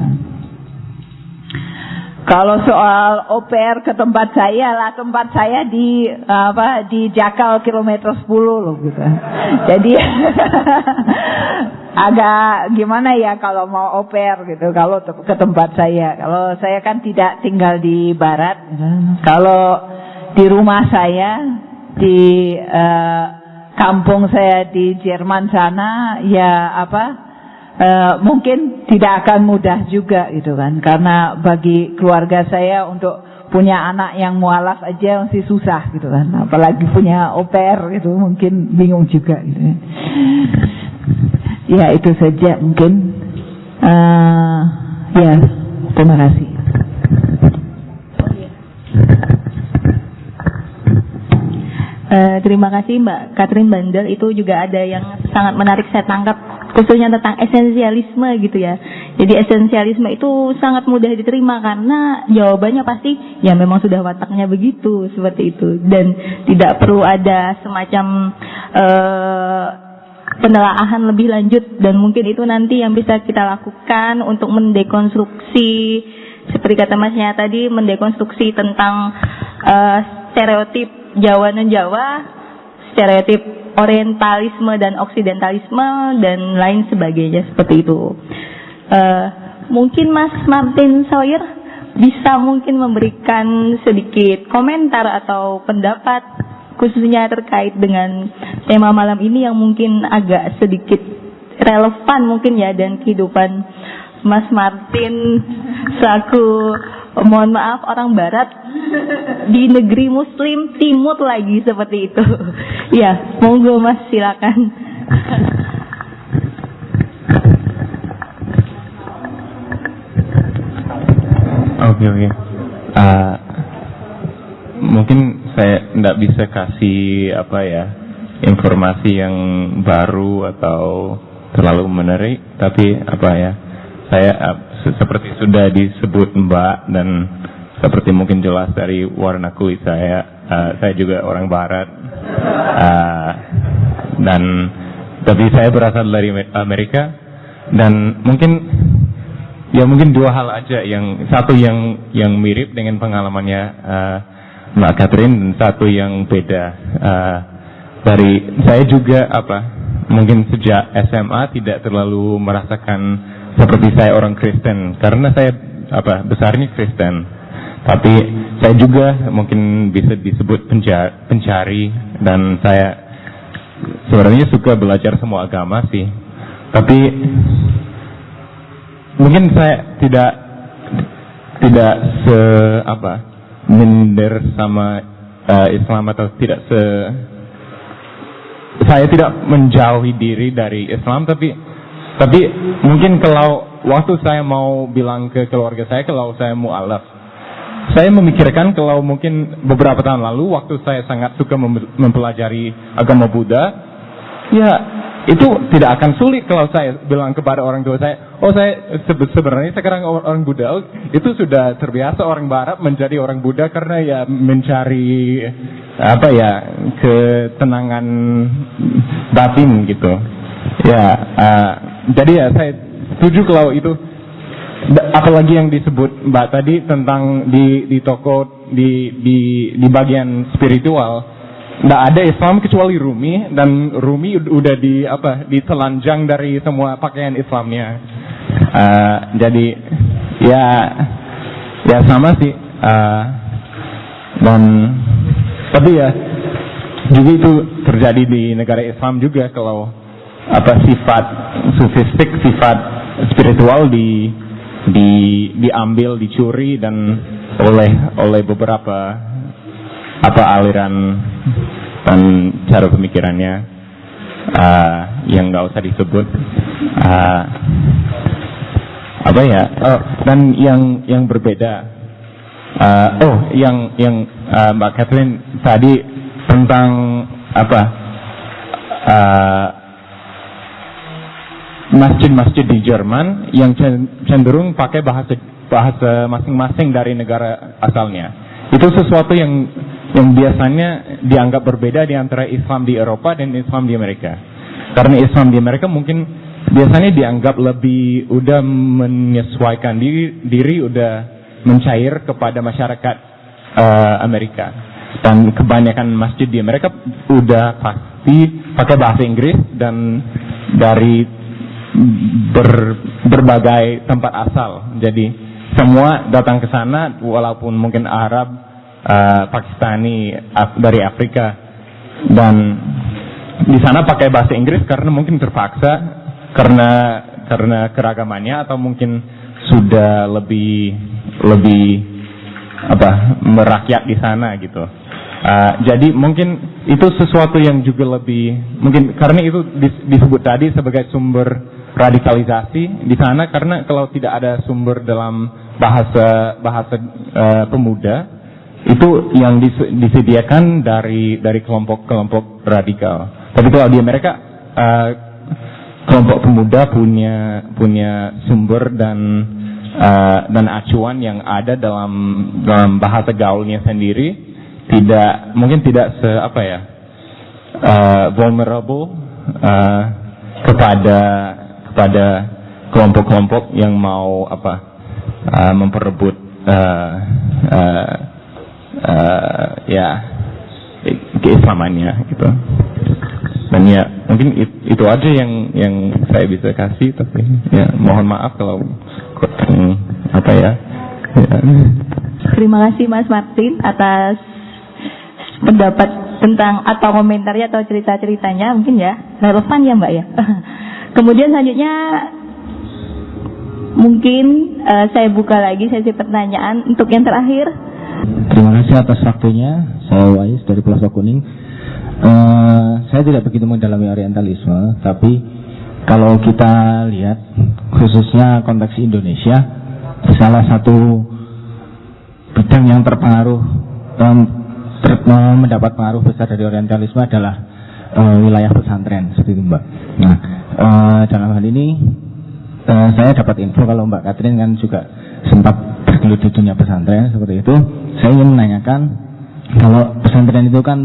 B: Kalau soal O P R ke tempat saya lah, tempat saya di apa di Jakal kilometer sepuluh loh gitu. Jadi agak gimana ya kalau mau O P R gitu kalau ke tempat saya. Kalau saya kan tidak tinggal di barat gitu. Kalau di rumah saya di uh, kampung saya di Jerman sana ya apa Uh, mungkin tidak akan mudah juga gitu kan, karena bagi keluarga saya untuk punya anak yang mualaf aja masih susah gitu kan, apalagi punya O P R gitu mungkin bingung juga gitu. Ya itu saja mungkin. Uh, ya terima kasih.
A: Uh, terima kasih Mbak Katrin Bandel. Itu juga ada yang sangat menarik saya tangkap, khususnya tentang esensialisme gitu ya. Jadi esensialisme itu sangat mudah diterima karena jawabannya pasti ya memang sudah wataknya begitu, seperti itu, dan tidak perlu ada semacam uh, penelaahan lebih lanjut. Dan mungkin itu nanti yang bisa kita lakukan untuk mendekonstruksi, seperti kata Masnya tadi, mendekonstruksi tentang uh, stereotip Jawa dan Jawa, stereotip orientalisme dan oksidentalisme dan lain sebagainya, seperti itu. Uh, mungkin Mas Martin Sawyer bisa mungkin memberikan sedikit komentar atau pendapat khususnya terkait dengan tema malam ini yang mungkin agak sedikit relevan mungkin ya, dan kehidupan Mas Martin selaku, mohon maaf, orang barat di negeri muslim timur lagi seperti itu. Ya, monggo Mas, silakan.
E: Oke okay, oke. Okay. Uh, mungkin saya tidak bisa kasih apa ya informasi yang baru atau terlalu menarik, tapi apa ya, saya uh, seperti sudah disebut Mbak, dan seperti mungkin jelas dari warna kulit saya, uh, saya juga orang Barat, uh, dan tapi saya berasal dari Amerika, dan mungkin ya mungkin dua hal aja, yang satu yang yang mirip dengan pengalamannya uh, Mbak Katrin, dan satu yang beda. Uh, dari saya juga apa, mungkin sejak S M A tidak terlalu merasakan seperti saya orang Kristen, karena saya apa besarnya Kristen, tapi saya juga mungkin bisa disebut penja- pencari, dan saya sebenarnya suka belajar semua agama sih, tapi mungkin saya tidak tidak se apa minder sama uh, Islam, atau tidak se saya tidak menjauhi diri dari Islam, tapi tapi mungkin kalau waktu saya mau bilang ke keluarga saya kalau saya mu'alaf, saya memikirkan kalau mungkin beberapa tahun lalu waktu saya sangat suka mempelajari agama Buddha, ya itu tidak akan sulit kalau saya bilang kepada orang tua saya, oh saya se- sebenarnya sekarang orang Buddha, oh, itu sudah terbiasa orang Barat menjadi orang Buddha karena ya mencari apa ya ketenangan batin gitu. Ya, uh, jadi ya saya setuju kalau itu. Apalagi yang disebut Mbak tadi tentang di di toko di di di bagian spiritual, nggak ada Islam kecuali Rumi, dan Rumi udah di apa ditelanjang dari semua pakaian Islamnya. Uh, jadi ya ya sama sih. Uh, dan tapi ya juga itu terjadi di negara Islam juga, kalau apa sifat sufistik, sifat spiritual di di diambil, dicuri dan oleh oleh beberapa apa aliran dan cara pemikirannya uh, yang nggak usah disebut uh, apa ya oh, dan yang yang berbeda uh, oh yang yang uh, Mbak Catherine tadi tentang apa uh, masjid-masjid di Jerman yang cenderung pakai bahasa bahasa masing-masing dari negara asalnya. Itu sesuatu yang yang biasanya dianggap berbeda di antara Islam di Eropa dan Islam di Amerika. Karena Islam di Amerika mungkin biasanya dianggap lebih udah menyesuaikan diri, diri udah mencair kepada masyarakat uh, Amerika. Dan kebanyakan masjid di Amerika udah pasti pakai bahasa Inggris dan dari Ber, berbagai tempat asal. Jadi semua datang ke sana walaupun mungkin Arab, uh, Pakistani, Af, dari Afrika, dan di sana pakai bahasa Inggris karena mungkin terpaksa karena karena keragamannya, atau mungkin sudah lebih lebih apa merakyat di sana gitu. Uh, jadi mungkin itu sesuatu yang juga lebih mungkin karena itu disebut tadi sebagai sumber radikalisasi di sana, karena kalau tidak ada sumber dalam bahasa bahasa uh, pemuda itu yang dis- disediakan dari dari kelompok-kelompok radikal. Tapi kalau di Amerika uh, kelompok pemuda punya punya sumber dan uh, dan acuan yang ada dalam dalam bahasa gaulnya sendiri, tidak mungkin tidak se apa ya uh, vulnerable uh, kepada kepada kelompok-kelompok yang mau apa uh, memperebut uh, uh, uh, ya keislamannya gitu. Dan ya mungkin it, itu aja yang yang saya bisa kasih, tapi ya mohon maaf kalau um, apa ya, ya.
A: Terima kasih Mas Martin atas pendapat tentang atau komentarnya atau cerita-ceritanya, mungkin ya relevan ya Mbak ya. Kemudian selanjutnya mungkin uh, saya buka lagi sesi pertanyaan untuk yang terakhir.
H: Terima kasih atas waktunya. Saya Wais dari Plaza Kuning. Uh, saya tidak begitu mendalami orientalisme, tapi kalau kita lihat khususnya konteks Indonesia, salah satu bidang yang terpengaruh um, ter, um, mendapat pengaruh besar dari orientalisme adalah uh, wilayah pesantren, seperti itu Mbak. Nah, uh, dalam hal ini uh, saya dapat info kalau Mbak Catherine kan juga sempat bergelut di dunia pesantren seperti itu. Saya ingin menanyakan, kalau pesantren itu kan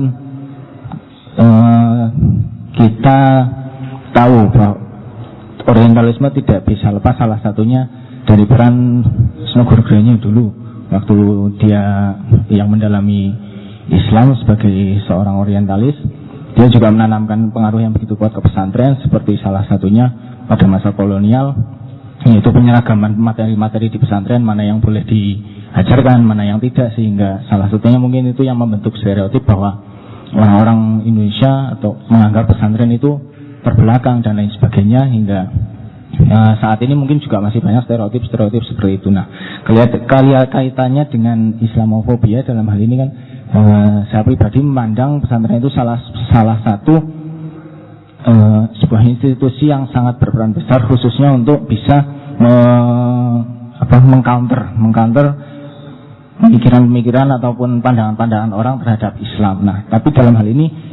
H: uh, kita tahu bahwa orientalisme tidak bisa lepas salah satunya dari peran Snogorgreni dulu waktu dia yang mendalami Islam sebagai seorang orientalis. Dia juga menanamkan pengaruh yang begitu kuat ke pesantren, seperti salah satunya pada masa kolonial, yaitu penyeragaman materi-materi di pesantren, mana yang boleh diajarkan, mana yang tidak, sehingga salah satunya mungkin itu yang membentuk stereotip bahwa orang-orang Indonesia atau menganggap pesantren itu terbelakang dan lain sebagainya, hingga uh, saat ini mungkin juga masih banyak stereotip-stereotip seperti itu. Nah, kalian kaitannya dengan Islamofobia dalam hal ini kan, uh, saya pribadi memandang pesantren itu salah salah satu uh, sebuah institusi yang sangat berperan besar, khususnya untuk bisa me, apa, mengcounter, mengcounter pemikiran-pemikiran ataupun pandangan-pandangan orang terhadap Islam. Nah, tapi dalam hal ini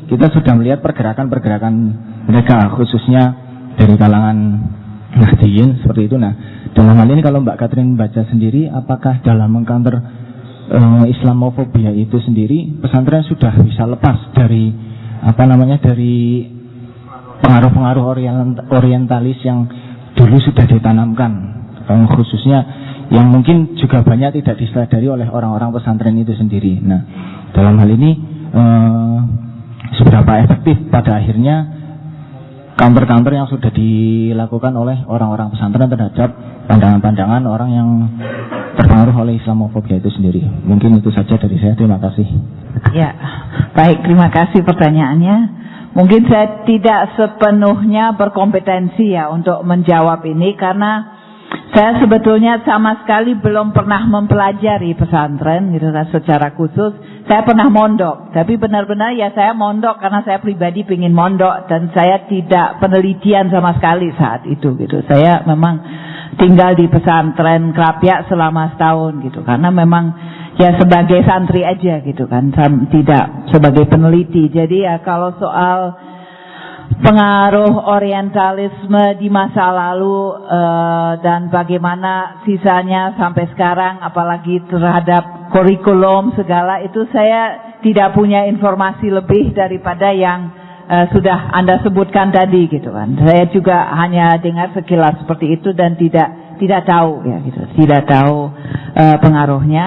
H: kita sudah melihat pergerakan-pergerakan mereka, khususnya dari kalangan Nahdiyin seperti itu. Nah, dalam hal ini kalau Mbak Catherine baca sendiri, apakah dalam mengcounter uh, Islamofobia itu sendiri pesantren sudah bisa lepas dari apa namanya dari pengaruh-pengaruh orient, orientalis yang dulu sudah ditanamkan, um, khususnya yang mungkin juga banyak tidak disadari oleh orang-orang pesantren itu sendiri. Nah, dalam hal ini uh, seberapa efektif pada akhirnya counter-counter yang sudah dilakukan oleh orang-orang pesantren terhadap pandangan-pandangan orang yang terpengaruh oleh Islamofobia itu sendiri. Mungkin itu saja dari saya. Terima kasih.
B: Ya, baik, terima kasih pertanyaannya. Mungkin saya tidak sepenuhnya berkompetensi ya untuk menjawab ini, karena saya sebetulnya sama sekali belum pernah mempelajari pesantren gitu kan secara khusus. Saya pernah mondok, tapi benar-benar ya saya mondok karena saya pribadi ingin mondok, dan saya tidak penelitian sama sekali saat itu gitu. Saya memang tinggal di pesantren Krapyak selama setahun gitu, karena memang ya sebagai santri aja gitu kan, tidak sebagai peneliti. Jadi ya kalau soal pengaruh orientalisme di masa lalu uh, dan bagaimana sisanya sampai sekarang, apalagi terhadap kurikulum segala itu, saya tidak punya informasi lebih daripada yang uh, sudah Anda sebutkan tadi gitu kan. Saya juga hanya dengar sekilas seperti itu dan tidak tidak tahu ya gitu, tidak tahu uh, pengaruhnya.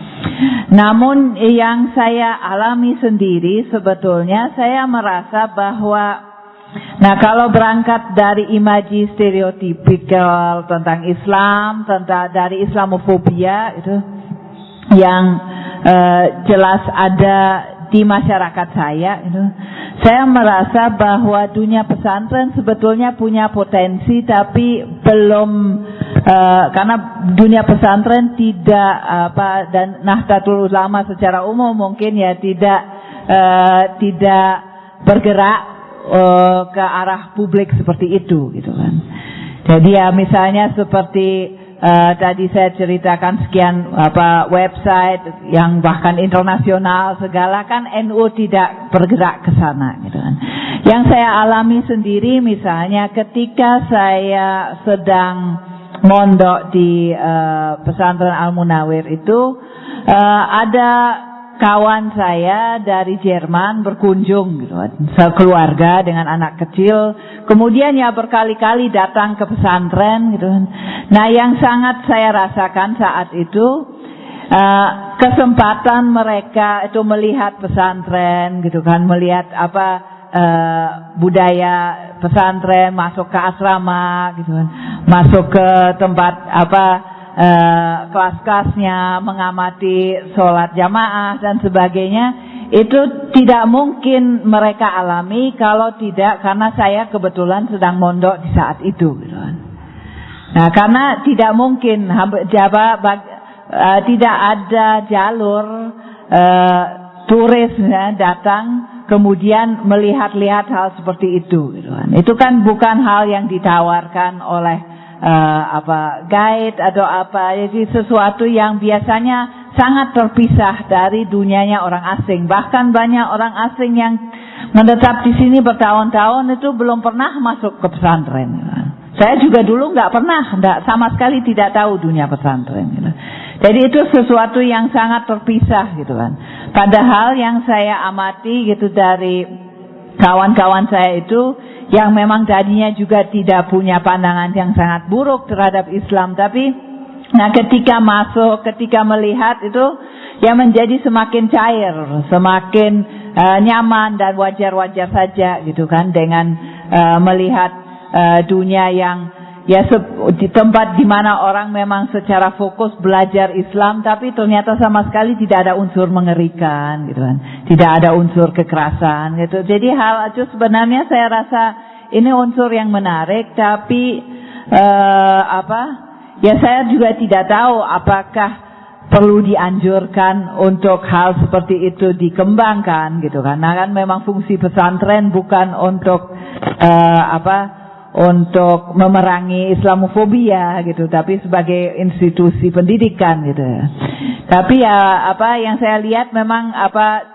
B: Namun yang saya alami sendiri sebetulnya, saya merasa bahwa nah, kalau berangkat dari imaji stereotipikal tentang Islam, tentang dari Islamofobia itu yang uh, jelas ada di masyarakat saya itu, saya merasa bahwa dunia pesantren sebetulnya punya potensi, tapi belum uh, karena dunia pesantren tidak apa dan Nahdlatul Ulama secara umum mungkin ya tidak uh, tidak bergerak Uh, ke arah publik seperti itu gitu kan. Jadi ya misalnya seperti uh, tadi saya ceritakan sekian apa website yang bahkan internasional segala kan, N U tidak bergerak ke sana gitu kan. Yang saya alami sendiri misalnya ketika saya sedang mondok di uh, pesantren Al-Munawir itu uh, ada kawan saya dari Jerman berkunjung gitu, sekeluarga dengan anak kecil, kemudian ya berkali-kali datang ke pesantren gitu. Nah, yang sangat saya rasakan saat itu uh, kesempatan mereka itu melihat pesantren gitu kan, melihat apa uh, budaya pesantren, masuk ke asrama gitu kan, masuk ke tempat apa Uh, kelas-kelasnya, mengamati sholat jamaah dan sebagainya, itu tidak mungkin mereka alami kalau tidak karena saya kebetulan sedang mondok di saat itu gitu kan. Nah, karena tidak mungkin jaba, bag, uh, tidak ada jalur uh, turis ya, datang kemudian melihat-lihat hal seperti itu gitu kan. Itu kan bukan hal yang ditawarkan oleh Uh, apa guide atau apa, jadi sesuatu yang biasanya sangat terpisah dari dunianya orang asing. Bahkan banyak orang asing yang menetap di sini bertahun-tahun itu belum pernah masuk ke pesantren. Saya juga dulu nggak pernah, enggak, sama sekali tidak tahu dunia pesantren. Gitu. Jadi itu sesuatu yang sangat terpisah gitu kan. Padahal yang saya amati gitu dari kawan-kawan saya itu yang memang tadinya juga tidak punya pandangan yang sangat buruk terhadap Islam, tapi nah ketika masuk, ketika melihat itu ya menjadi semakin cair, semakin uh, nyaman dan wajar-wajar saja gitu kan, dengan uh, melihat uh, dunia yang ya di tempat di mana orang memang secara fokus belajar Islam, tapi ternyata sama sekali tidak ada unsur mengerikan gitu kan, tidak ada unsur kekerasan gitu. Jadi hal itu sebenarnya saya rasa ini unsur yang menarik, tapi uh, apa ya saya juga tidak tahu apakah perlu dianjurkan untuk hal seperti itu dikembangkan gitu kan. Nah, kan memang fungsi pesantren bukan untuk uh, apa untuk memerangi Islamofobia gitu, tapi sebagai institusi pendidikan gitu ya. Tapi ya apa yang saya lihat memang apa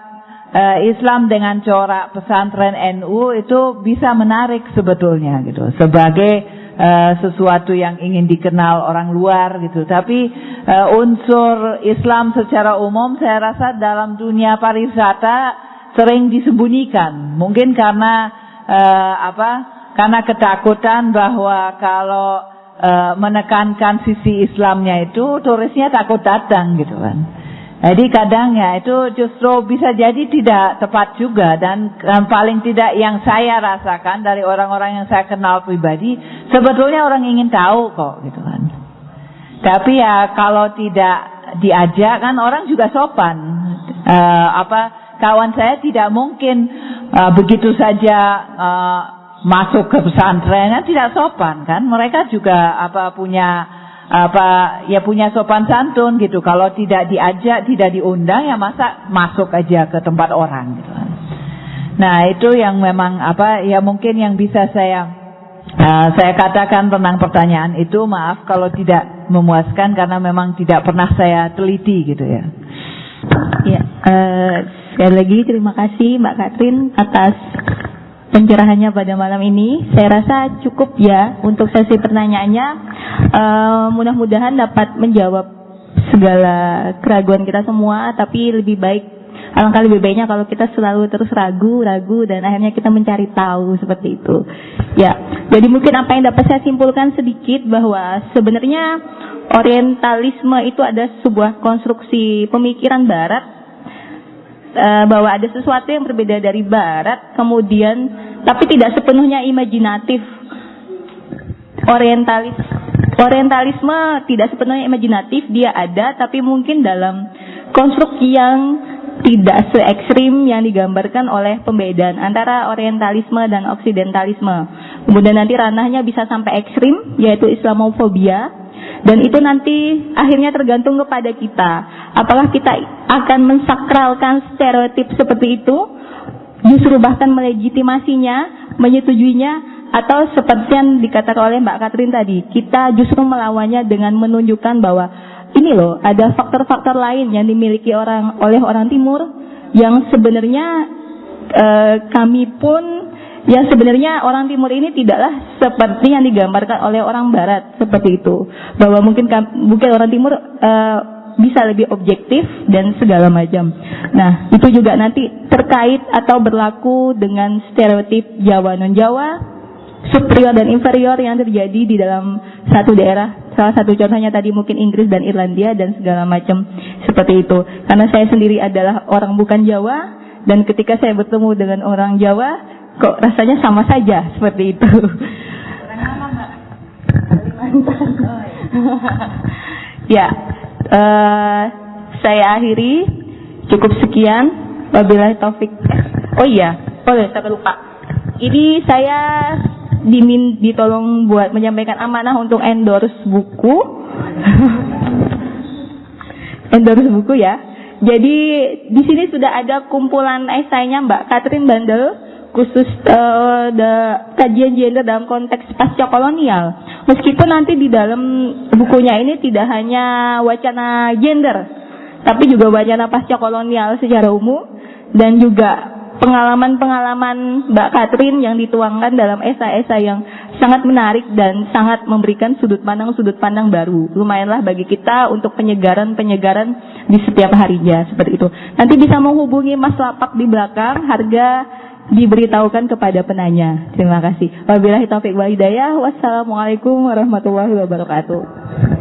B: uh, Islam dengan corak pesantren N U itu bisa menarik sebetulnya gitu, sebagai Uh, sesuatu yang ingin dikenal orang luar gitu. Tapi uh, unsur Islam secara umum saya rasa dalam dunia pariwisata sering disembunyikan. Mungkin karena uh, apa? Karena ketakutan bahwa kalau uh, menekankan sisi Islamnya itu turisnya takut datang gitu kan. Jadi kadang ya itu justru bisa jadi tidak tepat juga, dan um, paling tidak yang saya rasakan dari orang-orang yang saya kenal pribadi, sebetulnya orang ingin tahu kok gitu kan. Tapi ya kalau tidak diajak kan orang juga sopan. Uh, apa kawan saya tidak mungkin uh, begitu saja uh, masuk ke pesantrennya, tidak sopan kan. Mereka juga apa punya apa ya punya sopan santun gitu. Kalau tidak diajak, tidak diundang, ya masa masuk aja ke tempat orang gitu. Nah itu yang memang apa ya mungkin yang bisa saya uh, saya katakan tentang pertanyaan itu. Maaf kalau tidak memuaskan karena memang tidak pernah saya teliti gitu ya.
A: Ya, uh, sekali lagi terima kasih Mbak Katrin atas pencerahannya pada malam ini. Saya rasa cukup ya untuk sesi pertanyaannya. Uh, mudah-mudahan dapat menjawab segala keraguan kita semua. Tapi lebih baik, alangkah lebih baiknya kalau kita selalu terus ragu-ragu dan akhirnya kita mencari tahu seperti itu. Ya, jadi mungkin apa yang dapat saya simpulkan sedikit bahwa sebenarnya Orientalisme itu ada sebuah konstruksi pemikiran Barat, bahwa ada sesuatu yang berbeda dari Barat, kemudian tapi tidak sepenuhnya imajinatif. Orientalis, Orientalisme tidak sepenuhnya imajinatif, dia ada tapi mungkin dalam konstruksi yang tidak se ekstrim yang digambarkan oleh pembedaan antara Orientalisme dan Oksidentalisme. Kemudian nanti ranahnya bisa sampai ekstrim, yaitu Islamofobia. Dan itu nanti akhirnya tergantung kepada kita. Apakah kita akan mensakralkan stereotip seperti itu, justru bahkan melegitimasinya, menyetujuinya, atau seperti yang dikatakan oleh Mbak Katrin tadi, kita justru melawannya dengan menunjukkan bahwa ini loh, ada faktor-faktor lain yang dimiliki orang oleh orang Timur yang sebenarnya eh, kami pun, yang sebenarnya orang Timur ini tidaklah seperti yang digambarkan oleh orang Barat seperti itu, bahwa mungkin mungkin orang Timur uh, bisa lebih objektif dan segala macam. Nah itu juga nanti terkait atau berlaku dengan stereotip Jawa non Jawa, superior dan inferior yang terjadi di dalam satu daerah. Salah satu contohnya tadi mungkin Inggris dan Irlandia dan segala macam seperti itu. Karena saya sendiri adalah orang bukan Jawa, dan ketika saya bertemu dengan orang Jawa, kok rasanya sama saja seperti itu. Ya, uh, saya akhiri cukup sekian. Wabillahi taufik. Oh iya, boleh saya lupa. Ini saya dimin ditolong buat menyampaikan amanah untuk endorse buku. Endorse buku ya. Jadi di sini sudah ada kumpulan esainya Mbak Katrin Bandel, khusus uh, the, kajian gender dalam konteks pasca kolonial. Meskipun nanti di dalam bukunya ini tidak hanya wacana gender, tapi juga wacana pasca kolonial secara umum, dan juga pengalaman-pengalaman Mbak Katrin yang dituangkan dalam esai-esai yang sangat menarik dan sangat memberikan sudut pandang-sudut pandang baru. Lumayanlah bagi kita untuk penyegaran-penyegaran di setiap harinya seperti itu. Nanti bisa menghubungi Mas Lapak di belakang, harga diberitahukan kepada penanya. Terima kasih. Wabillahi taufiq wal hidayah. Wassalamualaikum warahmatullahi wabarakatuh.